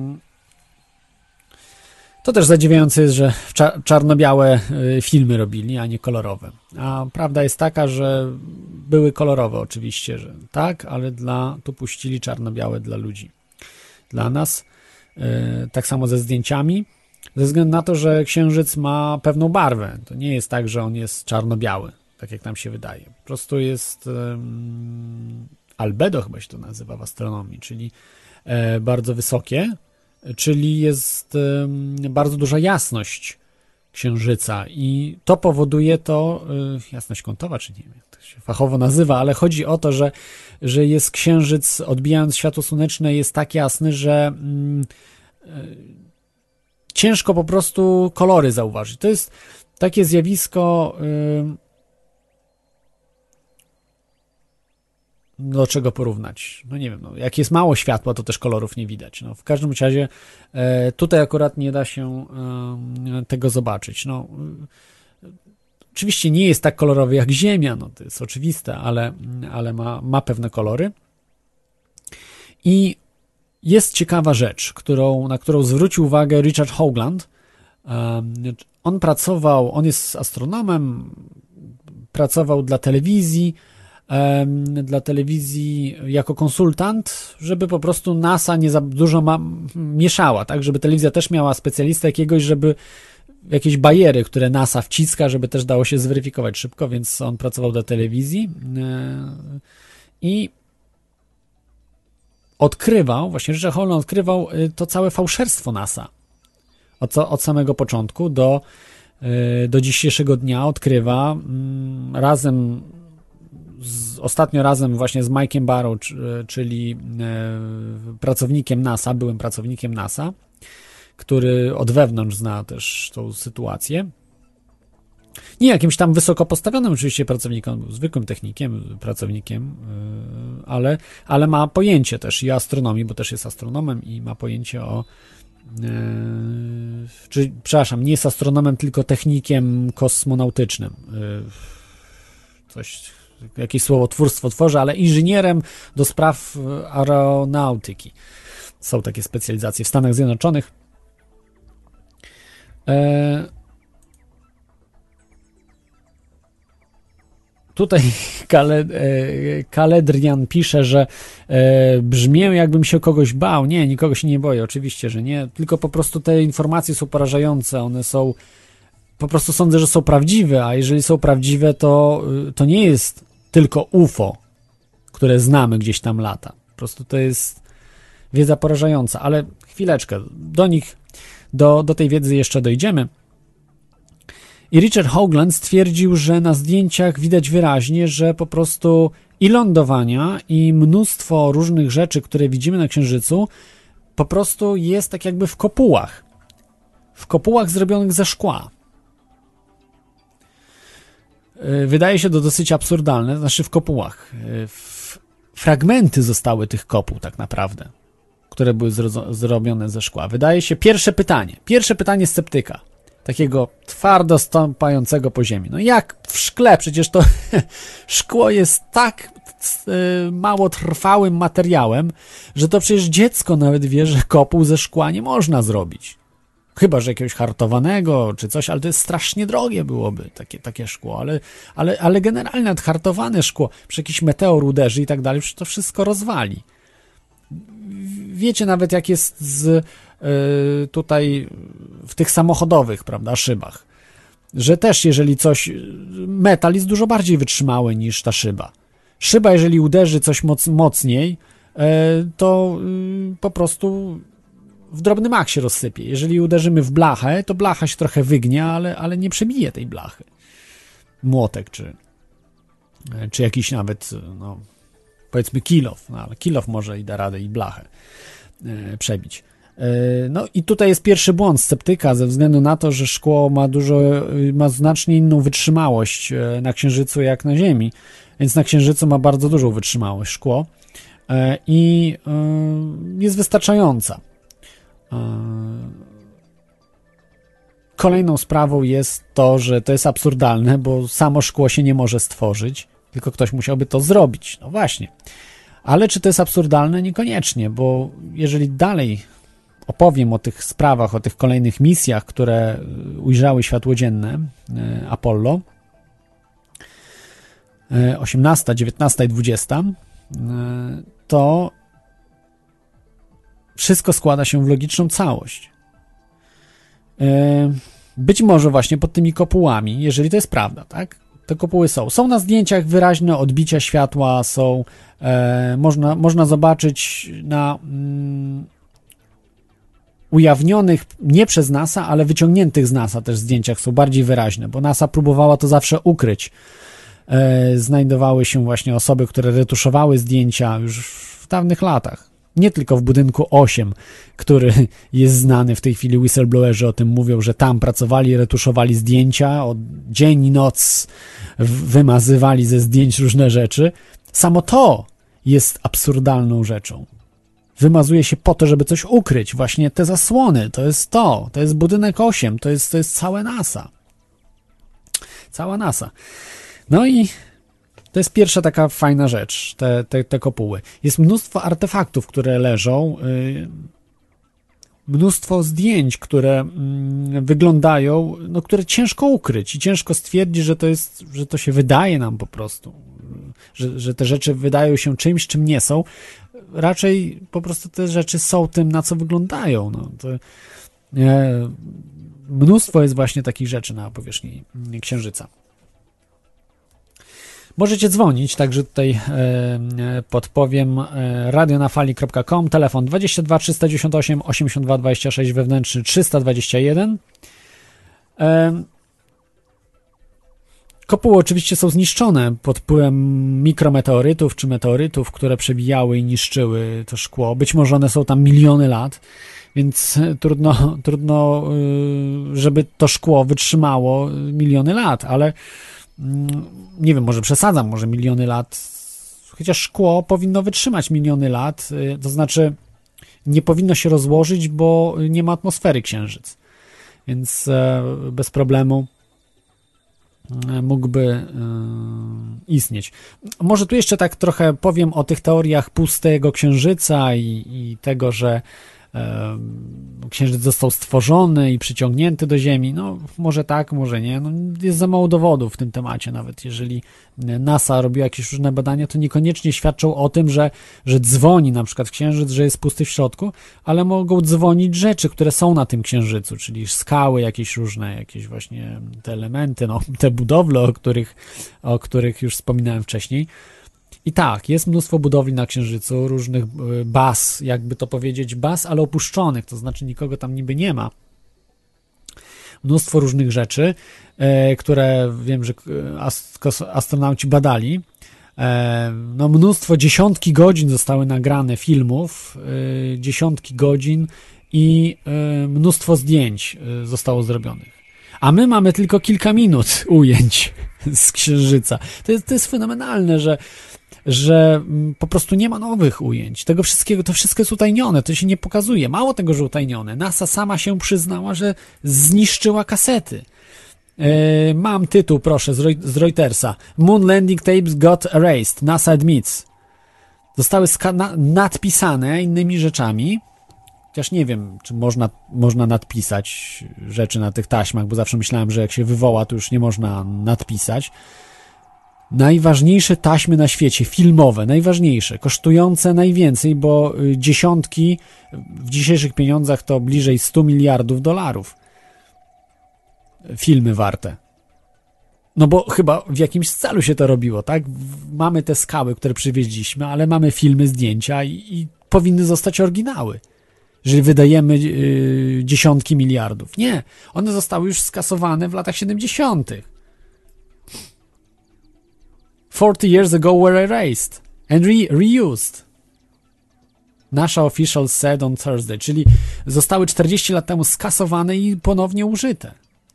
To też zadziwiające jest, że czarno-białe filmy robili, a nie kolorowe. A prawda jest taka, że były kolorowe oczywiście, że tak, ale tu puścili czarno-białe dla ludzi. Dla nas. Tak samo ze zdjęciami. Ze względu na to, że Księżyc ma pewną barwę. To nie jest tak, że on jest czarno-biały, tak jak nam się wydaje. Po prostu jest albedo, chyba się to nazywa w astronomii, czyli bardzo wysokie, czyli jest bardzo duża jasność Księżyca i to powoduje jasność kątowa, czy nie wiem, jak to się fachowo nazywa, ale chodzi o to, że jest księżyc, odbijając światło słoneczne, jest tak jasny, że ciężko po prostu kolory zauważyć. To jest takie zjawisko, do czego porównać. No nie wiem, no, jak jest mało światła, to też kolorów nie widać. No, w każdym razie tutaj akurat nie da się tego zobaczyć. No, oczywiście nie jest tak kolorowy jak Ziemia, no to jest oczywiste, ale ma pewne kolory. I jest ciekawa rzecz, na którą zwrócił uwagę Richard Hoagland. On jest astronomem, pracował dla telewizji jako konsultant, żeby po prostu NASA nie za dużo mieszała, tak, żeby telewizja też miała specjalistę jakiegoś, żeby jakieś bariery, które NASA wciska, żeby też dało się zweryfikować szybko, więc on pracował dla telewizji i właśnie Richard Hoagland odkrywał to całe fałszerstwo NASA. Od samego początku do dzisiejszego dnia odkrywa ostatnio razem właśnie z Mike'em Barrow, czyli pracownikiem NASA, byłym pracownikiem NASA, który od wewnątrz zna też tą sytuację. Nie jakimś tam wysoko postawionym oczywiście pracownikiem, zwykłym technikiem, pracownikiem, ale ma pojęcie też i o astronomii, bo też jest astronomem i ma pojęcie przepraszam, nie jest astronomem, tylko technikiem kosmonautycznym. Jakieś słowotwórstwo tworzy, ale inżynierem do spraw aeronautyki. Są takie specjalizacje w Stanach Zjednoczonych. Tutaj Kaledrian pisze, że brzmię jakbym się kogoś bał. Nie, nikogo się nie boję, oczywiście, że nie, tylko po prostu te informacje są porażające, one są, po prostu sądzę, że są prawdziwe, a jeżeli są prawdziwe, to nie jest tylko UFO, które znamy gdzieś tam lata. Po prostu to jest wiedza porażająca, ale chwileczkę, do tej wiedzy jeszcze dojdziemy. I Richard Hoagland stwierdził, że na zdjęciach widać wyraźnie, że po prostu i lądowania, i mnóstwo różnych rzeczy, które widzimy na Księżycu, po prostu jest tak jakby w kopułach. W kopułach zrobionych ze szkła. Wydaje się to dosyć absurdalne, znaczy w kopułach. Fragmenty zostały tych kopuł tak naprawdę, które były zrobione ze szkła. Wydaje się, pierwsze pytanie sceptyka, takiego twardo stąpającego po ziemi. No jak w szkle? Przecież to szkło jest tak mało trwałym materiałem, że to przecież dziecko nawet wie, że kopuł ze szkła nie można zrobić. Chyba że jakiegoś hartowanego czy coś, ale to jest strasznie drogie byłoby takie szkło, ale generalnie nawet hartowane szkło, przy jakiś meteor uderzy i tak dalej, to wszystko rozwali. Wiecie nawet jak jest tutaj w tych samochodowych, prawda, szybach, że też jeżeli metal jest dużo bardziej wytrzymały niż ta szyba. Szyba, jeżeli uderzy coś mocniej, to po prostu w drobny mak się rozsypie. Jeżeli uderzymy w blachę, to blacha się trochę wygnie, ale nie przebije tej blachy. Młotek, czy jakiś nawet, no, powiedzmy kilof, no, ale kilof może i da radę i blachę przebić. No i tutaj jest pierwszy błąd sceptyka, ze względu na to, że szkło ma znacznie inną wytrzymałość na Księżycu jak na Ziemi, więc na Księżycu ma bardzo dużą wytrzymałość szkło i jest wystarczająca. Kolejną sprawą jest to, że to jest absurdalne, bo samo szkło się nie może stworzyć, tylko ktoś musiałby to zrobić. No właśnie. Ale czy to jest absurdalne? Niekoniecznie, bo jeżeli dalej opowiem o tych sprawach, o tych kolejnych misjach, które ujrzały światło dzienne Apollo, 18, 19 i 20, to wszystko składa się w logiczną całość. Być może właśnie pod tymi kopułami, jeżeli to jest prawda, tak? Te kopuły są na zdjęciach wyraźne odbicia światła, można zobaczyć na ujawnionych nie przez NASA, ale wyciągniętych z NASA też zdjęciach są bardziej wyraźne, bo NASA próbowała to zawsze ukryć. znajdowały się właśnie osoby, które retuszowały zdjęcia już w dawnych latach. Nie tylko w budynku 8, który jest znany w tej chwili, whistleblowerzy o tym mówią, że tam pracowali, retuszowali zdjęcia, dzień i noc wymazywali ze zdjęć różne rzeczy. Samo to jest absurdalną rzeczą. Wymazuje się po to, żeby coś ukryć. Właśnie te zasłony, to jest budynek 8, to jest całe NASA. Cała NASA. No i to jest pierwsza taka fajna rzecz, te kopuły. Jest mnóstwo artefaktów, które leżą, mnóstwo zdjęć, które wyglądają, no, które ciężko ukryć i ciężko stwierdzić, że to się wydaje nam po prostu, że te rzeczy wydają się czymś, czym nie są. Raczej po prostu te rzeczy są tym, na co wyglądają. No, mnóstwo jest właśnie takich rzeczy na powierzchni Księżyca. Możecie dzwonić, także tutaj podpowiem, radionafali.com, telefon 22 398 82 26, wewnętrzny 321. Kopuły oczywiście są zniszczone pod wpływem mikrometeorytów czy meteorytów, które przebijały i niszczyły to szkło. Być może one są tam miliony lat, więc trudno, żeby to szkło wytrzymało miliony lat, ale nie wiem, może przesadzam, może miliony lat, chociaż szkło powinno wytrzymać miliony lat, to znaczy nie powinno się rozłożyć, bo nie ma atmosfery Księżyc, więc bez problemu mógłby istnieć. Może tu jeszcze tak trochę powiem o tych teoriach pustego Księżyca i tego, że Księżyc został stworzony i przyciągnięty do Ziemi. No może tak, może nie. No, jest za mało dowodów w tym temacie. Nawet jeżeli NASA robiła jakieś różne badania, to niekoniecznie świadczą o tym, że dzwoni na przykład Księżyc, że jest pusty w środku, ale mogą dzwonić rzeczy, które są na tym Księżycu, czyli skały jakieś różne, jakieś właśnie te elementy, no, te budowle, o których już wspominałem wcześniej. I tak, jest mnóstwo budowli na Księżycu, różnych baz, jakby to powiedzieć, baz, ale opuszczonych, to znaczy nikogo tam niby nie ma. Mnóstwo różnych rzeczy, które wiem, że astronauci badali. No mnóstwo, dziesiątki godzin zostały nagrane filmów, dziesiątki godzin i mnóstwo zdjęć zostało zrobionych. A my mamy tylko kilka minut ujęć z Księżyca. To jest fenomenalne, że po prostu nie ma nowych ujęć. Tego wszystkiego, to wszystko jest utajnione, to się nie pokazuje. Mało tego, że utajnione. NASA sama się przyznała, że zniszczyła kasety. Mam tytuł, proszę, z Reutersa. Moon landing tapes got erased. NASA admits. Zostały nadpisane innymi rzeczami. Chociaż nie wiem, czy można nadpisać rzeczy na tych taśmach, bo zawsze myślałem, że jak się wywoła, to już nie można nadpisać. Najważniejsze taśmy na świecie, filmowe, najważniejsze, kosztujące najwięcej, bo dziesiątki, w dzisiejszych pieniądzach to bliżej 100 miliardów dolarów. Filmy warte. No bo chyba w jakimś celu się to robiło, tak? Mamy te skały, które przywieźliśmy, ale mamy filmy, zdjęcia i powinny zostać oryginały. Jeżeli wydajemy dziesiątki miliardów. Nie, one zostały już skasowane w latach 70. 40 years ago were erased and reused. NASA official said on Thursday, czyli zostały 40 lat temu skasowane i ponownie użyte.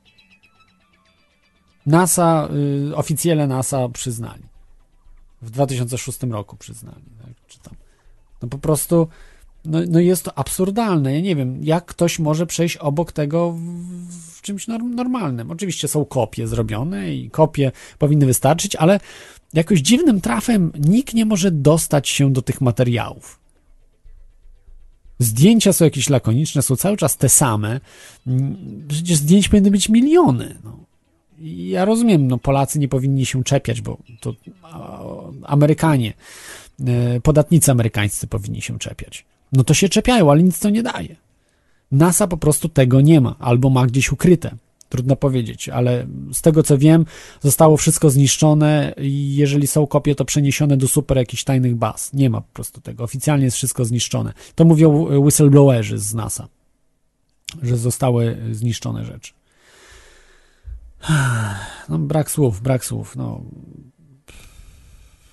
NASA, oficjele NASA przyznali. W 2006 roku przyznali. Tak, czytam. No po prostu no jest to absurdalne. Ja nie wiem, jak ktoś może przejść obok tego w czymś normalnym. Oczywiście są kopie zrobione i kopie powinny wystarczyć, ale jakoś dziwnym trafem nikt nie może dostać się do tych materiałów. Zdjęcia są jakieś lakoniczne, są cały czas te same. Przecież zdjęć powinny być miliony. No. Ja rozumiem, no Polacy nie powinni się czepiać, bo to Amerykanie, podatnicy amerykańscy powinni się czepiać. No to się czepiają, ale nic to nie daje. NASA po prostu tego nie ma, albo ma gdzieś ukryte. Trudno powiedzieć, ale z tego co wiem, zostało wszystko zniszczone i jeżeli są kopie, to przeniesione do super jakichś tajnych baz. Nie ma po prostu tego. Oficjalnie jest wszystko zniszczone. To mówią whistleblowerzy z NASA, że zostały zniszczone rzeczy. No, brak słów. No,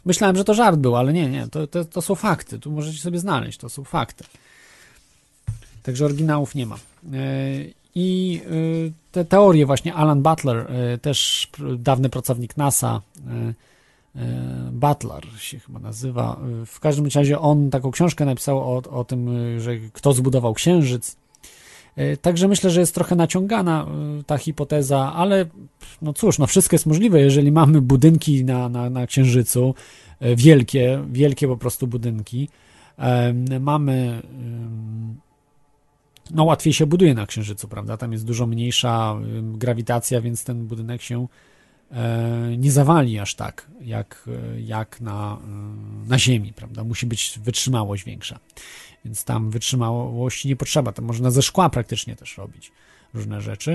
Myślałem, że to żart był, ale nie, to są fakty. Tu możecie sobie znaleźć, to są fakty. Także oryginałów nie ma. I te teorie właśnie Alan Butler, też dawny pracownik NASA, Butler się chyba nazywa. W każdym razie on taką książkę napisał o tym, że kto zbudował Księżyc. Także myślę, że jest trochę naciągana ta hipoteza, ale no cóż, no wszystko jest możliwe, jeżeli mamy budynki na Księżycu, wielkie po prostu budynki, mamy, no łatwiej się buduje na Księżycu, prawda, tam jest dużo mniejsza grawitacja, więc ten budynek się nie zawali aż tak, jak na Ziemi, prawda, musi być wytrzymałość większa. Więc tam wytrzymałości nie potrzeba. Tam można ze szkła praktycznie też robić różne rzeczy.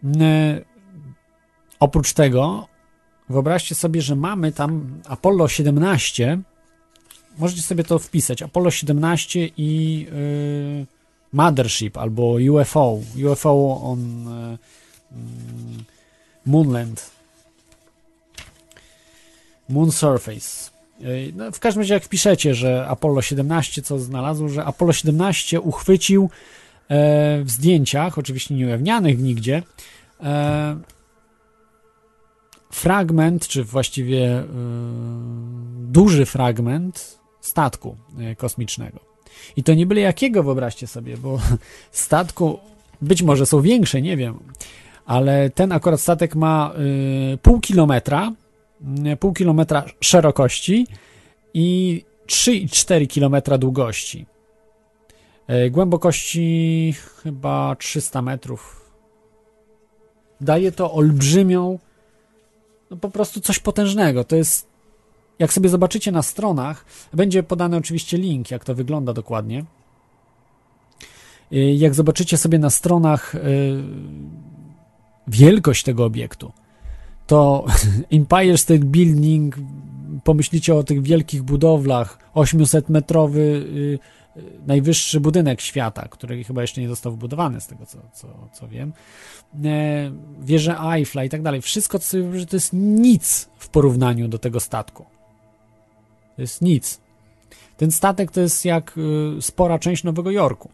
Oprócz tego wyobraźcie sobie, że mamy tam Apollo 17. Możecie sobie to wpisać. Apollo 17 i Mothership albo UFO. UFO on Moonland. Moon Surface. No, w każdym razie jak wpiszecie, że Apollo 17, co znalazł, że Apollo 17 uchwycił w zdjęciach, oczywiście nieujawnianych nigdzie, fragment, czy właściwie duży fragment statku kosmicznego. I to nie byle jakiego, wyobraźcie sobie, bo statku być może są większe, nie wiem, ale ten akurat statek ma pół kilometra szerokości i 3,4 km długości. Głębokości chyba 300 metrów. Daje to olbrzymią, no po prostu coś potężnego. To jest, jak sobie zobaczycie na stronach, będzie podany oczywiście link, jak to wygląda dokładnie. Jak zobaczycie sobie na stronach wielkość tego obiektu, to Empire State Building, pomyślicie o tych wielkich budowlach, 800-metrowy najwyższy budynek świata, który chyba jeszcze nie został wybudowany, z tego co wiem, wieże Eiffla i tak dalej, wszystko to jest nic w porównaniu do tego statku. To jest nic. Ten statek to jest jak spora część Nowego Jorku.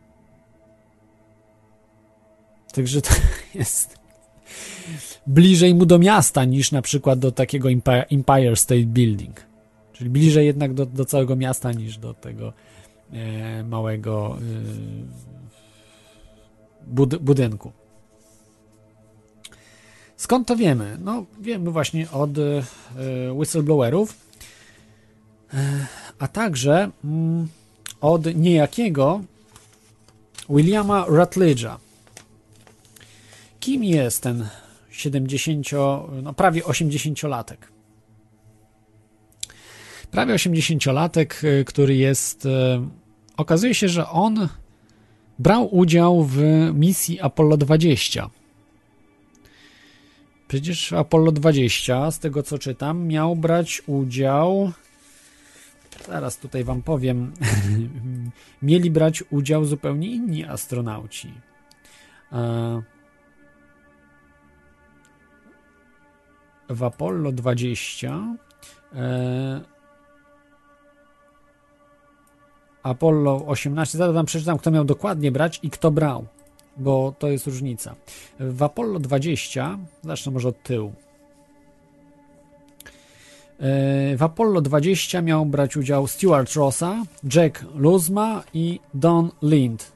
Także to jest bliżej mu do miasta niż na przykład do takiego Empire State Building. Czyli bliżej jednak do całego miasta niż do tego małego budynku. Skąd to wiemy? No, wiemy właśnie od whistleblowerów, a także od niejakiego Williama Rutledge'a. Kim jest ten prawie 80-latek? Prawie 80-latek, który jest... Okazuje się, że on brał udział w misji Apollo 20. Przecież Apollo 20, z tego co czytam, miał brać udział... Zaraz tutaj wam powiem. Mieli brać udział zupełnie inni astronauci. W Apollo 20 Apollo 18, zaraz wam przeczytam, kto miał dokładnie brać i kto brał, bo to jest różnica. W Apollo 20, zacznę może od tyłu. W Apollo 20 miał brać udział Stuart Rossa, Jack Luzma i Don Lind.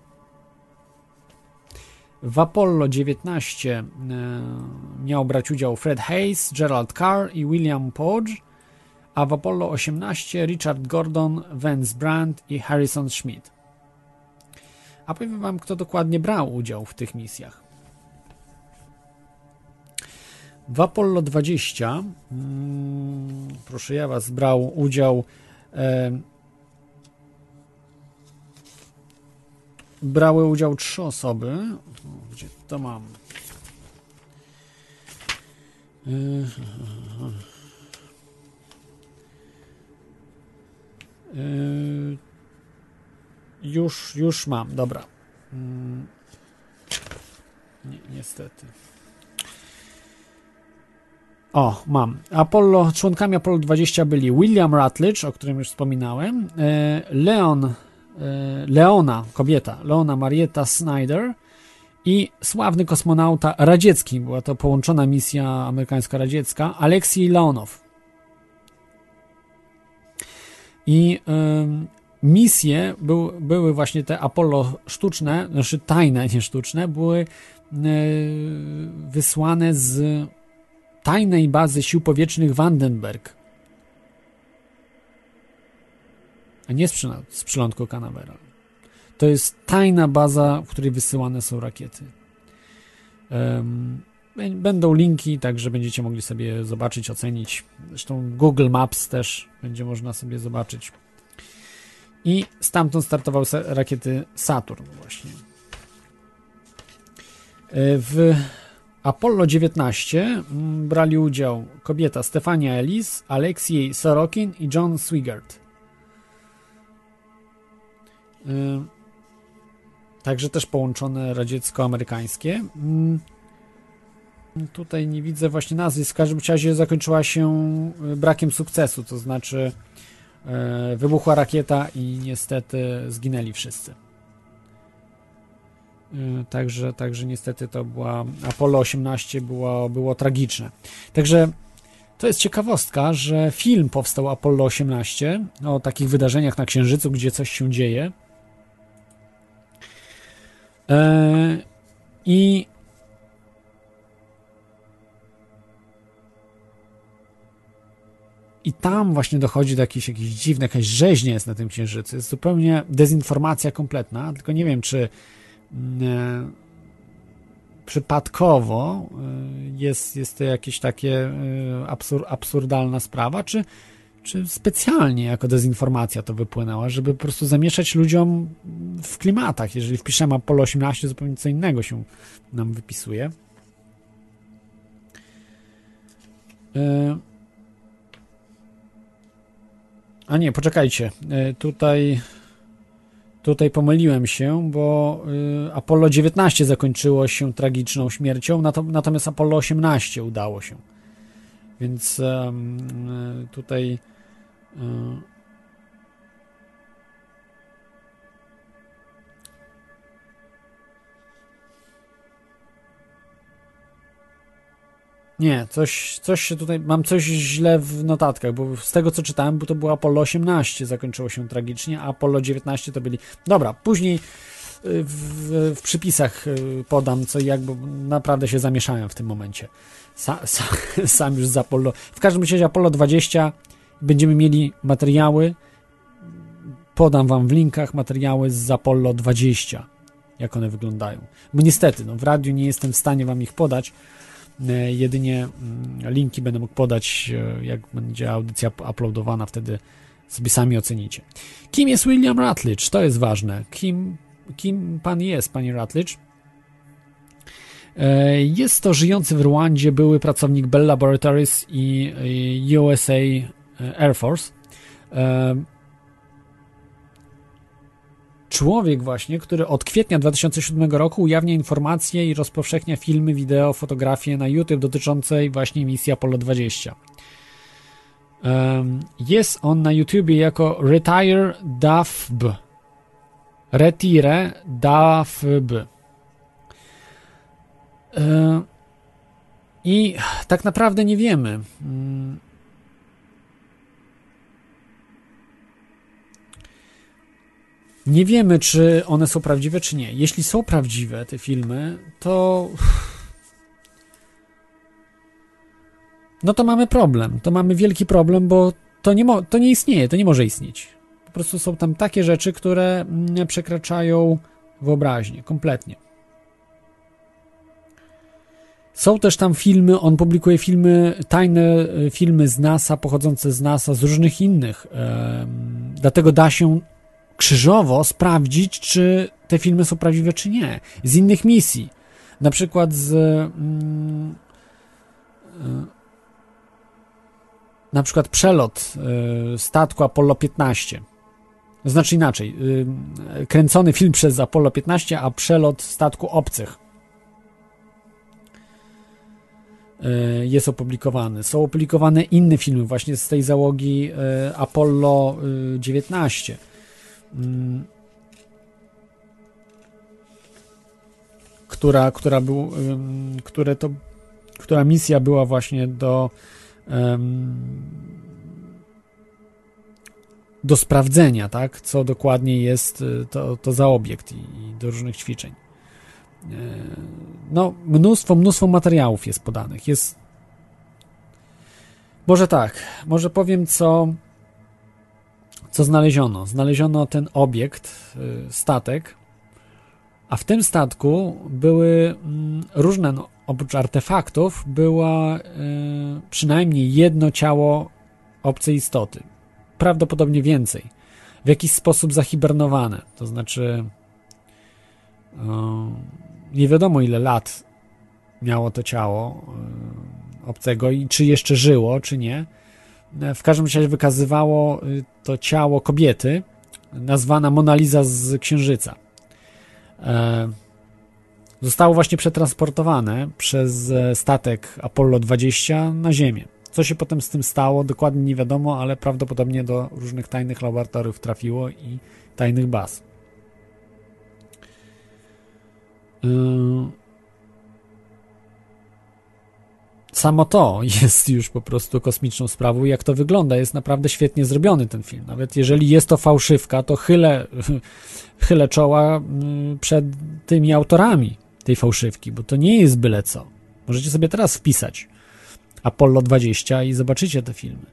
W Apollo 19 miał brać udział Fred Hayes, Gerald Carr i William Podge, a w Apollo 18 Richard Gordon, Vance Brand i Harrison Schmitt. A powiem wam, kto dokładnie brał udział w tych misjach. W Apollo 20 proszę ja was, brał udział brały udział 3 osoby. Gdzie to mam? Już mam, dobra. Niestety. O, mam. Członkami Apollo 20 byli William Rutledge, o którym już wspominałem, Leona, kobieta, Leona Marietta Snyder i sławny kosmonauta radziecki, była to połączona misja amerykańsko-radziecka, Aleksiej Leonow. I misje były właśnie te Apollo sztuczne, znaczy tajne, nie sztuczne, były wysłane z tajnej bazy sił powietrznych Vandenberg, a nie z przylądku Canaveral. To jest tajna baza, w której wysyłane są rakiety. Będą linki, także będziecie mogli sobie zobaczyć, ocenić. Zresztą Google Maps też będzie można sobie zobaczyć. I stamtąd startowały rakiety Saturn właśnie. W Apollo 19 brali udział kobieta Stefania Ellis, Aleksiej Sorokin i John Swigert. Także też połączone radziecko-amerykańskie. Tutaj nie widzę właśnie nazwisk. W każdym razie zakończyła się brakiem sukcesu, to znaczy wybuchła rakieta i niestety zginęli wszyscy. Także niestety to była Apollo 18 było tragiczne. Także to jest ciekawostka, że film powstał Apollo 18 o takich wydarzeniach na Księżycu, gdzie coś się dzieje. I tam właśnie dochodzi do jakiejś dziwnej, jakaś rzeźnia jest na tym Księżycu. Jest zupełnie dezinformacja kompletna, tylko nie wiem, czy przypadkowo jest to jakieś takie absurdalna sprawa, czy specjalnie jako dezinformacja to wypłynęła, żeby po prostu zamieszać ludziom w klimatach. Jeżeli wpiszemy Apollo 18, zupełnie co innego się nam wypisuje. A nie, poczekajcie. Tutaj pomyliłem się, bo Apollo 19 zakończyło się tragiczną śmiercią, natomiast Apollo 18 udało się. Więc tutaj nie, coś się tutaj, mam coś źle w notatkach, bo z tego co czytałem, bo to było Apollo 18 zakończyło się tragicznie, a Apollo 19 to byli... Dobra, później w przypisach podam co i jak, bo naprawdę się zamieszałem w tym momencie. Sam już z Apollo... W każdym razie Apollo 20 będziemy mieli materiały, podam wam w linkach materiały z Apollo 20, jak one wyglądają. Bo niestety, w radiu nie jestem w stanie wam ich podać, jedynie linki będę mógł podać, jak będzie audycja uploadowana, wtedy sobie sami ocenicie. Kim jest William Rutledge? To jest ważne. Kim pan jest, panie Rutledge? Jest to żyjący w Rwandzie były pracownik Bell Laboratories i USA Air Force. Człowiek właśnie, który od kwietnia 2007 roku ujawnia informacje i rozpowszechnia filmy, wideo, fotografie na YouTube dotyczącej właśnie misji Apollo 20. Jest on na YouTubie jako Retire DAFB. Retire DAFB. I tak naprawdę nie wiemy. Nie wiemy, czy one są prawdziwe, czy nie. Jeśli są prawdziwe, te filmy, to... No to mamy problem. To mamy wielki problem, bo to nie istnieje, to nie może istnieć. Po prostu są tam takie rzeczy, które przekraczają wyobraźnię kompletnie. Są też tam filmy, on publikuje filmy, tajne filmy z NASA, pochodzące z NASA, z różnych innych. Dlatego da się krzyżowo sprawdzić, czy te filmy są prawdziwe, czy nie. Z innych misji. Na przykład na przykład przelot statku Apollo 15. Znaczy inaczej. Kręcony film przez Apollo 15, a przelot statku obcych. jest opublikowany. Są opublikowane inne filmy właśnie z tej załogi Apollo 19. Która misja była właśnie do sprawdzenia, tak, co dokładnie jest to za obiekt i do różnych ćwiczeń. No, mnóstwo materiałów jest podanych. Może powiem, co znaleziono. Znaleziono ten obiekt, statek, a w tym statku były różne, oprócz artefaktów, było przynajmniej jedno ciało obcej istoty. Prawdopodobnie więcej. W jakiś sposób zahibernowane. To znaczy nie wiadomo ile lat miało to ciało obcego i czy jeszcze żyło, czy nie. W każdym razie wykazywało to ciało kobiety, nazwana Mona Lisa z Księżyca. Zostało właśnie przetransportowane przez statek Apollo 20 na Ziemię. Co się potem z tym stało, dokładnie nie wiadomo, ale prawdopodobnie do różnych tajnych laboratoriów trafiło i tajnych baz. Samo to jest już po prostu kosmiczną sprawą. Jak to wygląda, jest naprawdę świetnie zrobiony ten film. Nawet jeżeli jest to fałszywka, to chylę czoła przed tymi autorami tej fałszywki, bo to nie jest byle co. Możecie sobie teraz wpisać Apollo 20 i zobaczycie te filmy.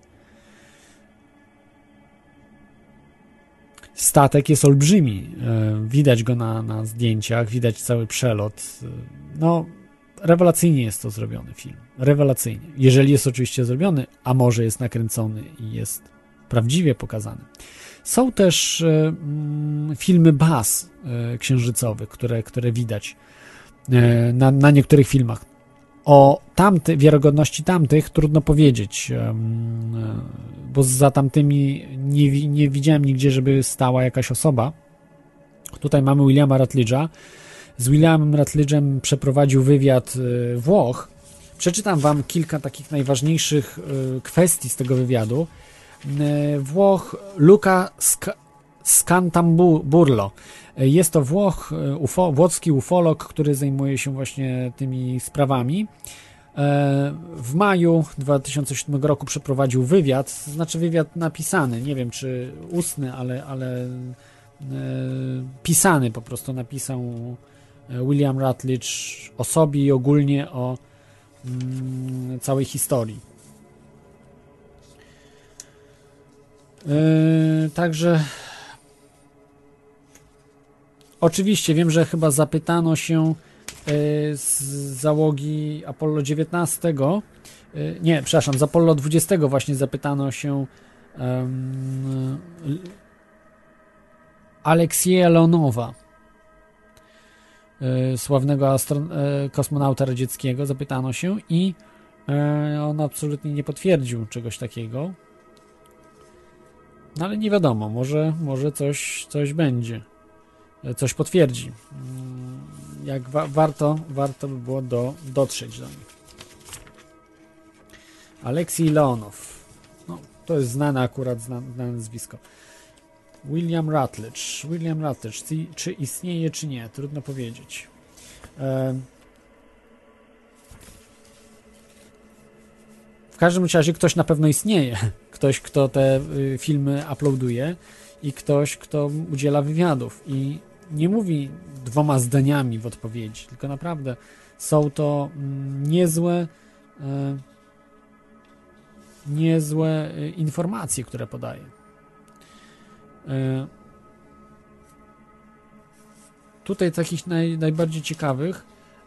Statek jest olbrzymi. Widać go na zdjęciach, widać cały przelot. No, rewelacyjnie jest to zrobiony film. Rewelacyjnie. Jeżeli jest oczywiście zrobiony, a może jest nakręcony i jest prawdziwie pokazany. Są też filmy baz księżycowych, które widać na niektórych filmach. O wiarygodności tamtych trudno powiedzieć, bo za tamtymi nie widziałem nigdzie, żeby stała jakaś osoba. Tutaj mamy Williama Rutledge'a. Z Williamem Rutledge'em przeprowadził wywiad Włoch. Przeczytam wam kilka takich najważniejszych kwestii z tego wywiadu. Włoch Luca Scantamburlo. Jest to włoski ufolog, który zajmuje się właśnie tymi sprawami. W maju 2007 roku przeprowadził wywiad, znaczy wywiad napisany, nie wiem czy ustny, ale pisany po prostu napisał William Rutledge o sobie i ogólnie o całej historii. Także oczywiście wiem, że chyba zapytano się z załogi Apollo 19, z Apollo 20 właśnie zapytano się Aleksieja Leonowa, sławnego kosmonauta radzieckiego, zapytano się i on absolutnie nie potwierdził czegoś takiego. No ale nie wiadomo, może coś będzie, coś potwierdzi. Jak warto by było dotrzeć do nich. Aleksiej Leonow. No, to jest znane nazwisko. William Rutledge, czy istnieje, czy nie? Trudno powiedzieć. W każdym razie ktoś na pewno istnieje. Ktoś, kto te filmy uploaduje i ktoś, kto udziela wywiadów i nie mówi 2 zdaniami w odpowiedzi, tylko naprawdę są to niezłe informacje, które podaje. Tutaj takich najbardziej ciekawych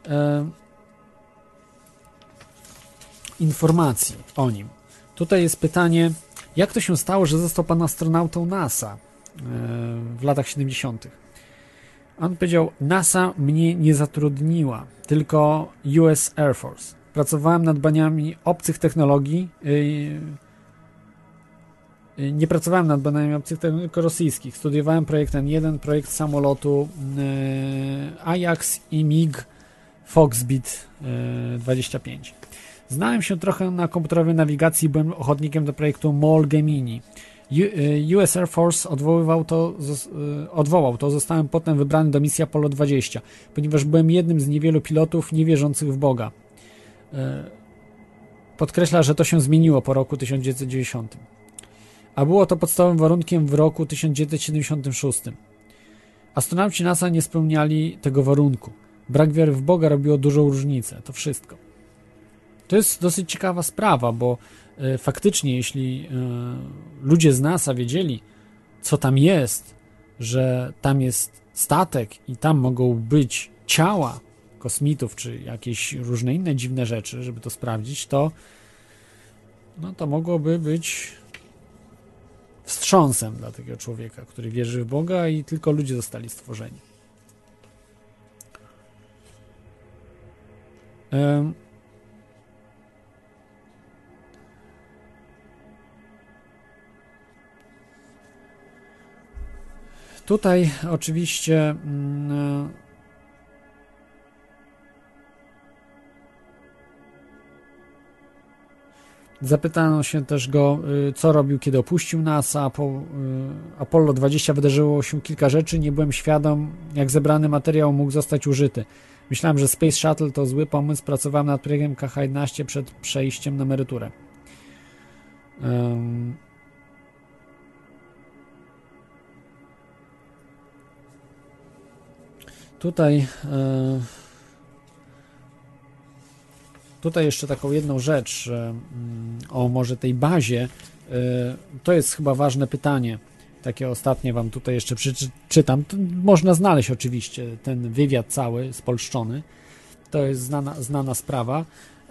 informacji o nim. Tutaj jest pytanie, jak to się stało, że został pan astronautą NASA w latach 70. On powiedział, NASA mnie nie zatrudniła, tylko US Air Force. Pracowałem nad badaniami obcych technologii, nie pracowałem nad badaniami obcych technologii, tylko rosyjskich. Studiowałem projekt N1, projekt samolotu Ajax i MiG Foxbit 25. Znałem się trochę na komputerowej nawigacji, byłem ochotnikiem do projektu MOL Gemini. US Air Force odwołał to, zostałem potem wybrany do misji Apollo 20, ponieważ byłem jednym z niewielu pilotów niewierzących w Boga. Podkreśla, że to się zmieniło po roku 1990. A było to podstawowym warunkiem w roku 1976. Astronauci NASA nie spełniali tego warunku. Brak wiary w Boga robiło dużą różnicę. To wszystko. To jest dosyć ciekawa sprawa, bo faktycznie jeśli ludzie z NASA wiedzieli, co tam jest, że tam jest statek i tam mogą być ciała kosmitów, czy jakieś różne inne dziwne rzeczy, żeby to sprawdzić, to to mogłoby być wstrząsem dla takiego człowieka, który wierzy w Boga i tylko ludzie zostali stworzeni. Tutaj oczywiście zapytano się też go, co robił, kiedy opuścił NASA. Po Apollo 20 wydarzyło się kilka rzeczy. Nie byłem świadom, jak zebrany materiał mógł zostać użyty. Myślałem, że Space Shuttle to zły pomysł. Pracowałem nad projektem KH-11 przed przejściem na emeryturę. Tutaj jeszcze taką jedną rzecz o może tej bazie. To jest chyba ważne pytanie. Takie ostatnie wam tutaj jeszcze przeczytam. Można znaleźć oczywiście ten wywiad cały, spolszczony. To jest znana sprawa.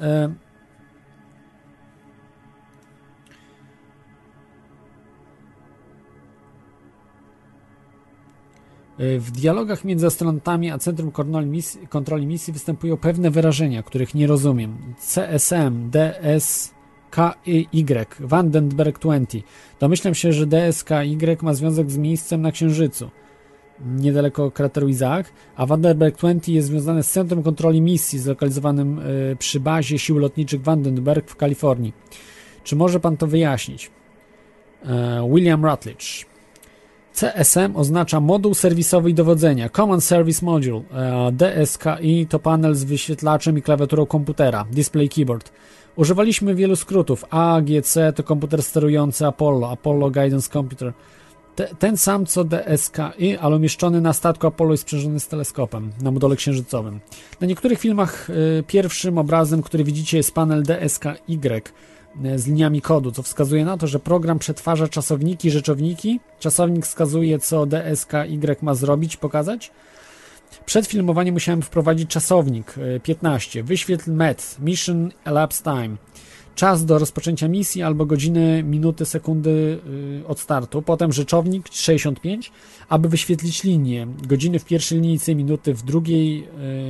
W dialogach między astronautami a Centrum Kontroli Misji występują pewne wyrażenia, których nie rozumiem. CSM, DSKY, Vandenberg 20. Domyślam się, że DSKY ma związek z miejscem na Księżycu, niedaleko krateru Isaac, a Vandenberg 20 jest związane z Centrum Kontroli Misji zlokalizowanym przy bazie sił lotniczych Vandenberg w Kalifornii. Czy może pan to wyjaśnić? William Rutledge. CSM oznacza moduł serwisowy i dowodzenia, Command Service Module. DSKI to panel z wyświetlaczem i klawiaturą komputera, Display Keyboard. Używaliśmy wielu skrótów. AGC to komputer sterujący Apollo Guidance Computer. Ten sam co DSKI, ale umieszczony na statku Apollo i sprzężony z teleskopem na module księżycowym. Na niektórych filmach pierwszym obrazem, który widzicie, jest panel DSKY z liniami kodu, co wskazuje na to, że program przetwarza czasowniki i rzeczowniki. Czasownik wskazuje, co DSKY ma zrobić, pokazać. Przed filmowaniem musiałem wprowadzić czasownik 15. Wyświetl MET, Mission Elapsed Time. Czas do rozpoczęcia misji albo godziny, minuty, sekundy od startu. Potem rzeczownik 65, aby wyświetlić linię. Godziny w pierwszej linijce, minuty w drugiej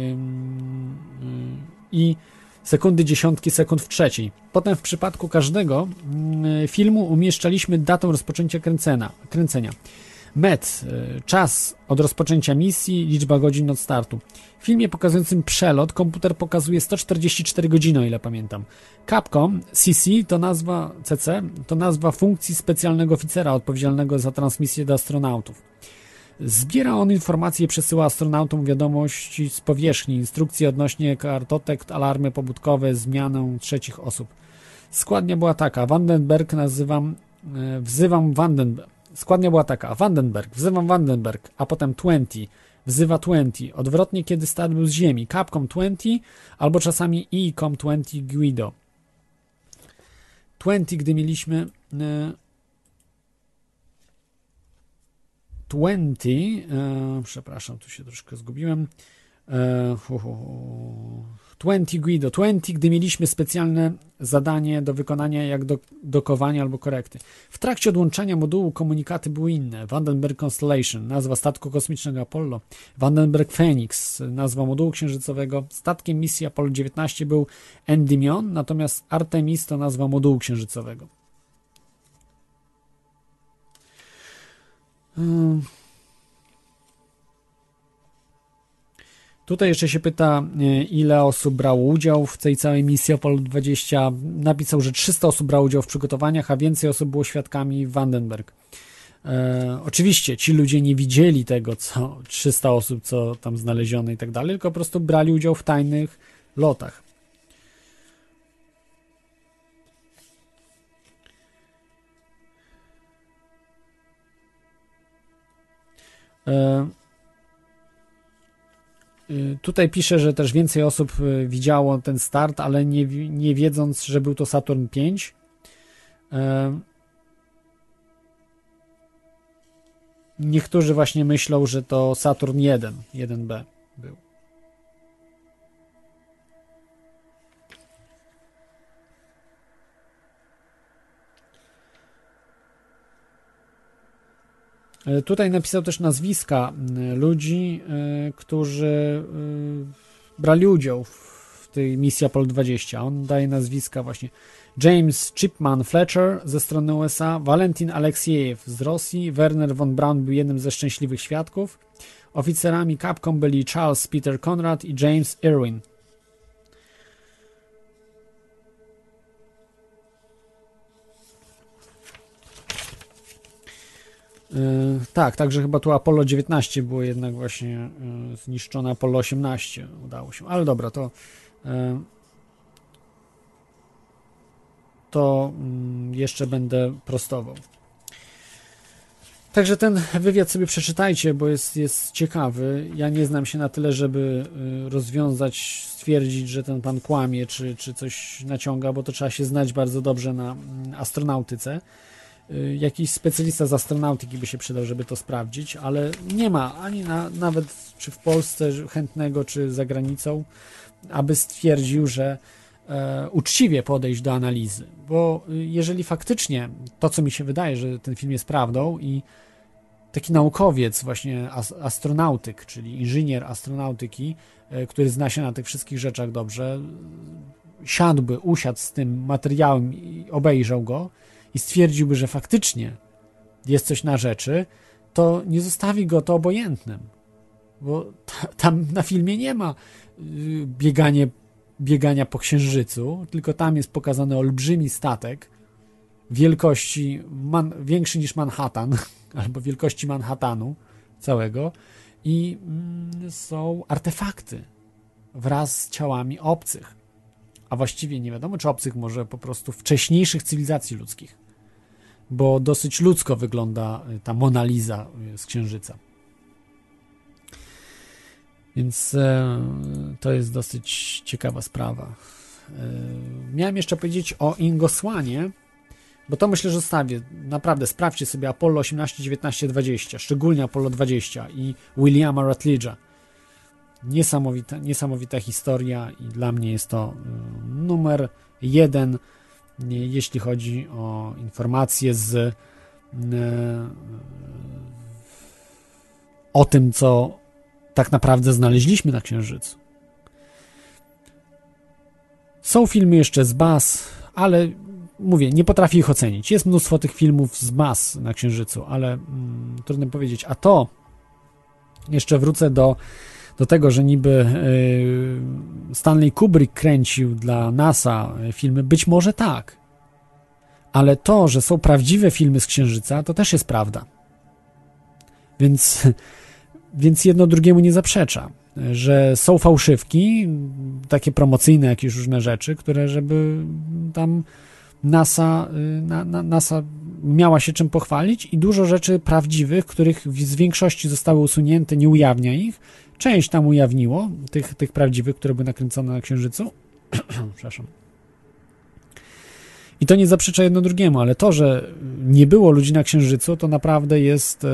i sekundy, dziesiątki sekund w trzeciej. Potem w przypadku każdego filmu umieszczaliśmy datę rozpoczęcia kręcenia. MET, czas od rozpoczęcia misji, liczba godzin od startu. W filmie pokazującym przelot komputer pokazuje 144 godziny, o ile pamiętam. Capcom CC to nazwa funkcji specjalnego oficera odpowiedzialnego za transmisję do astronautów. Zbiera on informacje i przesyła astronautom wiadomości z powierzchni, instrukcje odnośnie kartotek, alarmy pobudkowe, zmianę trzecich osób. Składnia była taka, wzywam Vandenberg, a potem 20, wzywa 20, odwrotnie kiedy start był z Ziemi, Capcom 20, albo czasami EECOM 20 Guido. 20, gdy mieliśmy 20, przepraszam, tu się troszkę zgubiłem, 20 Guido, 20, gdy mieliśmy specjalne zadanie do wykonania, jak dokowania albo korekty. W trakcie odłączania modułu komunikaty były inne. Vandenberg Constellation, nazwa statku kosmicznego Apollo. Vandenberg Phoenix, nazwa modułu księżycowego. Statkiem misji Apollo 19 był Endymion, natomiast Artemis to nazwa modułu księżycowego. Tutaj jeszcze się pyta, ile osób brało udział w tej całej misji Apollo 20. Napisał, że 300 osób brało udział w przygotowaniach, a więcej osób było świadkami w Vandenberg. Oczywiście ci ludzie nie widzieli tego, co 300 osób, co tam znaleziono i tak dalej, tylko po prostu brali udział w tajnych lotach. Tutaj pisze, że też więcej osób widziało ten start, ale nie wiedząc, że był to Saturn V. Niektórzy właśnie myślą, że to Saturn 1B był. Tutaj napisał też nazwiska ludzi, którzy brali udział w tej misji Apollo 20. On daje nazwiska właśnie James Chipman Fletcher ze strony USA, Valentin Aleksiejew z Rosji, Werner von Braun był jednym ze szczęśliwych świadków. Oficerami Capcom byli Charles Peter Conrad i James Irwin. Tak, także chyba tu Apollo 19 było jednak właśnie zniszczone, Apollo 18 udało się, ale dobra, to jeszcze będę prostował. Także ten wywiad sobie przeczytajcie, bo jest ciekawy. Ja nie znam się na tyle, żeby rozwiązać, stwierdzić, że ten pan kłamie, czy coś naciąga, bo to trzeba się znać bardzo dobrze na astronautyce. Jakiś specjalista z astronautyki by się przydał, żeby to sprawdzić, ale nie ma ani nawet czy w Polsce chętnego, czy za granicą, aby stwierdził, że uczciwie podejść do analizy, bo jeżeli faktycznie to, co mi się wydaje, że ten film jest prawdą i taki naukowiec, właśnie astronautyk, czyli inżynier astronautyki, który zna się na tych wszystkich rzeczach dobrze, usiadł z tym materiałem i obejrzał go i stwierdziłby, że faktycznie jest coś na rzeczy, to nie zostawi go to obojętnym, bo tam na filmie nie ma biegania po księżycu, tylko tam jest pokazany olbrzymi statek wielkości większy niż Manhattan, albo wielkości Manhattanu całego i są artefakty wraz z ciałami obcych, a właściwie nie wiadomo, czy obcych, może po prostu wcześniejszych cywilizacji ludzkich, bo dosyć ludzko wygląda ta Mona Lisa z księżyca. Więc to jest dosyć ciekawa sprawa. Miałem jeszcze powiedzieć o Ingosłanie, bo to myślę, że zostawię. Naprawdę, sprawdźcie sobie Apollo 18, 19, 20, szczególnie Apollo 20 i Williama Rutledge'a. Niesamowita historia i dla mnie jest to numer 1, jeśli chodzi o informacje o tym, co tak naprawdę znaleźliśmy na Księżycu. Są filmy jeszcze z baz, ale mówię, nie potrafię ich ocenić. Jest mnóstwo tych filmów z baz na Księżycu, ale trudno powiedzieć. A to jeszcze wrócę do tego, że niby Stanley Kubrick kręcił dla NASA filmy. Być może tak, ale to, że są prawdziwe filmy z Księżyca, to też jest prawda. Więc jedno drugiemu nie zaprzecza, że są fałszywki, takie promocyjne jakieś różne rzeczy, które żeby tam NASA miała się czym pochwalić i dużo rzeczy prawdziwych, których z większości zostały usunięte, nie ujawnia ich. Część tam ujawniło, tych prawdziwych, które były nakręcone na Księżycu. Przepraszam. I to nie zaprzecza jedno drugiemu, ale to, że nie było ludzi na Księżycu, to naprawdę jest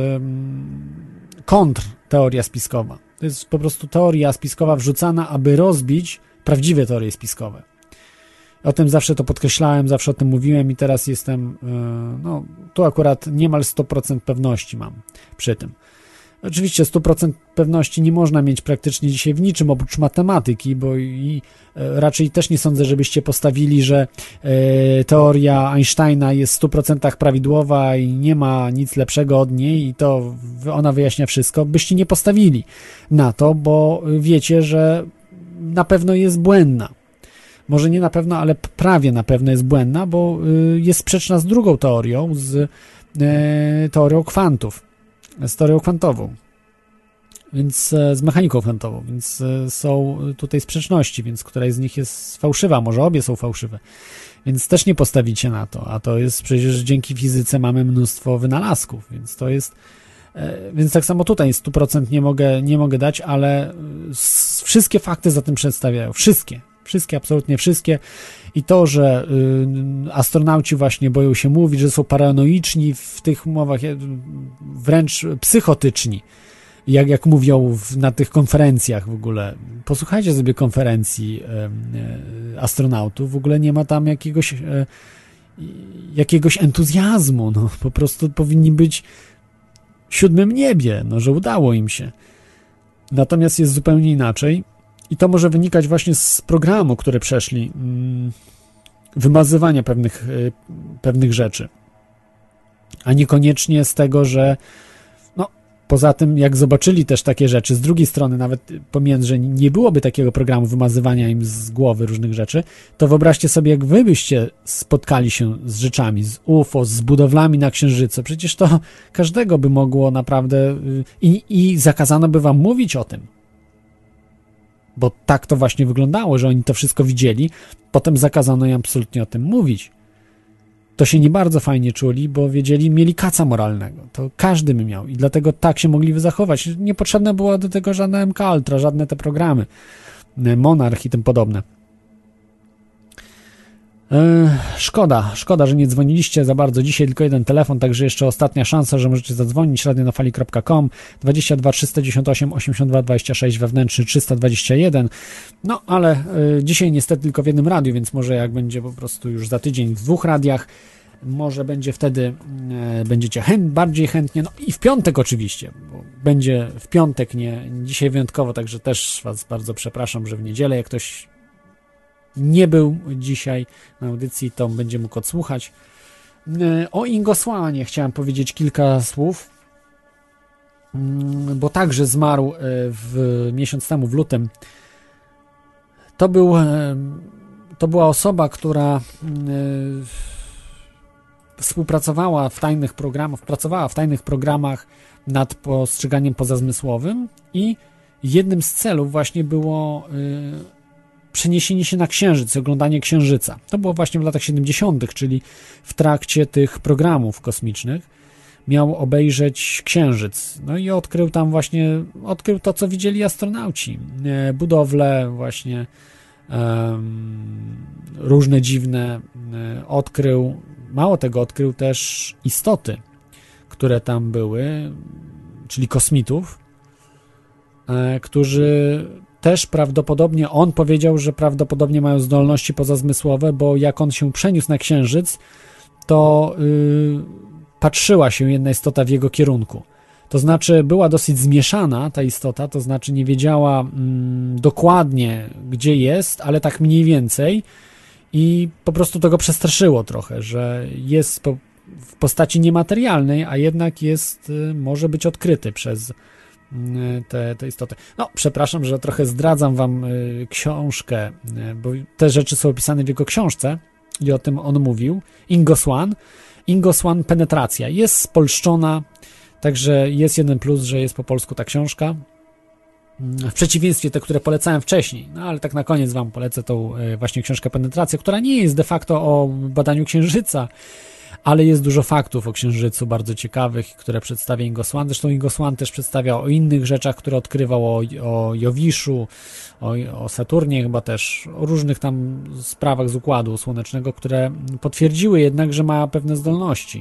teoria spiskowa. To jest po prostu teoria spiskowa wrzucana, aby rozbić prawdziwe teorie spiskowe. O tym zawsze to podkreślałem, zawsze o tym mówiłem i teraz jestem, tu akurat niemal 100% pewności mam przy tym. Oczywiście 100% pewności nie można mieć praktycznie dzisiaj w niczym oprócz matematyki, bo raczej też nie sądzę, żebyście postawili, że teoria Einsteina jest w 100% prawidłowa i nie ma nic lepszego od niej i to ona wyjaśnia wszystko. Byście nie postawili na to, bo wiecie, że na pewno jest błędna. Może nie na pewno, ale prawie na pewno jest błędna, bo jest sprzeczna z drugą teorią, z teorią kwantów, z teorią kwantową, więc z mechaniką kwantową, więc są tutaj sprzeczności, więc któraś z nich jest fałszywa, może obie są fałszywe, więc też nie postawicie na to, a to jest przecież dzięki fizyce mamy mnóstwo wynalazków, więc to jest, więc tak samo tutaj 100% nie mogę dać, ale wszystkie fakty za tym przedstawiają, wszystkie, absolutnie wszystkie i to, że astronauci właśnie boją się mówić, że są paranoiczni w tych umowach, wręcz psychotyczni, jak mówią na tych konferencjach w ogóle. Posłuchajcie sobie konferencji astronautów, w ogóle nie ma tam jakiegoś entuzjazmu, no, po prostu powinni być w 7. niebie, no, że udało im się. Natomiast jest zupełnie inaczej. I to może wynikać właśnie z programu, który przeszli, wymazywania pewnych rzeczy, a niekoniecznie z tego, że no, poza tym jak zobaczyli też takie rzeczy, z drugiej strony nawet pomijając, że nie byłoby takiego programu wymazywania im z głowy różnych rzeczy, to wyobraźcie sobie, jak wy byście spotkali się z rzeczami, z UFO, z budowlami na Księżycu, przecież to każdego by mogło naprawdę i zakazano by wam mówić o tym. Bo tak to właśnie wyglądało, że oni to wszystko widzieli, potem zakazano im absolutnie o tym mówić. To się nie bardzo fajnie czuli, bo mieli kaca moralnego. To każdy by miał i dlatego tak się mogli zachować. Niepotrzebne było do tego żadne MK Ultra, żadne te programy, Monarch i tym podobne. Szkoda, że nie dzwoniliście za bardzo dzisiaj, tylko jeden telefon, także jeszcze ostatnia szansa, że możecie zadzwonić, radionafali.com 22 398 82 26 wewnętrzny 321, no ale dzisiaj niestety tylko w jednym radiu, więc może jak będzie po prostu już za tydzień w 2 radiach, może będzie wtedy, będziecie bardziej chętnie, no i w piątek oczywiście, bo będzie w piątek, nie dzisiaj wyjątkowo, także też was bardzo przepraszam, że w niedzielę, jak ktoś nie był dzisiaj na audycji, to będzie mógł odsłuchać. O Ingosłanie chciałem powiedzieć kilka słów, bo także zmarł miesiąc temu, w lutym. To była osoba, która pracowała w tajnych programach nad postrzeganiem pozazmysłowym i jednym z celów właśnie było przeniesienie się na Księżyc, oglądanie Księżyca. To było właśnie w latach 70., czyli w trakcie tych programów kosmicznych miał obejrzeć Księżyc. No i odkrył to, co widzieli astronauci. Budowle właśnie różne dziwne mało tego, odkrył też istoty, które tam były, czyli kosmitów, którzy też prawdopodobnie, on powiedział, że prawdopodobnie mają zdolności pozazmysłowe, bo jak on się przeniósł na Księżyc, to patrzyła się jedna istota w jego kierunku. To znaczy była dosyć zmieszana ta istota, to znaczy nie wiedziała dokładnie, gdzie jest, ale tak mniej więcej i po prostu to go przestraszyło trochę, że jest w postaci niematerialnej, a jednak może być odkryty przez te istoty. No, przepraszam, że trochę zdradzam wam książkę, bo te rzeczy są opisane w jego książce i o tym on mówił. Ingosłan Penetracja. Jest spolszczona, także jest jeden plus, że jest po polsku ta książka. W przeciwieństwie te, które polecałem wcześniej. No, ale tak na koniec wam polecę tą właśnie książkę Penetracja, która nie jest de facto o badaniu Księżyca, ale jest dużo faktów o Księżycu bardzo ciekawych, które przedstawia Ingosłan. Zresztą Ingosłan też przedstawia o innych rzeczach, które odkrywał, o Jowiszu, o Saturnie chyba też, o różnych tam sprawach z Układu Słonecznego, które potwierdziły jednak, że ma pewne zdolności.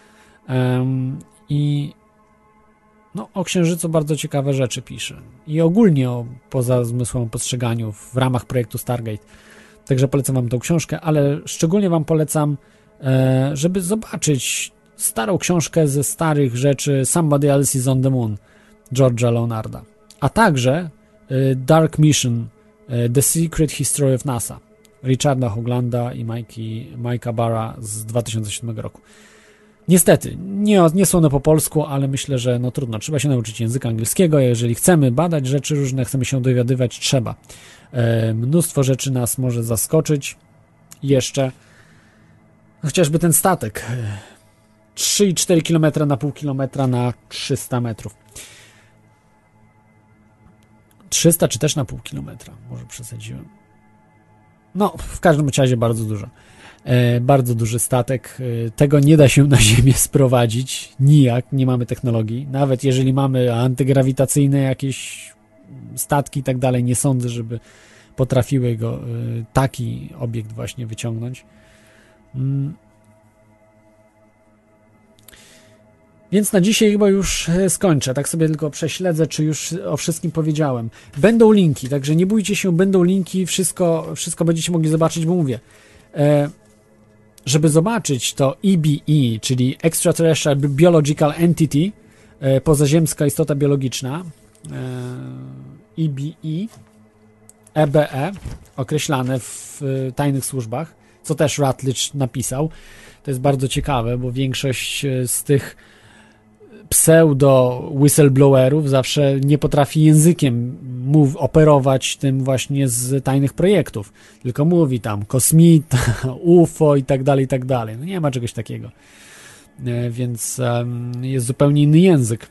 I no, o Księżycu bardzo ciekawe rzeczy pisze. I ogólnie o pozazmysłowym postrzeganiu w ramach projektu Stargate. Także polecam wam tą książkę, ale szczególnie wam polecam, żeby zobaczyć starą książkę ze starych rzeczy Somebody Else is on the Moon. George'a Leonarda, a także Dark Mission, The Secret History of NASA, Richarda Hoglanda i Mike'a Barra z 2007 roku. Niestety, nie są one po polsku, ale myślę, że no trudno, trzeba się nauczyć języka angielskiego, jeżeli chcemy badać rzeczy różne, chcemy się dowiadywać, trzeba. Mnóstwo rzeczy nas może zaskoczyć jeszcze. Chociażby ten statek. 3,4 km na pół kilometra na 300 metrów. 300 czy też na pół kilometra, może przesadziłem. No, w każdym razie bardzo dużo. Bardzo duży statek. Tego nie da się na Ziemię sprowadzić. Nijak, nie mamy technologii. Nawet jeżeli mamy antygrawitacyjne jakieś statki i tak dalej, nie sądzę, żeby potrafiły go taki obiekt właśnie wyciągnąć. Więc na dzisiaj chyba już skończę. Tak sobie tylko prześledzę, czy już o wszystkim powiedziałem. Będą linki, także nie bójcie się, będą linki, wszystko będziecie mogli zobaczyć, bo mówię. Żeby zobaczyć to EBE, czyli Extraterrestrial Biological Entity, pozaziemska istota biologiczna, EBE, określane w tajnych służbach, co też Rutledge napisał. To jest bardzo ciekawe, bo większość z tych pseudo-whistleblowerów zawsze nie potrafi językiem operować tym właśnie z tajnych projektów, tylko mówi tam kosmita, UFO i tak dalej. No nie ma czegoś takiego. Więc jest zupełnie inny język.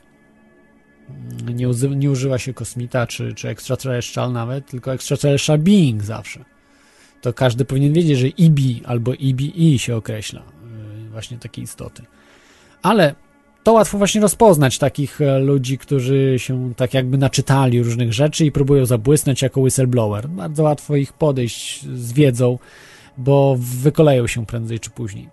Nie używa się kosmita czy extraterrestrial nawet, tylko extraterrestrial being zawsze. To każdy powinien wiedzieć, że EB albo EBE się określa właśnie takie istoty. Ale to łatwo właśnie rozpoznać takich ludzi, którzy się tak jakby naczytali różnych rzeczy i próbują zabłysnąć jako whistleblower. Bardzo łatwo ich podejść z wiedzą, bo wykoleją się prędzej czy później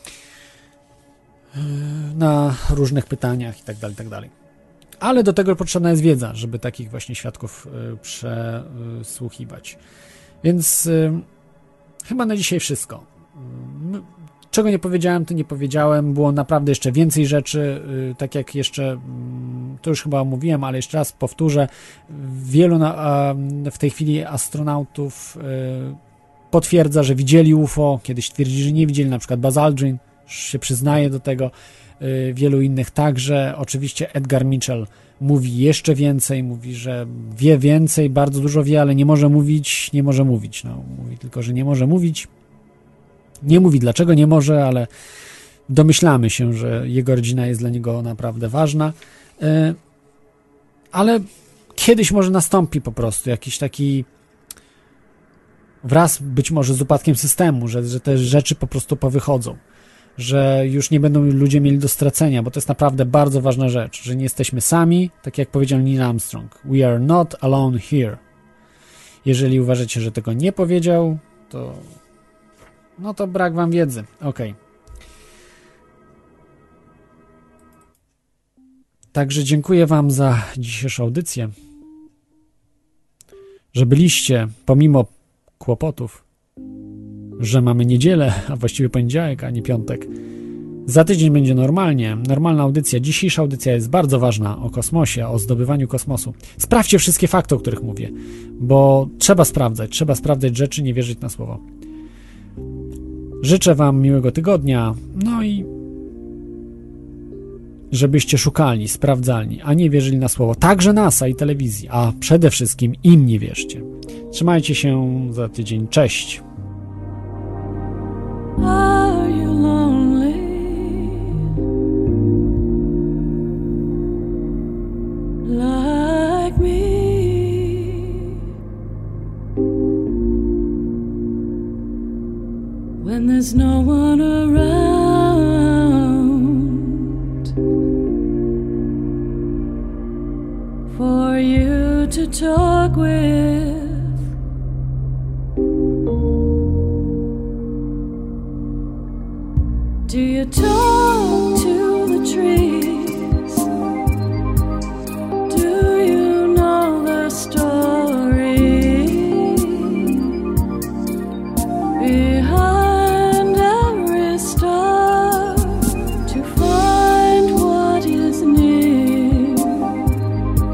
na różnych pytaniach i tak dalej. Ale do tego potrzebna jest wiedza, żeby takich właśnie świadków przesłuchiwać. Więc chyba na dzisiaj wszystko. Czego nie powiedziałem, to nie powiedziałem. Było naprawdę jeszcze więcej rzeczy, tak jak jeszcze, to już chyba mówiłem, ale jeszcze raz powtórzę. Wielu w tej chwili astronautów potwierdza, że widzieli UFO, kiedyś twierdzi, że nie widzieli, na przykład Buzz Aldrin się przyznaje do tego, wielu innych także. Oczywiście Edgar Mitchell mówi jeszcze więcej, mówi, że wie więcej, bardzo dużo wie, ale nie może mówić. No, mówi tylko, że nie może mówić. Nie mówi dlaczego nie może, ale domyślamy się, że jego rodzina jest dla niego naprawdę ważna. Ale kiedyś może nastąpi po prostu jakiś taki wraz być może z upadkiem systemu, że te rzeczy po prostu powychodzą, że już nie będą ludzie mieli do stracenia, bo to jest naprawdę bardzo ważna rzecz, że nie jesteśmy sami, tak jak powiedział Neil Armstrong. We are not alone here. Jeżeli uważacie, że tego nie powiedział, to no to brak wam wiedzy. Okej. Także dziękuję wam za dzisiejszą audycję, że byliście pomimo kłopotów, że mamy niedzielę, a właściwie poniedziałek, a nie piątek. Za tydzień będzie normalna audycja. Dzisiejsza audycja jest bardzo ważna o kosmosie, o zdobywaniu kosmosu. Sprawdźcie wszystkie fakty, o których mówię, bo trzeba sprawdzać rzeczy, nie wierzyć na słowo. Życzę wam miłego tygodnia, no i żebyście szukali, sprawdzali, a nie wierzyli na słowo. Także NASA i telewizji, a przede wszystkim im nie wierzcie. Trzymajcie się, za tydzień. Cześć!
Are you lonely? Like me? When there's no one around for you to talk with, do you talk to the trees? Do you know the story behind every star, to find what is near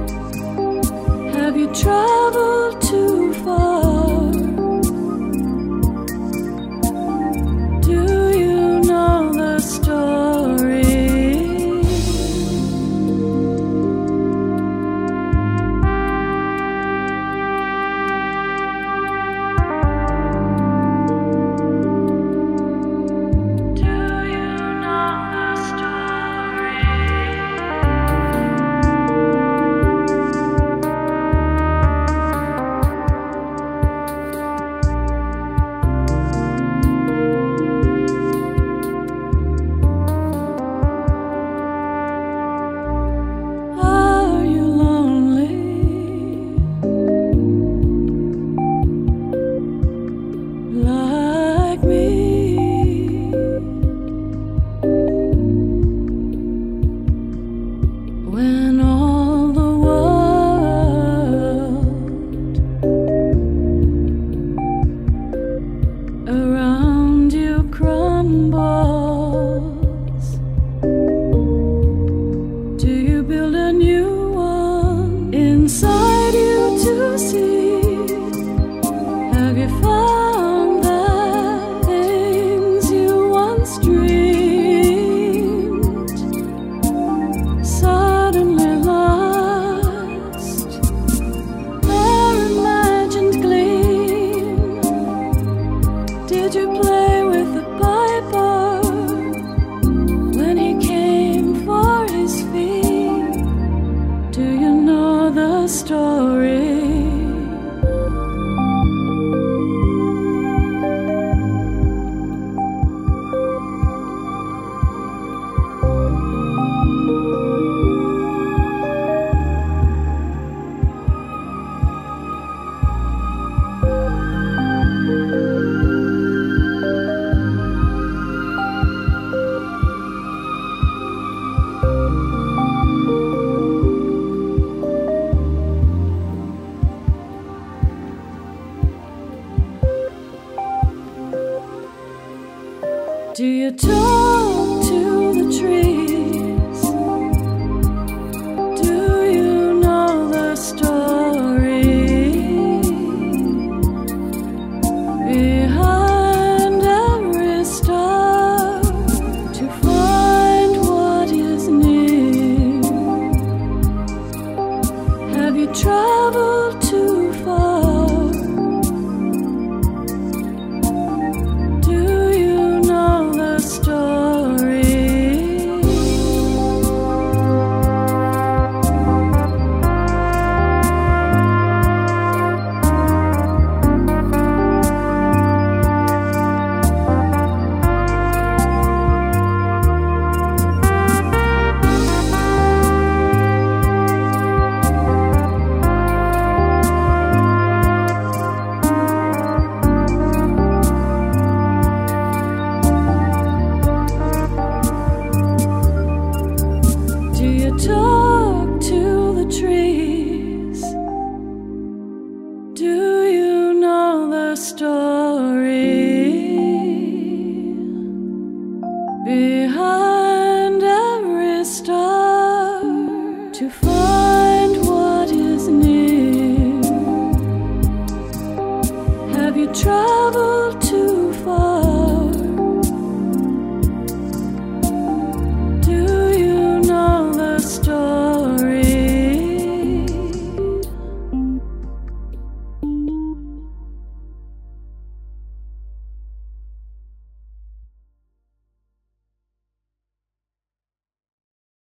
Do you talk to the trees? Do you know the story behind every star to find what is near? Have you traveled too far? Do you know the story? Do you talk to the trees? Do you know the story behind every star to find what is near? Have you tried?